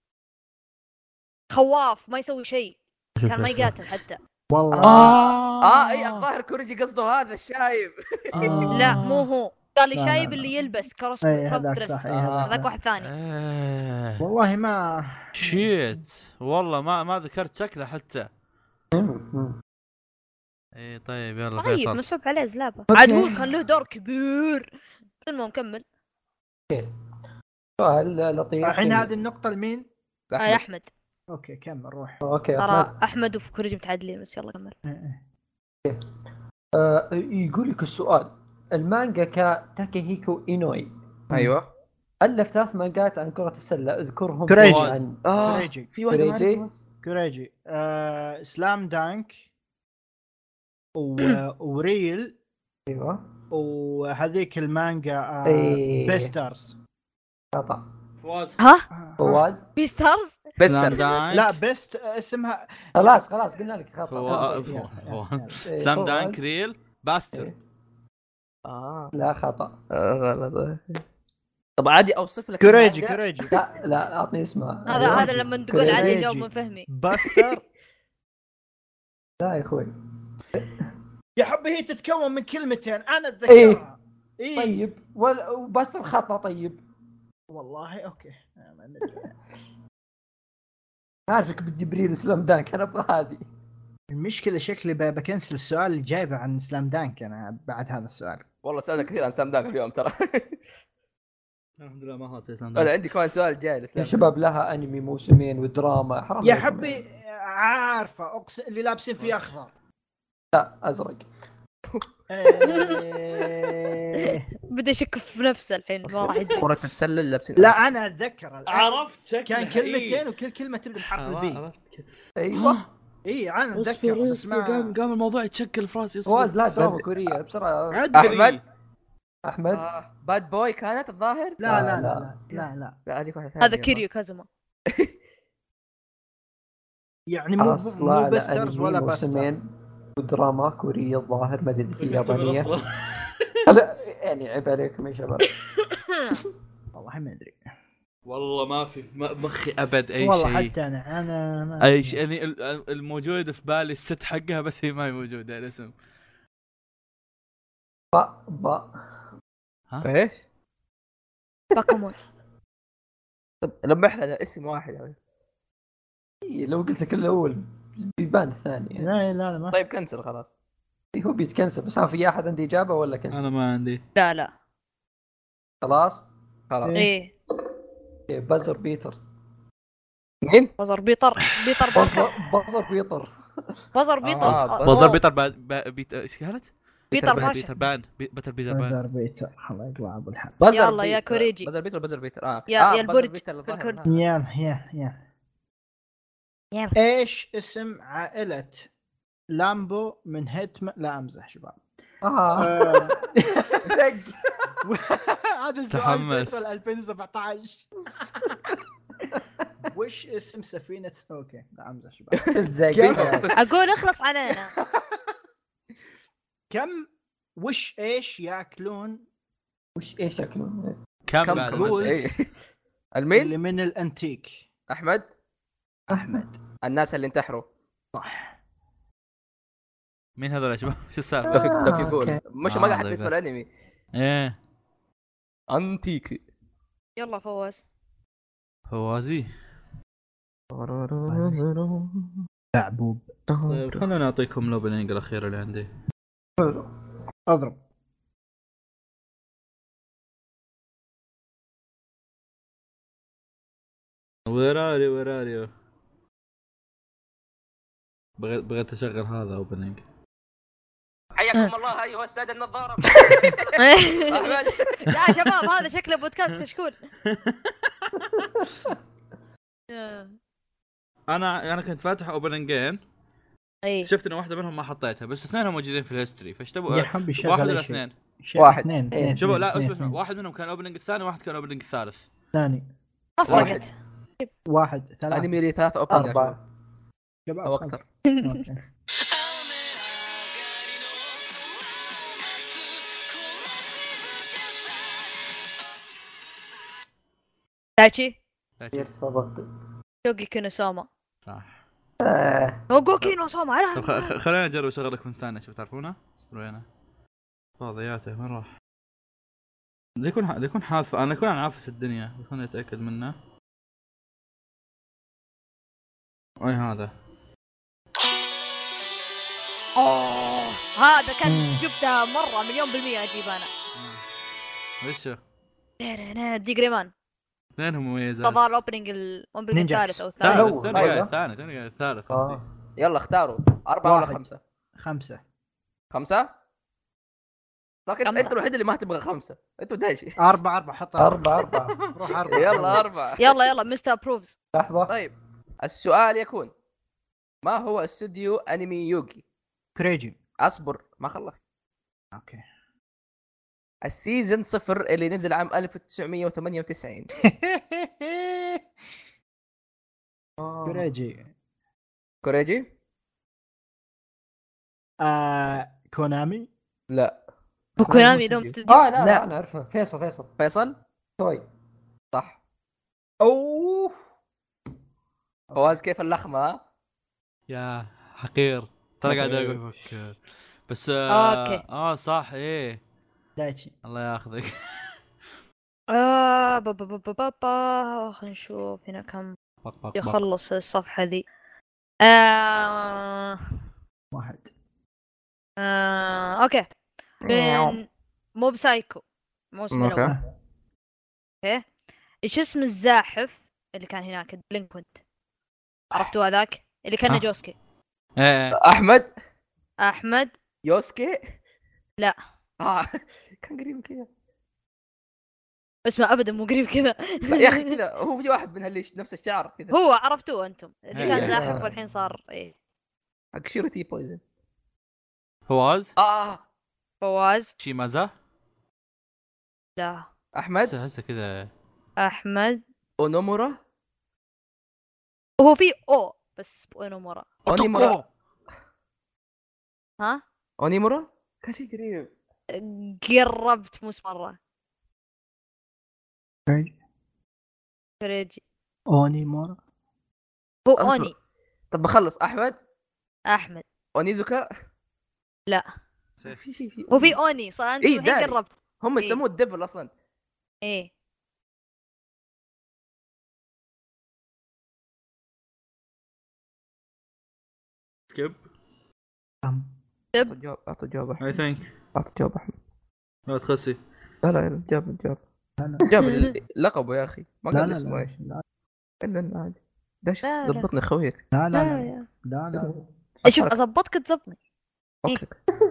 خواف ما يسوي شيء كان ما يقاتل حتى. والله اه اه اي الظاهر كوريجي قصده هذا الشايب. لا مو هو قال لي لا، لا، شايب لا. اللي يلبس كروس اي كروس هذاك دريس. صح. اي آه. هذاك واحد ثاني. إيه. والله ما شيت والله ما ما ذكرت شكله حتى. مم. اي طيب يلا ضعيف فيصل. مسحوب عليه زلابه. أوكي. عاد هو كان له دور كبير. المهم كمل. سؤال لطيف. الحين هذه النقطة لمين؟ آه، يا احمد اوكي كمل روح. اوكي ترى أحمد. احمد وكوريجي متعادلين بس يلا كمل. آه يقول لك السؤال، المانجاكا تاكيهيكو إينوي ايوه ألف ثلاث مانجات عن كرة السلة، اذكرهم كوريجي. جميعاً. اه كوريجي. في واحده ما كوريجي. أعرفها بس. كوريجي آه، سلام دانك و... وريل ايوه وهذيك المانجا آه إيه. بيسترز. خطأ. فواز ها فواز. بي ستارز بستر لا بيست اسمها خلاص خلاص قلنا لك خطأ. فوا- خلاص. يلا، فوا- يلا. إيه، سلام فواز. دانك ريل باستر. إيه. اه لا خطأ. آه، غلط. طب عادي اوصف لك كوريجي المانجا؟ كوريجي لا لا اعطني اسمها. هذا أيوة. هذا لما تقول كوريجي. عادي كوريجي. يجاوب من فهمي. باستر. لا يا اخوي. يا حبي هي تتكون من كلمتين انا إيه. اتذكرها. ايه طيب ولا وبس الخطأ. طيب والله اوكي ما ندري. عارفك بجبريل سلام دانك، انا ابغى هذه. المشكله شكلي ب- بكنسل السؤال اللي جايبه عن سلام دانك انا بعد هذا السؤال. والله سالنا كثير عن سام دانك اليوم ترى. الحمد لله ما هات سلام انا دانك. عندي كمان سؤال جاي يا لسلام. شباب لها انمي موسمين ودراما، حرام يا عليكم. حبي عارفه اقسم اللي لابسين فيه اخضر. لا ازرق. إيه. بدا يشك في نفسه الحين ما راح يدري. كرة السلة اللي لابسين لا انا اتذكر الآن. عرفت شكله كان كلمتين وكل كلمه تبدا بحرف آه، البي. عرفت كيف. ايوه اي انا اصبر اتذكر بس اصبر قام ما قام الموضوع يتشكل في راسي. اصبر. فواز لا دراما كورية بسرعة. عدري. أحمد. احمد. آه. باد بوي كانت الظاهر. لا آه، لا لا. لا لا لا لا هذيك واحدة ثانية. هذا كيريو كازوما. يعني مو اصلا مو على بسترز انمي ولا باستر. موسمين ودراما كورية الظاهر، ما ادري في رجعت من يابانية. أصله. لا يعني عيب عليكم يا شباب. والله ما ادري والله ما في في مخي ابد اي والله شيء. حتى انا انا ما اي شيء يعني ال- الموجود في بالي الست حقها بس هي ما هي موجوده الاسم. با با ايش؟ باكامون. طب لما احنا اسم واحد يعني. إيه، لو قلت لك الاول بيبان الثاني يعني. لا لا لا ما طيب كنسل خلاص. إيه، هو بيتكنسل بس ها في احد عنده اجابه ولا كنسل؟ انا ما عندي. لا لا خلاص. خلاص. ايه إيه، بزر بيتر. مين؟ بزر بيطر بيطر برخة. بزر بزر بيتر. بزر بيطر آه، آه، بزر أوه. بيتر با... با... بيت ايش قالت؟ بيتر بيتر باشا. بان بي... بيتر بيزر بان. بزر بيتر الله يقلع ابو الحب. بزر يلا يا بيتر. كوريجي. بزر بيتر بزر بيتر اه يا- آه يا بزر البرج بيتر في الظاهر الكرد. هذا. يلا يلا يلا يلا. ايش اسم عائلة لامبو من هيتمان؟ لا امزح شباب. اه آه، زق. هذا السؤال تحمس. فيصل ألفين وسبعطعش. وش اسم سفينة اوكي لا امزح شباب. زق. اقول اخلص علينا. كم وش ايش ياكلون وش ايش ياكلون؟ كم كم بعد كول؟ بس. إيه. المين؟ اللي من الانتيك؟ احمد. احمد الناس اللي انتحروا. صح. مين هذول يا شباب؟ شو السالفه؟ دوك آه، دوك يقول أوكي. مش آه، ما قاعد طيب. اسم الانمي. ايه انتيك. يلا فواز. فوازي. تعبوب. طيب خلوني اعطيكم الاوبننج الاخير اللي عندي. اضرب. وير ار يو وير ار يو. بغيت بغيت اشغل هذا اوبننج. حياكم الله ايها الساده النظاره. احمد. لا شباب هذا شكله بودكاست كشكول. آه. انا انا كنت فاتح اوبننجين، اي شفت ان واحده منهم ما حطيتها بس اثنينهم موجودين في الهيستوري فايش تبغى؟ يا حبي شغل واحد أي ولا شيء. اثنين؟ شيء. واحد. اثنين إيه. اثنين شوفوا لا اثنين، اسمع اسمع اثنين. واحد منهم كان اوبننج الثاني واحد كان اوبننج الثالث. ثاني ما فرقت. واحد ثلاثة انمي لي ثلاث اوبننج أربعة. شباب او خمسة. اكثر. أوكي. دايتشي تفضلت. شوقي كينوسوما. صح. آه. هوغو كينوسوما طب خ- على خ- خلينا نجرب اشغلك من ثانيه شوف تعرفونه؟ اصبروا هنا. فاضياته وين راح؟ ده يكون ح- ده يكون حاذف انا اكون انا عافس الدنيا بس خليني اتاكد منه. اي هذا اوه هذا كان مم. جبتها مره مليون بالمية اجيب انا. وش هو؟ ديجريمان. اثنين هم مميزات. تظهر الاوبننج الاوبننج نينجا الثالث او ثالث الثالث. أول. ثاني قاعد هذا؟ الثاني ثاني قاعد الثالث قصدي. آه. يلا اختاروا أربعة ولا واحد. خمسة؟ خمسة. خمسة؟ ترى انت خمسة. انت الوحيد اللي ما تبغى خمسه، انت دايش. أربعة أربعة حط أربعة أربعة. روح أربعة. يلا اربعه. يلا يلا مستر ابروفز. لحظة. طيب السؤال يكون ما هو استوديو انمي يوغي؟ كريجي. اصبر ما خلصت. اوكي. السيزن صفر اللي نزل عام ألف وتسعمية وثمانية وتسعين. كريجي. كوريجي؟ آه كونامي. لا. كونامي لهم استوديو. اه لا لا. لا انا اعرفها. فيصل فيصل فيصل توي. صح. اوه فواز كيف اللخمه ها؟ يا حقير ترى قاعد اقول افكر بس آه أوكي. اه صح ايه دايتشي. الله ياخذك. آه بابا بابا بابا خلينا نشوف هنا كم بق بق بق. يخلص الصفحة ذي. آه... واحد. آه... اوكي من موب سايكو مو اسمه أوكي. الأول. اوكي ايش اسم الزاحف اللي كان هناك بلينكوينت؟ عرفتوا هذاك اللي كان آه. جوسكي؟ ايه احمد احمد يوسكي. لا. اه كان قريب كذا. اسمه ابدا مو قريب كذا. لا يا اخي كذا هو في واحد من هاللي نفس الشعر كذا هو عرفتوه انتم اللي كان إيه. زاحف والحين صار ايه. حق شيروتي بويزن. فواز اه فواز شيمازا لا. احمد هسه هسه كذا احمد اونومورا. وهو في او بس اونومورا. اونيمورا. ها اونيمورا كان شيء قريب. قربت موس مرة. فريجي اوني مورا. هو أصبر. اوني. طب بخلص احمد احمد اونيزوكا. لا. في شيء في هو في اوني صار انت إيه، الحين داري. قربت. هم إيه. يسموه الديفل اصلا. ايه سكيب اعطوا جواب اعطوا جواب اي احمد. ثينك اعطوا جواب احمد. لا تخسي لا لا لا، جاب جاب لا جاب ال- لقبه يا اخي ما لا قال لا اسمه ايش. لا الا إلا عادي. داش لا، لا. ضبطني خويك. لا لا لا لا يا لا لا. شوف اضبطك تزبطني. اوكي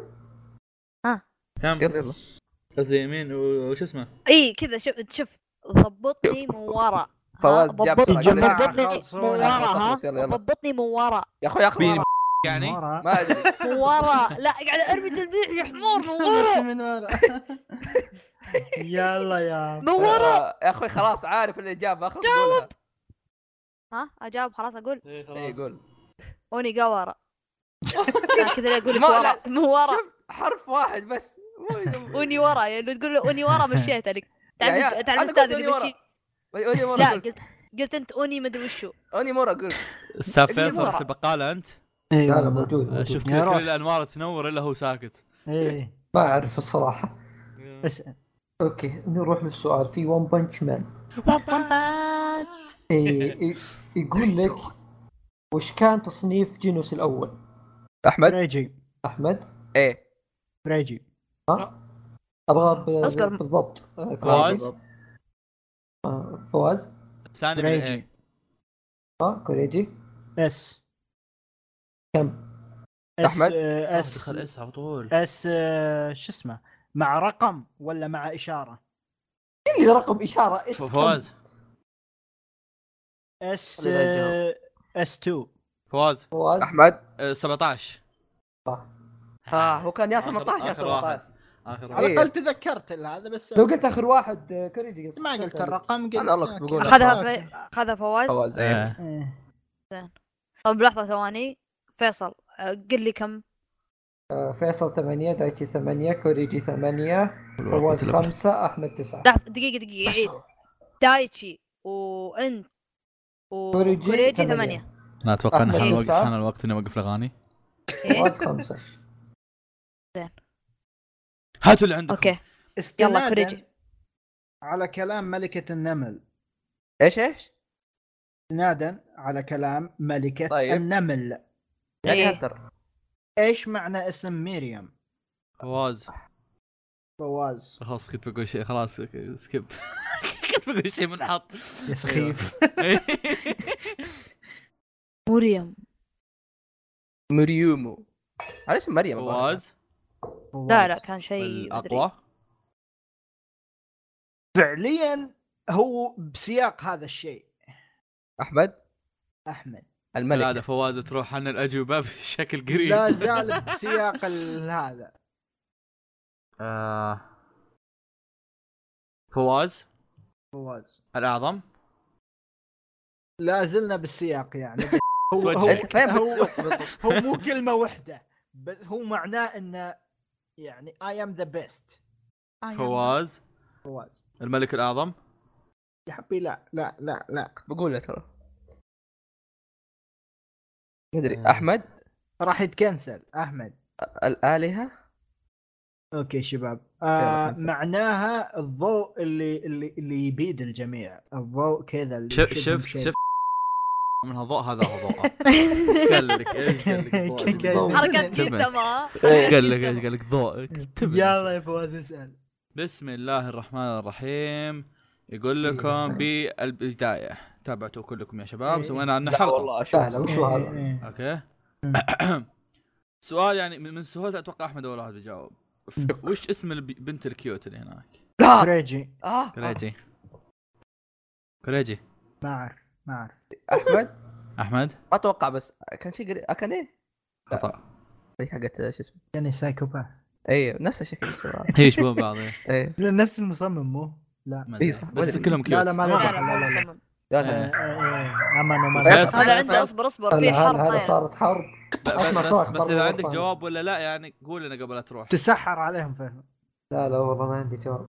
كم يلا يلا. قصدي يمين و- وش اسمه اي كذا شوف شوف ضبطني من ورا. فواز ها؟ جاب ضبطني بسرعة. جماعة ضبطني من خلصونا. ورا ها خلص، يلا، يلا. ضبطني من ورا يا اخوي اخر بيني مرة. يعني مورا. ما ادري. من ورا لا قاعد ارمي تلميح يا حمار من ورا من ورا. يلا يا من ورا. آه، يا اخوي خلاص عارف الاجابه اخر جاوب. ها اجاوب خلاص اقول اي قول. اوني قورا. كذا اقول لك ما- ورا لا. من ورا. شوف حرف واحد بس. اوني ورا يعني لو تقول اوني ورا مشيتها لك. يا- يا، تعرف تعرف أنا الاستاذ قلت اللي أوني ورا. بيمشي. اوني مورا لا قول. قلت قلت انت اوني مدري وشو. اوني مورا قول. استاذ اللي فيصل ورا. رحت البقاله انت اي لا لا والله. موجود, موجود. شوف يا كذا روح. كل الانوار تنور الا هو ساكت ايه ما اعرف الصراحة. اسال. اوكي نروح للسؤال. في ون بنش مان إيه يقول لك وش كان تصنيف جينوس الاول؟ احمد فريجي. احمد ايه فريجي. ابغى ب- أصبر. بالضبط. آه، فواز آه، فواز الثاني من فريجي. ايه اه كوريجي اس. كم؟ اس أحمد؟ آه، اس دخل اس على طول اس آه، شو اسمه مع رقم ولا مع اشاره؟ اللي رقم اشاره اس كم؟ فواز اس خلينا آه، اس اثنين. فواز فواز احمد آه، سبعتاشر صح. اه هو كان يا آخر- ثمانية عشر يا آخر واحد. سبعة عشر. اخر على إيه. الاقل تذكرت هذا بس. لو قلت اخر واحد آه، كوريجي قصدي. ما قلت الرقم قلت أنا والله كنت بقول اخذها في... اخذها فواز. فواز ايه. إيه. إيه. طب لحظه ثواني فيصل آه، قل لي كم. آه، فيصل ثمانية دايتي ثمانية كوريجي ثمانية فواز خمسة أحمد تسعة. لحظه دقيقه دقيقه عيد. دايتشي وانت كوريجي وكوريجي ثمانية. ثمانية. لا اتوقع ان أحمد حان الوقت تسعة. حان الوقت اني اوقف الاغاني فواز خمسة. هاتوا اللي عندكم اوكي يلا استنادا كوريجي. على كلام ملكة النمل. ايش ايش؟ استنادا على كلام ملكة طيب. النمل. يعني إيه. هنتر. ايش معنى اسم ميريام؟ فواز فواز. خلاص كنت بقول شيء خلاص سكيب كنت بقول شيء منحط يا سخيف. مريم. مريومو. هذا اسم مريم. فواز لا لا كان شيء الاقوى. فعليا هو بسياق هذا الشيء. احمد احمد الملك. لا ده فواز تروح عن الاجوبه بشكل قريب. لا زال بسياق ال- هذا. آه... فواز فواز الاعظم. لا زلنا بالسياق يعني. هو سوجه. هو, انت فين هو, بتسوق بالضبط؟ هو مو كلمة واحدة بس هو معناه انه يعني I am the best. I am فواز فواز. الملك الاعظم. يا حبي لا لا لا لا بقول له ترى ادري. آه. احمد راح يتكنسل. احمد الالهه. اوكي شباب. يلا آه كنسل. معناها الضوء اللي اللي اللي يبيد الجميع. الضوء كذا اللي شف- يشبهم شفت شيء. شفت من هالضوء هذا هو ضوء. قال لك ايش قال لك ضوء. كيف- حركات انتبه. جدا ما قال لك ايش قال لك ضوء. انتبه. يلا يا فواز اسال. بسم الله الرحمن الرحيم. يقول لكم بالبداية تابعتوا كلكم يا شباب إيه. سوينا عنه لا حلقة. والله اشوف سهلة وشو هذا؟ إيه. اوكي. سؤال يعني من من سهولته اتوقع احمد اول واحد بيجاوب. ف- وش اسم البنت الكيوت اللي هناك؟ لا كريجي. اه كريجي. كريجي. ما اعرف ما اعرف. احمد احمد ما اتوقع بس كان شيء قريب. كان ايه خطأ. هي حقت شو اسمه. يعني سايكوباث. ايوه نفس الشكل الشباب. هي يشبهون بعض إيه. ايه لا نفس المصمم مو لا. ما إيه أدري. صح، بس ما أدري. كلهم كيوت. لا، لا، ما له لا دخل. لا مو لا، لا. مصمم. يا آه، أخي. آه، امان وما فيصل. هذا فيصل. عنده اصبر اصبر في هلا حرب هلا طايرة. صارت حرب. ب- أسمع بس صوت بس برا اذا عندك الغرفة. جواب ولا لا يعني قول لنا قبل لا تروح. تسحر عليهم فيصل. لا لا والله ما عندي جواب.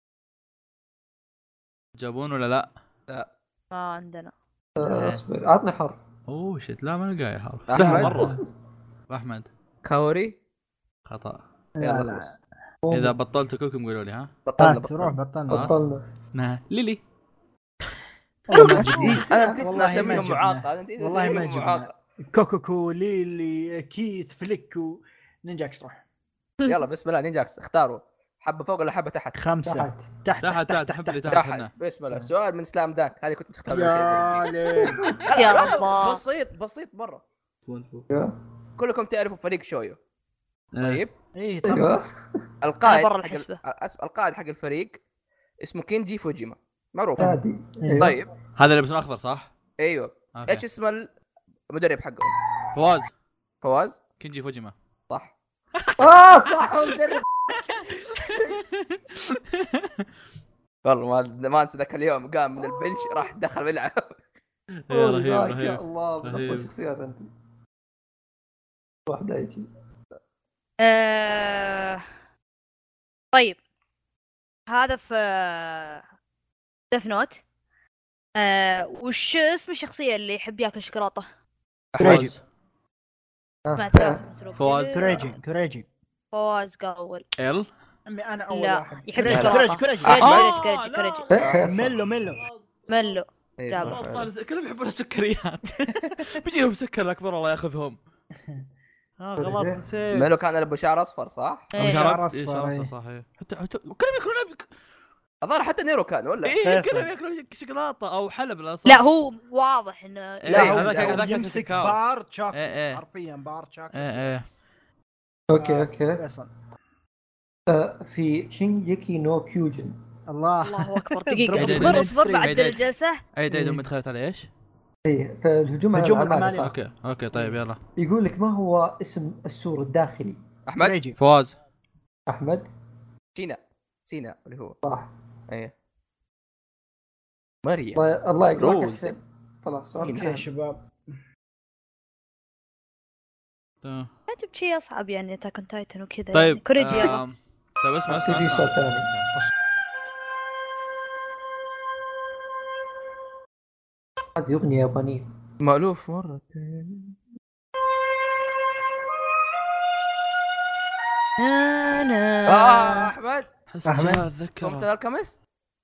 تجاوبون ولا لا؟ ما عندنا. آه، اصبر عطني حرف. اوه شت لا ما نلقى يا حرف. أحمد. سهل مرة. احمد كاوري. خطأ. لا يلا لا خلاص. اذا بطلتوا كلكم قولوا لي ها. بطلنا هات روح بطلنا. بطلنا. خلاص. بطلنا. اسمها ليلي. والله ما جبنا. انا نسيت والله اسميهم ما جبنا. معاقه. انا نسيت والله ما اسميهم جبنا. معاقه. كوكوكو ليلي كيث فليك ونينجاكس. روح. يلا بسم الله نينجاكس اختاروا حبه فوق ولا حبه تحت؟ خمسة. تحت. تحت تحت تحت حب اللي تحت تحت هنا. بسم الله. سؤال من سلام دانك. هذه كنت تختار يا ليل. يا الله. بسيط بسيط مره. ايوه كلكم تعرفوا فريق شويو. طيب ايه طبعا. ايوه القائد برا حق الحسبة. ال- أس- القائد حق الفريق اسمه كينجي فوجيما معروف. عادي. ايوه طيب هذا اللي بيسمونه اخضر صح؟ ايوه أوكي. ايش اسم المدرب حقهم؟ فواز فواز كينجي فوجيما. صح. اه صح هو مدرب. والله ما ما انسى ذاك اليوم قام من البنش راح دخل يلعب. يا قولي رهيب ذاك، يا رهيب. الله من رهيب. افضل شخصيات انت. واحد يجي. آه، طيب هذا في ديث نوت. آه، وش اسم الشخصية اللي يحب ياكل شوكولاتة؟ فواز مع ثلاث مسلوب. فواز. كريجي كريجي. فواز قول. ال عمي انا اول لا واحد. يحب كريجي الشوكولاتة. كريجي كريجي كريجي. كريجي آه، كريجي لا. كريجي. فيصل. ملو ملو. ملو. إيه، جاب. صح. صار كلهم يحبون السكريات. بيجيهم سكر الاكبر الله ياخذهم. اه غلط نسيت. ماله كان ابو شعر اصفر صح؟ إيه. شعر شعر أصفر، اصفر إيه. صح إيه. حتى حتى كلهم ياكلون الظاهر حتى نيرو كان ولا؟ ايه فيصل. كلهم ياكلون شوكولاته او حلب الاصل. لا هو واضح انه لا، لا هو هو هذاك- هذاك يمسك كاكاو. بار شوكولاتة. إيه، إيه. حرفيا بار شوكولاتة. ايه ايه اوكي اوكي. فيصل. آه، في شينجيكي نو كيوجن. الله. الله اكبر. دقيقة عيد- اصبر عيد- اصبر عيد- بعدل عيد. الجلسة. عيد عيد امي دخلت على ايش؟ اي فالهجوم على هجوم العمالقة. العمالقة. اوكي اوكي طيب يلا. يقول لك ما هو اسم السور الداخلي؟ احمد كريجي. فواز احمد سينا سينا اللي هو صح. ايه مريم. الله الله يقراك روز. احسن. خلاص سؤال اوكي سهل. شباب. تمام. ما جبت شيء اصعب يعني تاكن تايتن وكذا. طيب يعني. كوريجي يلا. آم، طيب اسمع اسمع في اسمع. صوت ثاني. هذه اغنية يابانية. مألوف مرة. انا اه احمد احس أحمد. جاء قمت اتذكر. الكمست.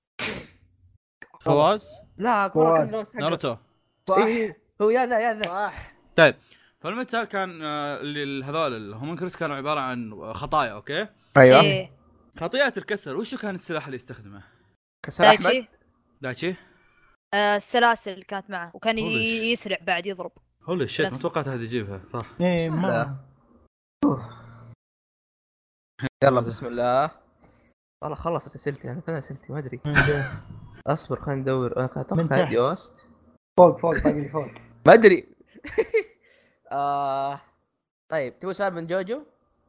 فواز لا اقول لك فواز. النوس حقه. ناروتو. صح إيه، هو يا ذا يا ذا. صح. طيب فالمثال كان آه، اللي هذول الهومنكرس كانوا عباره عن خطايا اوكي. ايوه ايه خطيئه تركسر وشو كان السلاح اللي يستخدمه؟ كسر احمد. دايتشي. دايتشي. آه، السلاسل اللي كانت معه وكان ي- Holy shit. يسرع بعد يضرب. هولي شيت ما نفس- توقعت هذه يجيبها صح. ايه لا. ما يلا بسم الله. والله خلصت اسئلتي انا، فين اسئلتي ما ادري. اصبر خلينا ندور. انا كنت من اتوقع تحت. يوست فوق فوق باقي لي فوق. ما ادري. آه... طيب تبغى سؤال من جوجو؟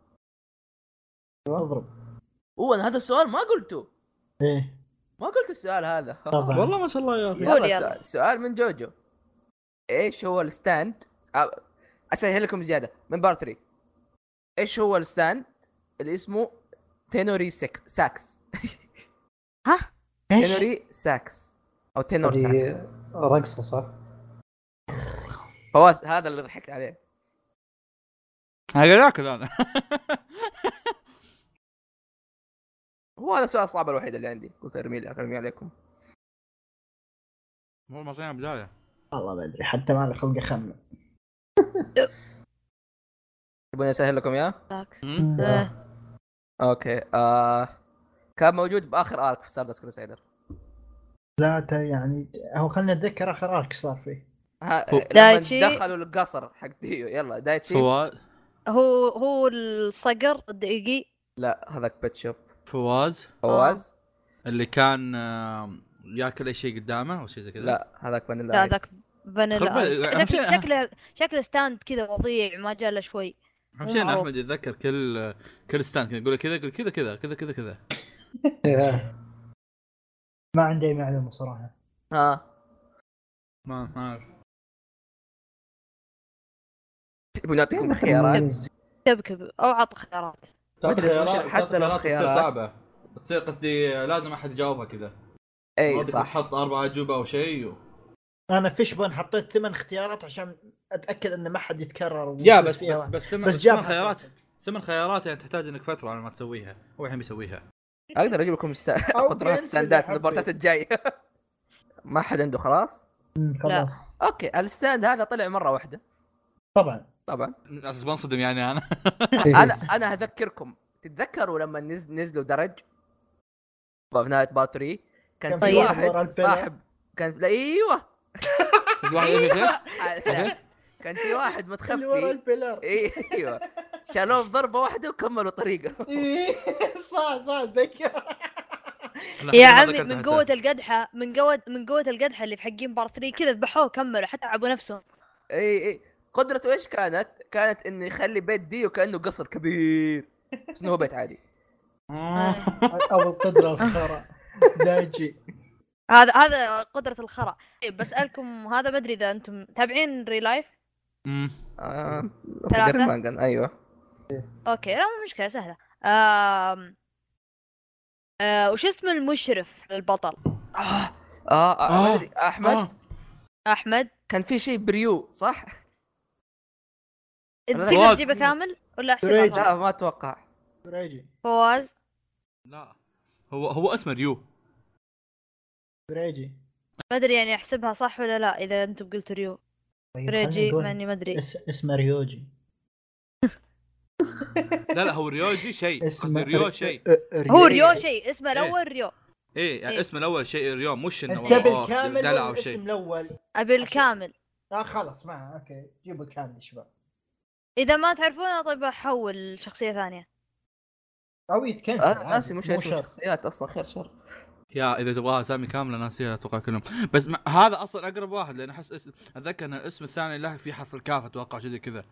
اضرب. اوه انا هذا السؤال ما قلته، ايه ما قلت السؤال هذا. طبعا. والله ما شاء الله يا اخي. قول يلا يلا. سؤال- سؤال من جوجو. ايش هو الستاند؟ أ- اسهل لكم زياده من بار ثلاثة. ايش هو الستاند اللي اسمه تينوري سك... ساكس؟ ها ايش؟ تينوري ساكس او تينور هذه ساكس. رقصه صح؟ فواز هذا اللي ضحكت عليه. هاي ياكل انا. هو هذا السؤال الصعب الوحيد اللي عندي، قلت ارمي لي ارمي عليكم. مو مصنع بدايه. والله ما ادري حتى ما لي خلق اخمن. تبوني اسهل لكم اياه؟ ساكس. مم. إيه. اوكي. آه... كان موجود باخر ارك في ستاردست كروسايدر. لا تا يعني هو خلينا نتذكر اخر ارك صار فيه. ها... هو- لما دايتشي. دخلوا القصر حق ديو. يلا دايتشي. فواز هو هو الصقر الدقيقي. لا هذاك بيت شوب. فواز فواز. اللي كان آم، ياكل اي شيء قدامه او شيء زي كذا. لا هذاك فانيلا لا آيس. ذاك فانيلا خرب- آيس. أهم شكل شيء- شكله شكله ستاند كذا وضيع ما جاء له شوي. اهم شيء ان معروف. احمد يتذكر كل كل ستاند كذا، يقول كذا يقول كذا كذا كذا كذا كذا. إيه. ما عندي اي معلومه صراحه. ها ما ما اعرف. تبون نعطيكم خيارات؟ كبكب او عط خيارات. ما أدري إيش مشكلة، حتى لو تصير خيارات. صعبه، تصير قصدي لازم احد يجاوبها كذا. اي ما صح. تحط اربع اجوبه او شيء و... انا فيش بون حطيت ثمان اختيارات عشان اتاكد ان ما حد يتكرر يا ويفوز بس فيها بس واحد. بس ثمان بس بس جاب ثمان حد. خيارات. ثمان خيارات يعني تحتاج انك فتره على ما تسويها. هو الحين بيسويها. اقدر اجيب لكم است... أو قدرات بينسى ستاندات اللي البارتات حبيت. الجايه. ما حد عنده خلاص. أمم، خلاص. لا. اوكي الستاند هذا طلع مره واحده طبعا. طبعا. اساس بنصدم يعني انا. انا انا اذكركم، تتذكروا لما نزل نزلوا درج في نهايه بار ثلاثة كان في طيب. ورا واحد البيلر. صاحب كان لا ايوه في واحد يقول كذا؟ لا. كان في واحد اللي ورا متخفي. البيلر. ايوه شالوه بضربه واحده وكملوا طريقه. إيه، صح صح اتذكر. يا عمي من قوة القدحة من قوة من قوة القدحة اللي في حقين بار ثلاثة كذا ذبحوه كملوا حتى عبوا نفسهم. اي اي قدرته ايش كانت؟ كانت انه يخلي بيت ديو كانه قصر كبير بس انه هو بيت عادي. او القدره الخرا دايجي. هذا هذا قدرة الخرا. طيب بسألكم هذا ما ادري اذا انتم تابعين ري لايف. امم آه... ثلاثة؟ ثلاثة مانجان ايوه. اوكي لا مو مشكلة سهلة. آم... آه... وش اسم المشرف البطل؟ اه اه, آه. ما ادري احمد. آه. احمد كان في شيء بريو صح؟ تقدر فواز. تجيبه كامل ولا احسبها فريج. صح؟ لا ما اتوقع. فريجي فواز لا هو هو اسمه ريو. فريجي. ما ادري يعني احسبها صح ولا لا اذا انتم قلتوا ريو. طيب فريجي خلينا نقول مع اني ما ادري. اس... اسمه ريوجي. لا لا هو ريوجي شيء، قصدي ريو شيء. هو ريو شيء اسمه الاول ريو. ايه يعني إيه. اسمه الاول شيء ريو، مش انه انت والله بالكامل دلع ولا او الاسم شيء. الاول؟ ابي الكامل. اه خلاص معه اوكي جيبوا الكامل يا شباب. اذا ما تعرفونه طيب احول شخصية ثانية. او يتكنسل انا عادي، ناسي مش مو اسم شرط. الشخصيات اصلا. خير شر. يا اذا تبغاها اسامي كامله ناسيها اتوقع كلهم. بس ما هذا اصلا اقرب واحد لان احس اس... اتذكر ان الاسم الثاني له في حرف الكاف اتوقع شيء زي كذا.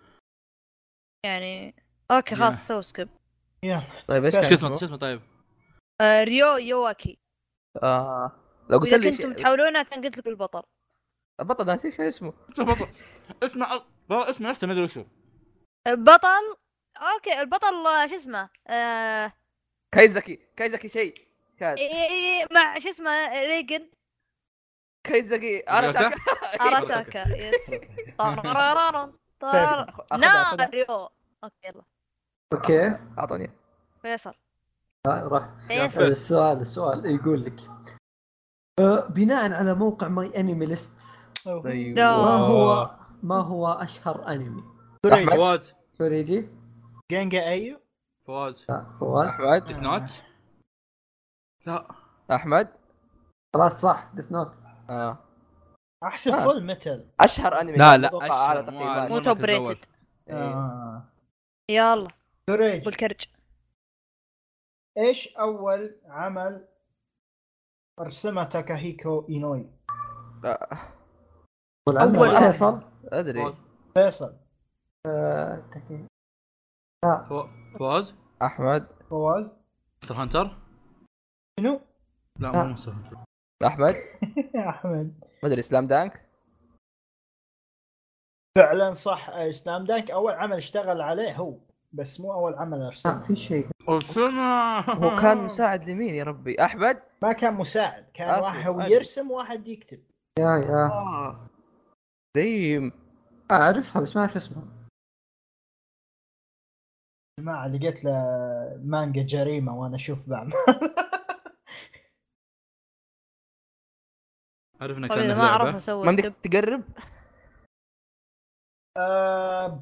يعني اوكي يا. خلاص سو سكيب. يلا طيب ايش شو كان شو اسمه شو اسمه طيب؟ آه ريو يواكي. آه لو قلت واذا لي كنتم شيء تحاولونه كان قلت لكم البطل. البطل ناسي شو اسمه. شوف بطل. اسمه والله اسمه نفسه ما ادري وشو. بطل اوكي البطل آه، شو اسمه آه... كايزاكي كايزاكي شيء كان إيه إيه إيه مع شو اسمه ريجن كايزاكي اراتاكا. اراتاكا يس. طرررررن. طرر. أخذ- نار أخذ- ريو. اوكي يلا اوكي اعطوني. فيصل. راح فيصل. السؤال السؤال يقول لك أه بناء على موقع ماي انمي ليست طيب لا. ما هو ما هو اشهر انمي؟ فريجي. فواز سوريجي؟ جينجا ايو. فواز لا فواز. احمد ديث نوت. لا احمد خلاص صح ديث نوت. آه. احسب آه. فول ميتال. اشهر انمي لا لا أتوقع اعلى أشهر، مو تقييمات. أعلى. مو توب المركز الأول. ريتد. إيه. آه. يلا فريجي. والكرج. ايش اول عمل رسمه تاكاهيكو اينوي؟ آه، والعمل أول فيصل. ادري. فيصل. آه، تكي. فو- فواز احمد. فواز. مستر هانتر. شنو؟ لا آه. مو مستر هانتر. احمد. احمد. ما ادري. سلام دانك. فعلا صح. سلام دانك اول عمل اشتغل عليه هو، بس مو اول عمل آه، ارسمه. في شيء. السنة هو كان مساعد لمين يا ربي؟ احمد. ما كان مساعد، كان أصبر، واحد هو أدري. يرسم واحد يكتب. يا يا اه ديم. اعرفها بس ما اعرف اسمها. جماعة لقيت له مانجا جريمة وانا اشوف بعمل. عرفنا طيب كان اذا ما اعرف لعبة. اسوي ما سكيب بدك تقرب؟ آه،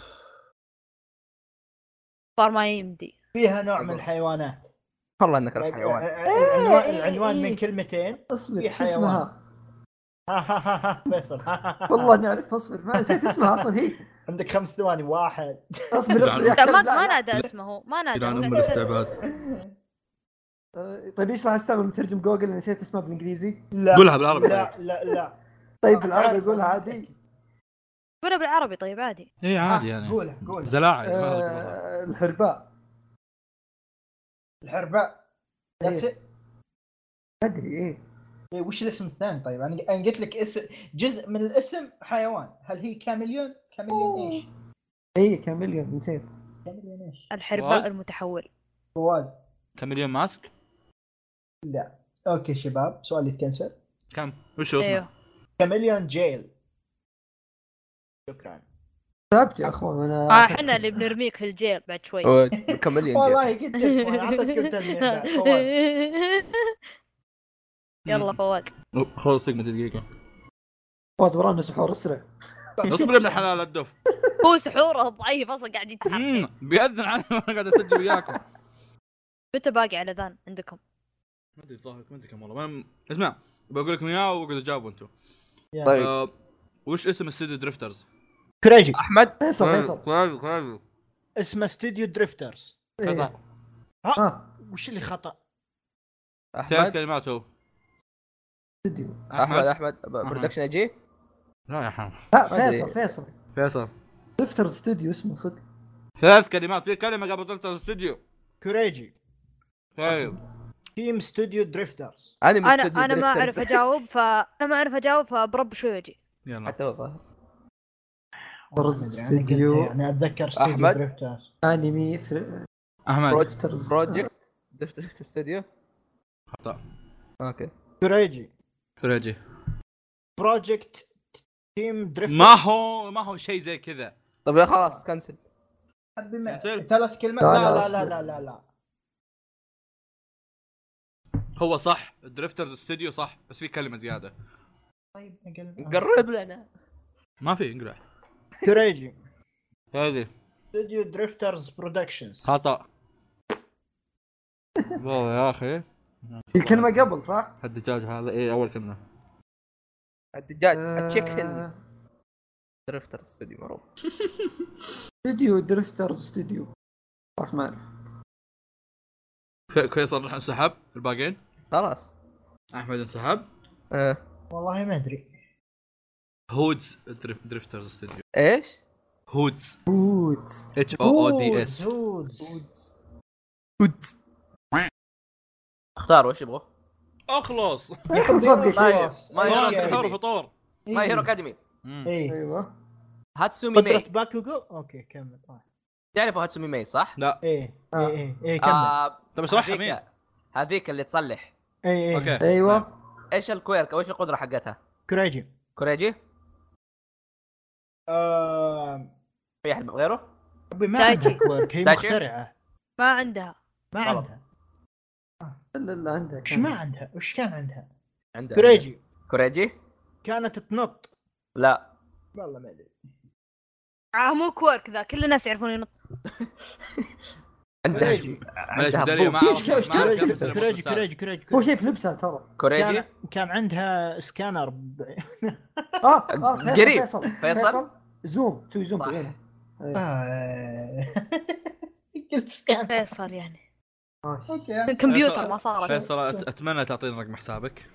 صار ما يمدي. فيها نوع من الحيوانات. والله انك الحيوان. العنوان العنوان من كلمتين. اصبر في شو حيوان. اسمها؟ فيصل. والله نعرف. اصبر ما نسيت اسمها اصلا هي. عندك خمس ثواني. واحد. اصبر اصبر يا لا أخي، ما لا، ما لا. نادى اسمه هو ما نادى يلعن هو ام قاعد- الاستعباد. آه، طيب ايش راح استعمل مترجم جوجل؟ نسيت اسمها بالانجليزي. لا قولها بالعربي. لا لا لا. طيب آه، بالعربي تعرف اقولها أنا. عادي. قولها بالعربي طيب عادي. اي عادي آه، يعني. قولها قولها. زلاعي. آه، الحرباء. الحرباء. إيه. That's it. ما ادري ايه. إيه، وش الاسم الثاني؟ طيب انا انا قلت لك اسم جزء من الاسم حيوان. هل هي كاميليون؟ كاميليون ايش؟ ايه كاميليون نسيت. كاميليون ايش؟ الحرباء فواز؟ المتحول. فواز. كاميليون ماسك. لا. اوكي شباب، سؤال يتكنسل. كم وش هو اسمه؟ ايوه كاميليون جيل. شكرا. تعبت يا اخوان انا. اه احنا اللي بنرميك في الجيل بعد شوي. كمل. والله قلت لك وانا اعطيتك التلميح بعد. فواز. يلا فواز. أوه، خلص دقيقة دقيقة. فوز ورانا سحور اسرع. اصبر يا ابن الحلال الدف. هو سحوره ضعيف اصلا قاعد يتحرك. مم، بيأذن عنه وانا قاعد اسجل وياكم. متى باقي على ذان عندكم؟ ما ادري الظاهر ما ادري كم والله. ما- اسمع بقول لكم اياه وقعدوا جاوبوا انتم. طيب آه، وش اسم استوديو دريفترز؟ كريجي. احمد. فيصل فيصل. كويس كويس. اسمه استوديو دريفترز. إيه. صح. ها وش اللي خطا؟ ثلاث احمد. كلمات هو. استوديو. احمد احمد برودكشن اجي. لا يا حمد. لا ما أدري. فيصل فيصل. فيصل. دفتر استوديو اسمه صدق. ثلاث كلمات في كلمة قبل دريفترز استوديو. كريجي. طيب تيم استوديو دريفترز. انا من انا استوديو انا ما دريفترز. اعرف اجاوب فانا ما اعرف اجاوب فبرب شوي اجي. يلا. حتى والله. برز يعني استوديو. يعني اتذكر استوديو أحمد. دريفترز. انمي ثر- احمد. دفترز. بروجكت دفتر استوديو. خطأ. اوكي. كريجي. فريجي. بروجكت تيم دريفترز. ما هو ما هو شيء زي كذا. طيب يا خلاص كنسل. حبي ما- كنسل؟ ثلاث كلمات. لا، لا لا، لا أصبر. لا لا لا لا. هو صح دريفترز استوديو صح بس في كلمة زيادة. طيب نقل. قرب لنا. ما في انقلع. كريجي. هذه استوديو دريفترز برودكشنز. خطأ. والله يا اخي. الكلمة قبل صح؟ الدجاج هذا ايه اول كلمة. الدجاج آه، التشيكن درفتر استوديو معروف. استوديو درفترز استوديو. خلاص ما اعرف. في- فيصل راح انسحب الباقين. خلاص. احمد انسحب. آه. والله ما ادري. هودز دريف- دريفترز استوديو. ايش؟ هودز بوتس. اتش او او دي اس. هودز. اختار وش يبغوا؟ اخلص. خلاص ما بقى ما شيء. ي- ما والله يهرو سحور اكاديمي. وفطور. ما هيرو اكاديمي. مم. ايه. ايوه. هاتسومي قدرة ماي. باكوغو. اوكي كمل. آه. تعرفوا هاتسومي ماي صح؟ لا. ايه آه. ايه ايه ايه كمل. آه، طب اشرحها هذيك- مين؟ هذيك اللي تصلح. ايه ايه. اوكي. ايوه. ايش الكويرك او ايش القدره حقتها؟ كريجي. كوريجي؟ آه... في احد غيره؟ أبي ما دايتشي. عندها كويرك. هي دايتشي؟ مخترعة. ما عندها. ما غلط. عندها. لا لا عندك. وش ما عندها؟ وش كان عندها؟ عنده كريجي. كوريجي؟ كانت تنط. لا. والله ما ادري. آه مو كورك ذا كل الناس يعرفون ينط. عندها كوريجي. معليش عندها بدالي ما بوك. اعرف إيش- إيش- ما أعرف إيش- كيف كريجي يصير كريجي المسلسل. كريجي كريجي هو شيء في لبسها ترى. كوريجي؟ كان كان عندها سكانر ب... اه اه فيصل قريب. فيصل فيصل؟ زوم تسوي زوم صح. بعينه. آه. قلت سكانر. فيصل يعني. اوكي كمبيوتر ما صارت. فيصل أت- اتمنى تعطينا رقم حسابك.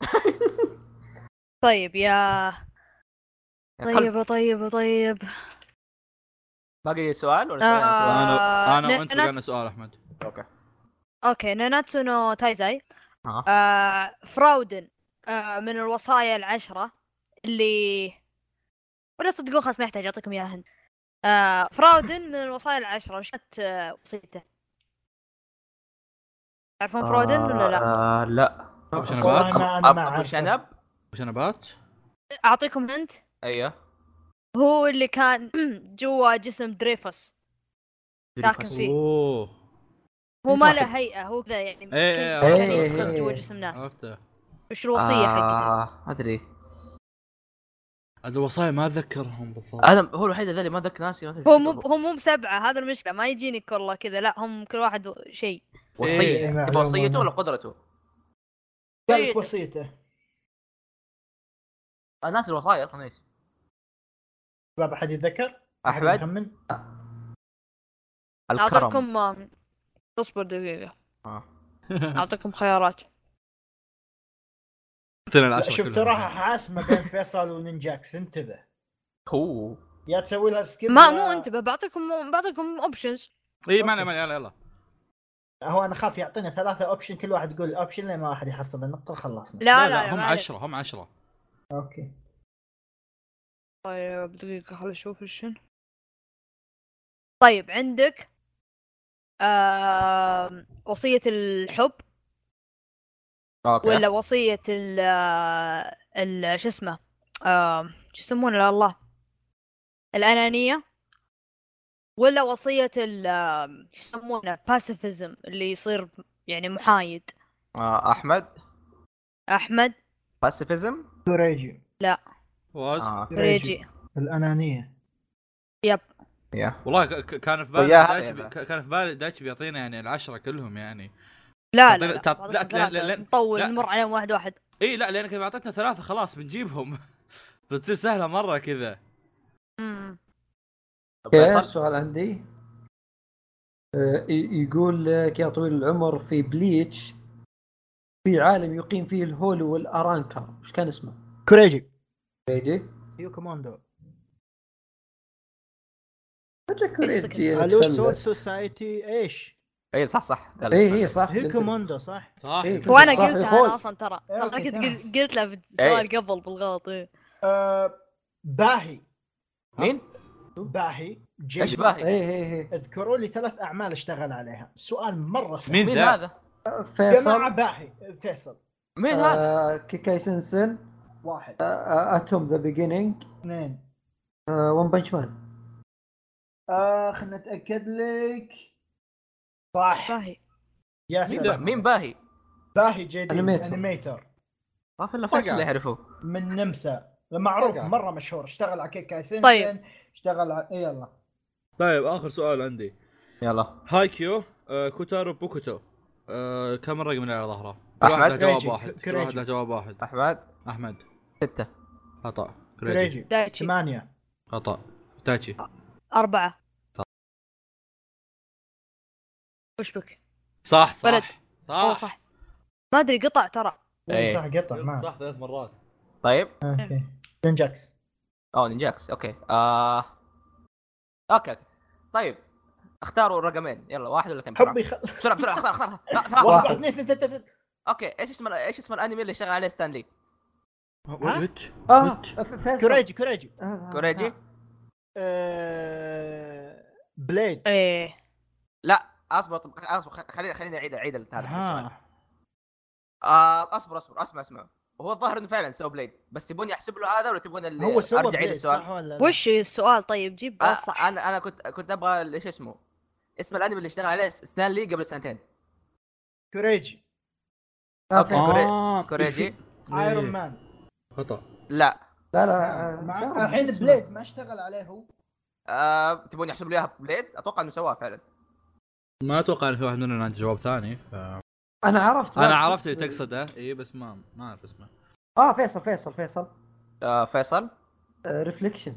طيب يا قلب. طيب طيب طيب باقي سؤال ولا آه. سؤال؟ انا انا ن- وانت نت- بقى لنا سؤال احمد. اوكي. اوكي ناناتسو نو تايزاي. ها. آه فراودن آه من الوصايا العشرة اللي ولا تصدقون خلاص ما يحتاج اعطيكم اياهن. آه فراودن من الوصايا العشرة وش كانت آه وصيته؟ تعرفون فراودن ولا لا؟ آه لا. ابو شنبات. والله ما انا ما ابو اعرف شنب. ابو شنبات. اعطيكم انت. ايوه. هو اللي كان جوا جسم دريفوس ساكن فيه. اوه هو ما له هيئة هو كذا يعني إيه، كان- إيه، كان إيه، يدخل إيه. جوا جسم ناس. عرفته. وش الوصية حقته؟ آه ادري. هذه الوصايا ما اتذكرهم بالضبط. انا هو الوحيد ذا اللي ما ذكر ناسي. ما هو مو هو مو بسبعة هذا المشكلة ما يجيني والله كذا لا هم كل واحد و- شيء. وصيه. إيه، تبغى معلومة. وصيته ولا قدرته؟ قال لك وصيته. انا ناسي الوصايا اصلا ايش. شباب احد يتذكر؟ أحد احمد. يخمن؟ الكرم. أعطيكم آم، اصبر دقيقة آه. أعطيكم خيارات. اعطينا لا العشرة شوف كلهم. ترى حاسمه بين فيصل ونينجاكس انتبه. هو يا تسوي لها سكيب ما يا- مو انتبه بعطيكم بعطيكم اوبشنز. اي ما ما يلا يلا. هو انا خاف يعطينا ثلاثة اوبشن كل واحد يقول اوبشن لين ما واحد يحصل النقطة وخلصنا. لا لا لا, لا هم ما عليك. عشرة هم عشرة. اوكي. طيب دقيقة خل اشوف ايش. طيب عندك آم، وصية الحب اوكي. ولا وصية ال ال شو اسمه آم، شو يسمونه لا الله الأنانية ولا وصية ال آم، شو يسمونه باسيفيزم اللي يصير يعني محايد. آه احمد. أحمد باسيفيزم. كوريجي. فواز. اه ريجي. الانانية. يب يا والله ك- ك- كان في بالي ويا دايتش هذا. بي- ك- كان في بالي دايتش بيعطينا يعني العشرة كلهم يعني. لا تعطينا- لا تعط- لا, لا، لا, لا، لا، نطول لا. نمر عليهم واحد واحد. اي لا لانك اذا اعطيتنا ثلاثة خلاص بنجيبهم. بتصير سهلة مرة كذا. امم اوكي السؤال عندي آه، ي- يقول لك يا طويل العمر في بليتش في عالم يقيم فيه الهولو والارانكا وش كان اسمه؟ كوريجي. كوريجي. يو كوماندو. وجه كوريجي الو سول تفلس. سوسايتي ايش؟ اي صح صح. قال اي هي صح. هي كوماندو صح؟ صح. إيه. وانا صح يا قلتها أخوي. انا اصلا ترى إيه، ترى أوكي، كنت تمام. قل- قلت له في السؤال قبل بالغلط. إيه. آه باهي. مين؟ باهي. ايش جيد. باهي؟ اي اي اي اذكروا لي ثلاث اعمال اشتغل عليها. سؤال مرة سهل. مين مين ذا؟ هذا؟ فيصل. جماعة باهي. فيصل. مين هذا؟ آه كيكاي سنسن. واحد. آه اتوم ذا بيجينينج. اثنين. ون بنش مان. آه خلنا نتأكد لك. صح. باهي. يا مين با- سلام. مين باهي؟ باهي جديد. أنيميتر. انيميتر. ما في الا فيصل اللي يعرفه. من نمسا. معروف رجع. مرة مشهور. اشتغل على كيكاي سنسن. طيب. اشتغل على إيه يلا. طيب اخر سؤال عندي. يلا هايكيو آه كوتارو بوكوتو آه كم الرقم اللي على ظهره؟ كل واحد أحمد. له جواب كريجي. واحد. كل كريجي. واحد له جواب واحد. احمد. احمد. ستة. خطأ. كريجي. كريجي. دايتشي ثمانية. خطأ. تاتشي. أربعة. وش بك؟ صح صح. ولد. صح أوه صح ما أدري قطع ترى. إيه. صح قطع قلت ما. صح ثلاث مرات. طيب. اوكي. بنجاكس. اوه نينجاكس اوكي. آه... اوكي اوكي. طيب اختاروا الرقمين يلا واحد ولا اثنين بسرعة. حبي خ... بسرعة بسرعة اختار اختار لا ثلاثة. واحد اثنين ثلاثة ثلاثة. اوكي ايش اسم ايش اسم الانمي اللي شغال عليه ستانلي؟ ويت اه ويت. ف- فيصل. كوريجي كوريجي. آه، كوريجي؟ آه. آه، بليد. إيه لا اصبر اصبر خليني خليني اعيد اعيد هذا السؤال. ها. آه اصبر اصبر اسمع اسمع. هو الظاهر انه فعلا سوى بليد بس تبوني احسب له هذا ولا تبون اللي هو سوى ارجع اعيد بليد السؤال؟ صح ولا لا؟ وش السؤال طيب جيب آه صح. انا انا كنت كنت ابغى ايش اسمه اسم الانمي اللي اشتغل عليه ستانلي قبل سنتين. كوريجي. آه، اوكي فيصل. كوري... آه، كوريجي. ايرون مان. خطأ. لا لا لا آه، مع- شو الحين اسمه؟ بليد ما اشتغل عليه هو. آه تبوني احسب له اياها بليد؟ اتوقع انه سواها فعلا. ما اتوقع ان في واحد مننا عنده جواب ثاني. ف... انا عرفت انا شو عرفت اللي اسمه. تقصده اي بس ما ما اعرف اسمه. اه فيصل فيصل فيصل آه فيصل. ريفليكشن.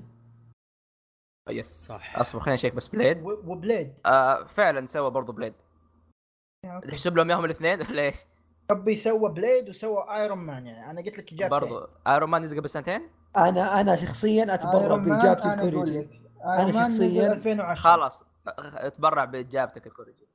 يس صح. اصبر خليني اشيك بس بليد. و- وبليد. آه فعلا سوى برضو بليد. تحسب لهم اياهم الاثنين ليش؟ ربي سوى بليد وسوى ايرون مان، يعني انا قلت لك اجابتين. برضو ايرون مان نزل قبل سنتين. انا انا شخصيا اتبرع ايرون مان باجابتي انا اقول الكوريجي. لك ايرون مان نزل شخصياً- ألفين وعشرة. خلاص اتبرع باجابتك الكوريجي.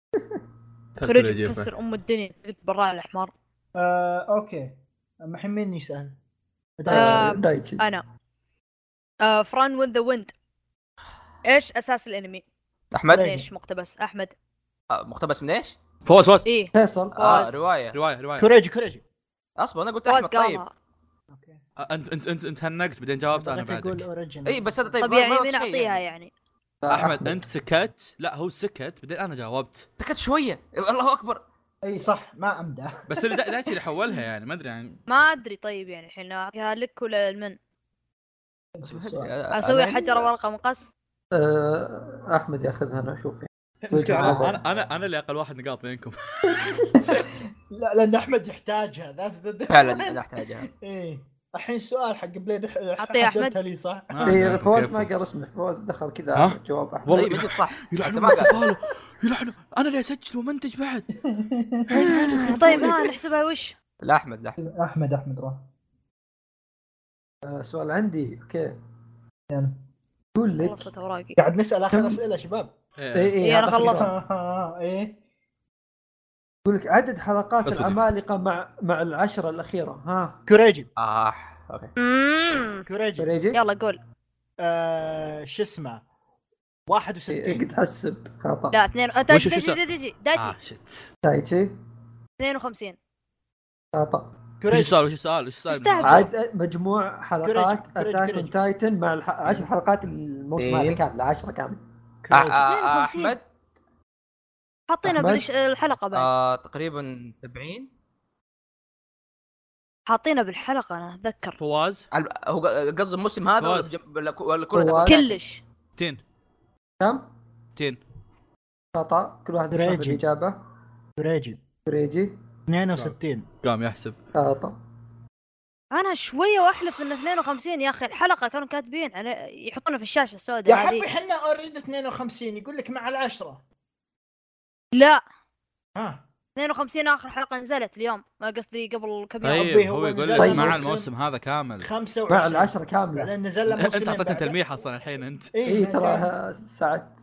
كوريجي كسر ام الدنيا تبرع الحمار. آه، اوكي الحين مين يسال؟ آه، دايتشي. انا آه فران وذ ذا ويند. ايش اساس الانمي؟ احمد من ايش مقتبس؟ احمد. آه، مقتبس من ايش؟ فوز فوز ايه فيصل. اه فوز. روايه. روايه روايه كوريجي كوريجي اصبر انا قلت فوز احمد. طيب قالها. اوكي آه، انت انت انت انت هنقت بعدين جاوبت انا بغيت اقول بعدك. اوريجن. اي بس هذا طيب طب ما- يعني ما مين شيء اعطيها يعني. يعني؟ احمد انت سكت، لا هو سكت بعدين انا جاوبت، سكت شويه الله اكبر. اي صح ما امدح. بس اللي دا- دايتشي اللي حولها يعني ما ادري يعني. ما ادري. طيب يعني الحين اعطيها لك ولا المن؟ السؤال. اسوي حجر ورقه مقص. آه، احمد ياخذها انا اشوف يعني. المشكلة انا انا انا انا اللي اقل واحد نقاط بينكم. لا لان احمد يحتاجها. ذاتس ذا فعلا نحتاجها. ايه الحين السؤال حق بليد ح- أعطيه حسبتها أحمد. لي صح؟ آه، إيه، آه، فوز كيف. ما قال اسمه. فوز دخل كذا ها؟ جواب احمد. والله طيب انت صح. أنت يلعنون ما قال. استفالوا يلعنوا، انا اللي اسجل ومنتج بعد. طيب ها نحسبها وش؟ لا احمد لا احمد احمد روح. آه، سؤال عندي. اوكي يلا يقول لك خلصت اوراقي. قاعد نسال اخر كم- اسئله شباب. اي إيه. اي إيه، أنا هذا خلصت. خلصت. ايه يقول لك عدد حلقات بس بدي. العمالقه مع مع العشره الاخيره. ها كوريجي اه اوكي. اممم كوريجي فريجي. يلا قول. آه شو اسمه واحد إيه، وستين. قد تحسب خطا. لا اثنين وش- دايتشي وش دايتشي السؤال؟ دايتشي اه دايتشي شت. تايتشي اثنين وخمسين. خطا. وش كوريجي السؤال وش السؤال وش السؤال؟ تستهبل. عد مجموع حلقات كوريجي، كوريجي، اتاك كوريجي. اون تايتن مع الح... عشر حلقات الموسم إيه. هذا كامل. عشرة كامل. آه كوريجي. آه اثنين وخمسين. احمد حاطينها أحمد. بالش... الحلقه بعد. آه تقريبا سبعين. حاطينها بالحلقه انا اتذكر. فواز ال- هو قصد الموسم هذا ولا فوز. جم- ولا ك- ولا كل فواز. كلش. تين كم؟ تين خطا. كل واحد يسمع فريجي. بالاجابه. كوريجي فريجي اثنين وستين. قام يحسب. خطا. انا شويه واحلف انه اثنين وخمسين يا اخي. الحلقه كانوا كاتبين على يحطونها في الشاشه السوداء يا حبي هذه. احنا اوريدي اثنين وخمسين يقول لك مع العشرة. لا ها اثنين وخمسين اخر حلقه نزلت اليوم، ما قصدي قبل كم يوم. طيب ربي هو هو يقول نزل لك طيب. مع الموسم. الموسم هذا كامل. خمسة مع وعشرين. العشرة كاملة. بعدين نزل له انت موسمين اعطيتني بعد. تلميح اصلا الحين انت. إيه، اي ما ترى كان- ساعد.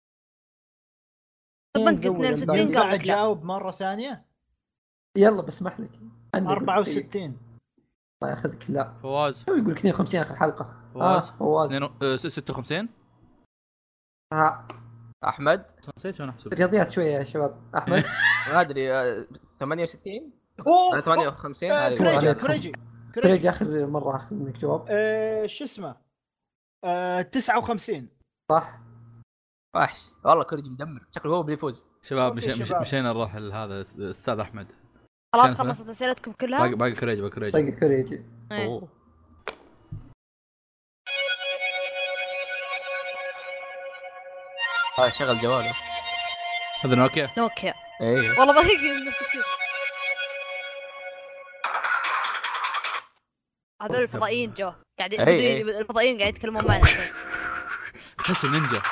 طب انت نزود اثنين وستين الباقي. ينفع قال لك لا. اجاوب مرة ثانية؟ يلا بسمح لك. عندك أربعة وستين. الله ياخذك. لا فواز هو يقول لك اثنين وخمسين اخر حلقة. فواز آه، فواز. اثنين و- آه، ستة وخمسين. ها احمد نسيت شلون احسب. رياضيات شوية يا شباب. احمد. ما ادري آه، ثمانية وستين اوه ولا ثمانية وخمسين. آه، هذه كوريجي عليكم. كوريجي فريجي كوريجي اخر مرة اخذ منك جواب. آه، شو اسمه آه، تسعة وخمسين. صح. وحش والله كوريجي مدمر شكله هو بيفوز. شباب أوكي، مشي مشي شباب. مشينا نروح لهذا الاستاذ احمد. خلاص شنو خلصت اسئلتكم كلها. باقي باقي كريج باقي كريج. باقي كوريجي. إيه. أوه. هذا شغل جواله. هذا نوكيا. نوكيا. ايه والله ما يقول نفس الشيء. هذول الفضائيين جو قاعدين إيه، بدوا- إيه. الفضائيين قاعد يتكلمون معنا الحين. تحس نينجا.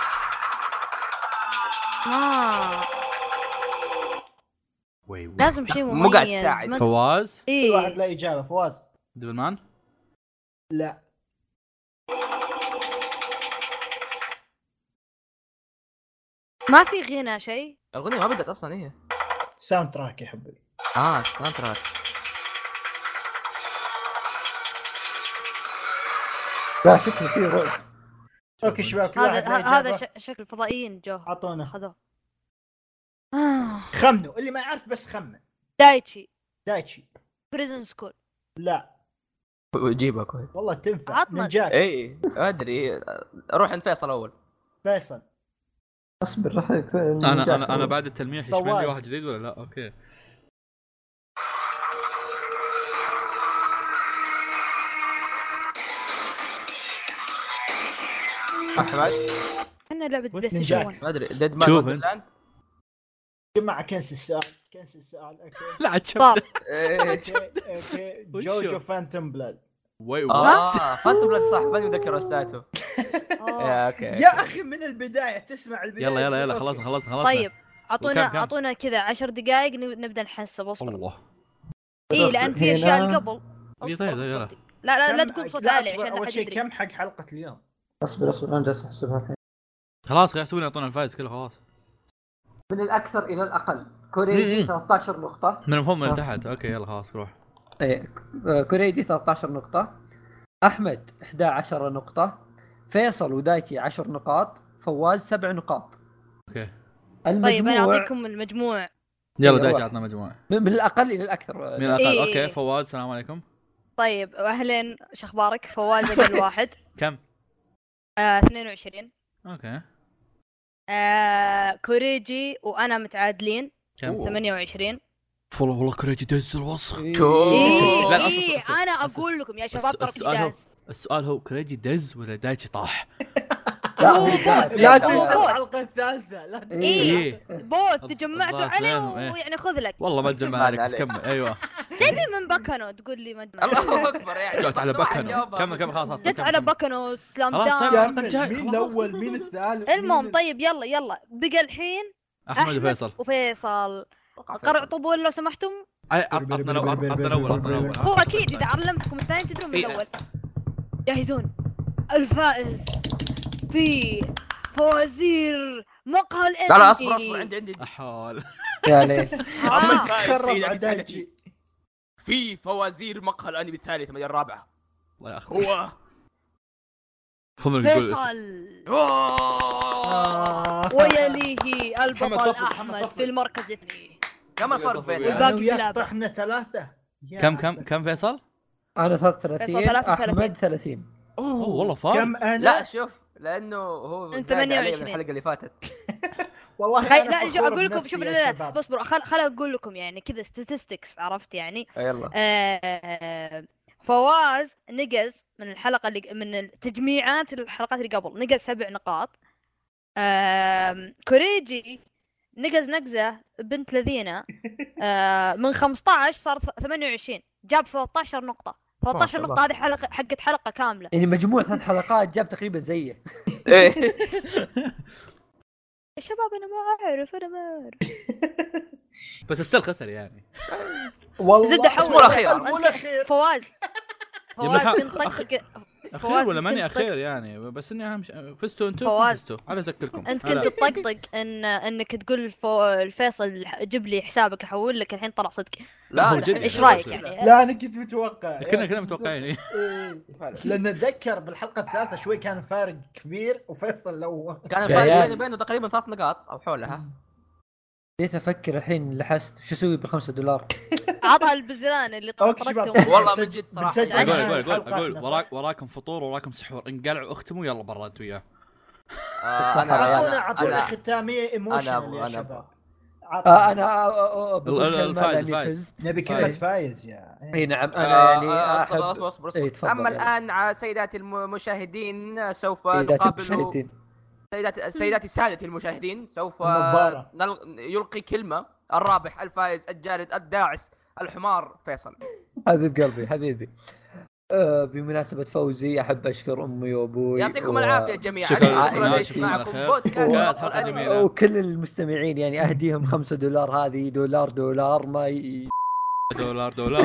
ما وي وي. لازم شيء مميز. مو قاعد تساعد. ما- فواز كل واحد ايه لا اجابة. فواز ديفل مان. لا. ما في غنى شيء. الاغنيه ما بدات اصلا هي. ساوند تراك يا حبي. اه ساوند تراك. لا شكله شيء رعب. اوكي شباب كل هذا واحد لا ه- هذا إجابة. ش- شكل فضائيين جو اعطونا اخذوه. آه. خمنوا اللي ما يعرف بس خمن. دايتشي. دايتشي بريزن سكول. لا جيبها كويس. والله تنفع. عطنا. نينجاكس. اي ادري. اروح عند فيصل اول. فيصل اصبر راح يكون انا جالس انا انا أقول. بعد التلميح يشمل لي فواز. واحد جديد ولا لا؟ اوكي. احمد احنا لعبه بلاي نينجاكس. ستيشن واحد. ما ادري ديد مان شوف وندرلاند. جماعة كنسل السؤال كنسل السؤال. اوكي لا عاد شوف. صار. إيه. اوكي اوكي وشو؟ جوجو فانتوم بلاد. وي وي. اه فانتوم بلاد صح ماني متذكر استاته. آه. يا اوكي. يا اخي من البداية تسمع البداية. يلا يلا يلا أوكي. خلاص خلاص خلاص. طيب اعطونا وكم- كم؟ اعطونا كذا عشر دقائق نبدا نحسب. اصبر. الله اي لان في اشياء اللي قبل. إي اصبر طيب، اصبر. يلا. لا لا لا كم- تقول بصوت لا، عالي أصبر، عشان اول احد شيء يدري. كم حق حلقه اليوم؟ اصبر اصبر انا جالس احسبها الحين. خلاص خلاص يحسبون يعطونا الفايز كله خلاص. من الاكثر الى الاقل كوريجي مم. ثلاثة عشر نقطة. من الفم من آه. تحت. اوكي يلا خلاص روح. ايه ك- كوريجي ثلاثة عشر نقطة، احمد احدى عشر نقطة، فيصل ودايتي عشر نقاط، فواز سبع نقاط. اوكي المجموع طيب انا اعطيكم المجموع. يلا إيه، دايتي روح. عطنا مجموعه من من الاقل الى الاكثر. من الاقل. إيه. اوكي فواز السلام عليكم. طيب اهلين، شو اخبارك؟ فواز اقل واحد. كم؟ آه اثنين وعشرين. اوكي آه كوريجي وانا متعادلين كم؟ ثمانية وعشرين. والله والله كريجي دز الوسخ. ايه لا، أصبر، ايه أصبر، انا أصبر. اقول لكم يا الس- شباب ترى السؤال هو جداز. السؤال هو كريجي دز ولا دايتشي طاح؟ لا هو هو بوت. داز. لا هو تنسى بوت. الحلقه الثالثه، لا تنسى. إيه. بوت تجمعتوا الضغط عليه بينهم، إيه. ويعني خذ لك. والله ما تجمع عليك بس كمل. ايوه تبي من بكنو تقول لي ما أدري. الله اكبر يعني جات على ما حد بكنو. جاوبها. كمل كمل خلاص خلاص. جت كمل، على كمل. بكنو سلام خلاص، طيب. داون. أنت جاي. مين الاول مين الثالث؟ المهم مين طيب يلا يلا بقى الحين احمد وفيصل. وفيصل. قرع طبول لو سمحتم. أي، عط- عطنا الأول عطنا الأول عطنا الأول. هو اكيد اذا علمتكم الثاني تدرون من إيه. الاول. جاهزون؟ الفائز في فوازير مقهى الانمي. لا لا اصبر اصبر عندي عندي احال. يا ليل. اما آه. الفائز خرب سيداتي عدايتي. سادتي في فوازير مقهى الانمي الثالث من الرابعه الله ياخذ. هو خذنا نقول اسم. فيصل. آه. ويليه محمد البطل صفر، محمد احمد صفر. في المركز الثاني. كم الفرق صفر بين وياه. والباقي أنا وياك سلابة. طحنا ثلاثه. يا كم كم ساتر. كم فيصل؟ انا ثلاثة فيصل وثلاثين، ثلاثة وثلاثين. احمد ثلاثين. اوه والله فارق. كم انا؟ لا شوف لانه هو أنت زاد علي ثمانية من وعشرين. الحلقه اللي فاتت. والله خي... أنا لا شو فخور اقول لكم بنفسي شوف يا لا لا شباب. اصبروا خل خل اقول لكم يعني كذا statistics عرفت يعني. يلا آه... فواز نقز من الحلقه اللي من التجميعات الحلقات اللي قبل نقز سبع نقاط. آه... كوريجي نقز نقزه بنت لذينه. آه... من خمسة عشر صار ثمانية وعشرين، جاب ثلاثة عشر نقطه. ثلاثة عشر ما شاء نقطه هذه حلقه حقت حلقه كامله. يعني مجموع ثلاث حلقات جاب تقريبا زيه. ايه يا شباب انا ما اعرف انا ما اعرف. بس السل خسر يعني. والله زبدة حول. أسبوع الأخير. الأول أخير. فواز فواز يبقى كنت أخ- طقطق. اخير فواز ولا ماني كنت طق- اخير يعني، بس اني اهم شيء فزتوا انتم. فواز. فزتوا على ذكركم. انت أنا- كنت تطقطق ان انك تقول الفو... الفيصل جيب لي حسابك احول لك، الحين طلع صدق. لا هو أنا جد. حلو. ايش رايك يعني؟ لا أنا كنت متوقع. كنا كنا متوقعين. إيه. لأن أتذكر بالحلقة الثالثة شوي كان فارق كبير وفيصل لو كان يا الفرق عيال. بيني وبينه تقريبا ثلاث نقاط او حولها. بديت افكر الحين لحست شو اسوي بالخمسة دولار. عطها البزران اللي أوكي شباب. طرقتهم. والله من جد صراحة. بنسجل يعني اقول معنا اقول اقول الحلقة اقول نفسها. وراك وراكم فطور وراكم سحور، انقلعوا اختموا يلا برا انت وياه. آه، صح، انا أعطونا انا أعطونا انا ختامية ايموشنال يا أنا- شباب. آه انا آه، آه، آه، بقول ال- كلمة الفايز- لاني الفايز. فزت. نبي كلمة فايز يا اي نعم انا يعني آه، احب. اصبر اصبر اصبر, إيه، أصبر. تفضل اما يلا. الان ع- سيداتي المشاهدين سوف إيه، لا نقابل تبشرتين. سيداتي سيداتي سادتي المشاهدين سوف النظارة. نل... يلقي كلمة الرابح الفائز الجالد الداعس الحمار فيصل. حبيب قلبي حبيبي. آه بمناسبة فوزي احب اشكر امي وابوي يعطيكم و... العافية جميعا. شكراً شكرا لك. ليش معكم خير. بودكاست كانت مقهى حلقة الأنمي. جميلة. وكل المستمعين يعني اهديهم خمسة دولار، هذه دولار دولار ما ي... دولار دولار.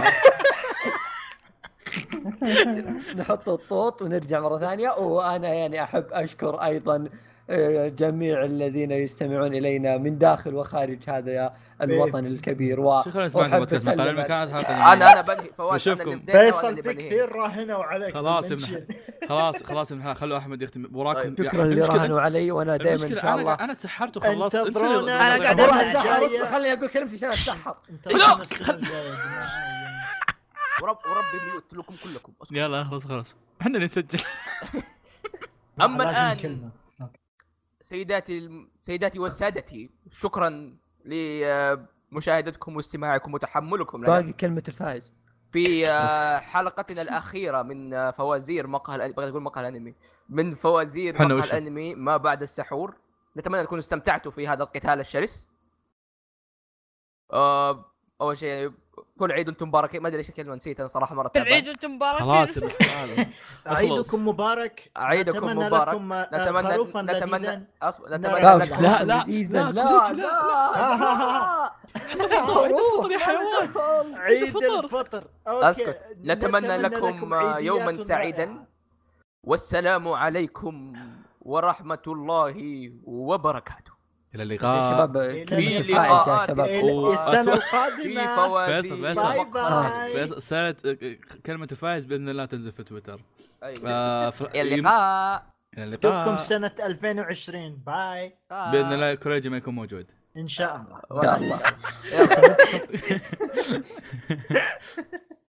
نحط الطوط ونرجع مرة ثانية. وأنا يعني أحب أشكر أيضا آه، جميع الذين يستمعون إلينا من داخل وخارج هذا الوطن الكبير. و شكرا اسمعنا وأحب بودكاست مقال أسلم الانمي، كانت حلقة انا جميلة. انا بنهي فواز انا اللي نشوفكم. بديت وأنا فيصل اللي في بنهي. كثير راهنوا عليك. خلاص بالمنشن. خلاص خلاص من خلوا احمد يختم وراكم. طيب. شكرا اللي المشكلة راهنوا علي، وأنا دائما إن المشكلة شاء الله انا انا تسحرت وخلصت. انت انتظرونا. اللي- أنا قاعد بروح أسمع. أتسحر. جاية. اصبر خليني أقول كلمتي عشان أتسحر. انت السنة الجاية. ورب وربي ميوت لكم كلكم. يلا خلاص خلاص احنا اللي نسجل. اما لازم الان كلمة. سيداتي الم... سيداتي وسادتي شكرا لمشاهدتكم واستماعكم وتحملكم لنا باقي كلمة الفائز. في آه، حلقتنا الأخيرة من آه، فوازير مقهى الأنمي. بغيت أقول مقهى الأنمي من فوازير حنا مقهى وشو؟ الأنمي ما بعد السحور. نتمنى تكونوا استمتعتوا في هذا القتال الشرس. آه، أول شيء كل عيد وانتم مباركين. ما ادري ايش الكلمه نسيت انا صراحه مره كل عيد تعبان. وانتم مباركين. خلاص يا بخ- عيدكم مبارك. عيدكم نتمنى مبارك. لكم آه، نتمنى خروفا نتمنى لذيذا. أص... لا، نتمنى لا لكم لا، لا. لا لا لا خروف يا حيوان. عيد الفطر. الفطر. أوكي. اسكت. نتمنى لكم عيديات يوما رائعة. سعيدا والسلام عليكم ورحمه الله وبركاته. الى يا اللقاء شباب إلى كلمة اللقاء. الفائز يا شباب. ال- السنة في القادمة. فوازير فيصل، فيصل. باي ومقالب. باي. فيصل، سنة كلمة الفائز بإذن الله تنزل في تويتر. أيوة. آه فر... الى اللقاء. إلى اللقاء. نشوفكم سنة ألفين وعشرين. باي. بإذن الله كوريجي ما يكون موجود. إن شاء الله. ان شاء الله. يلا.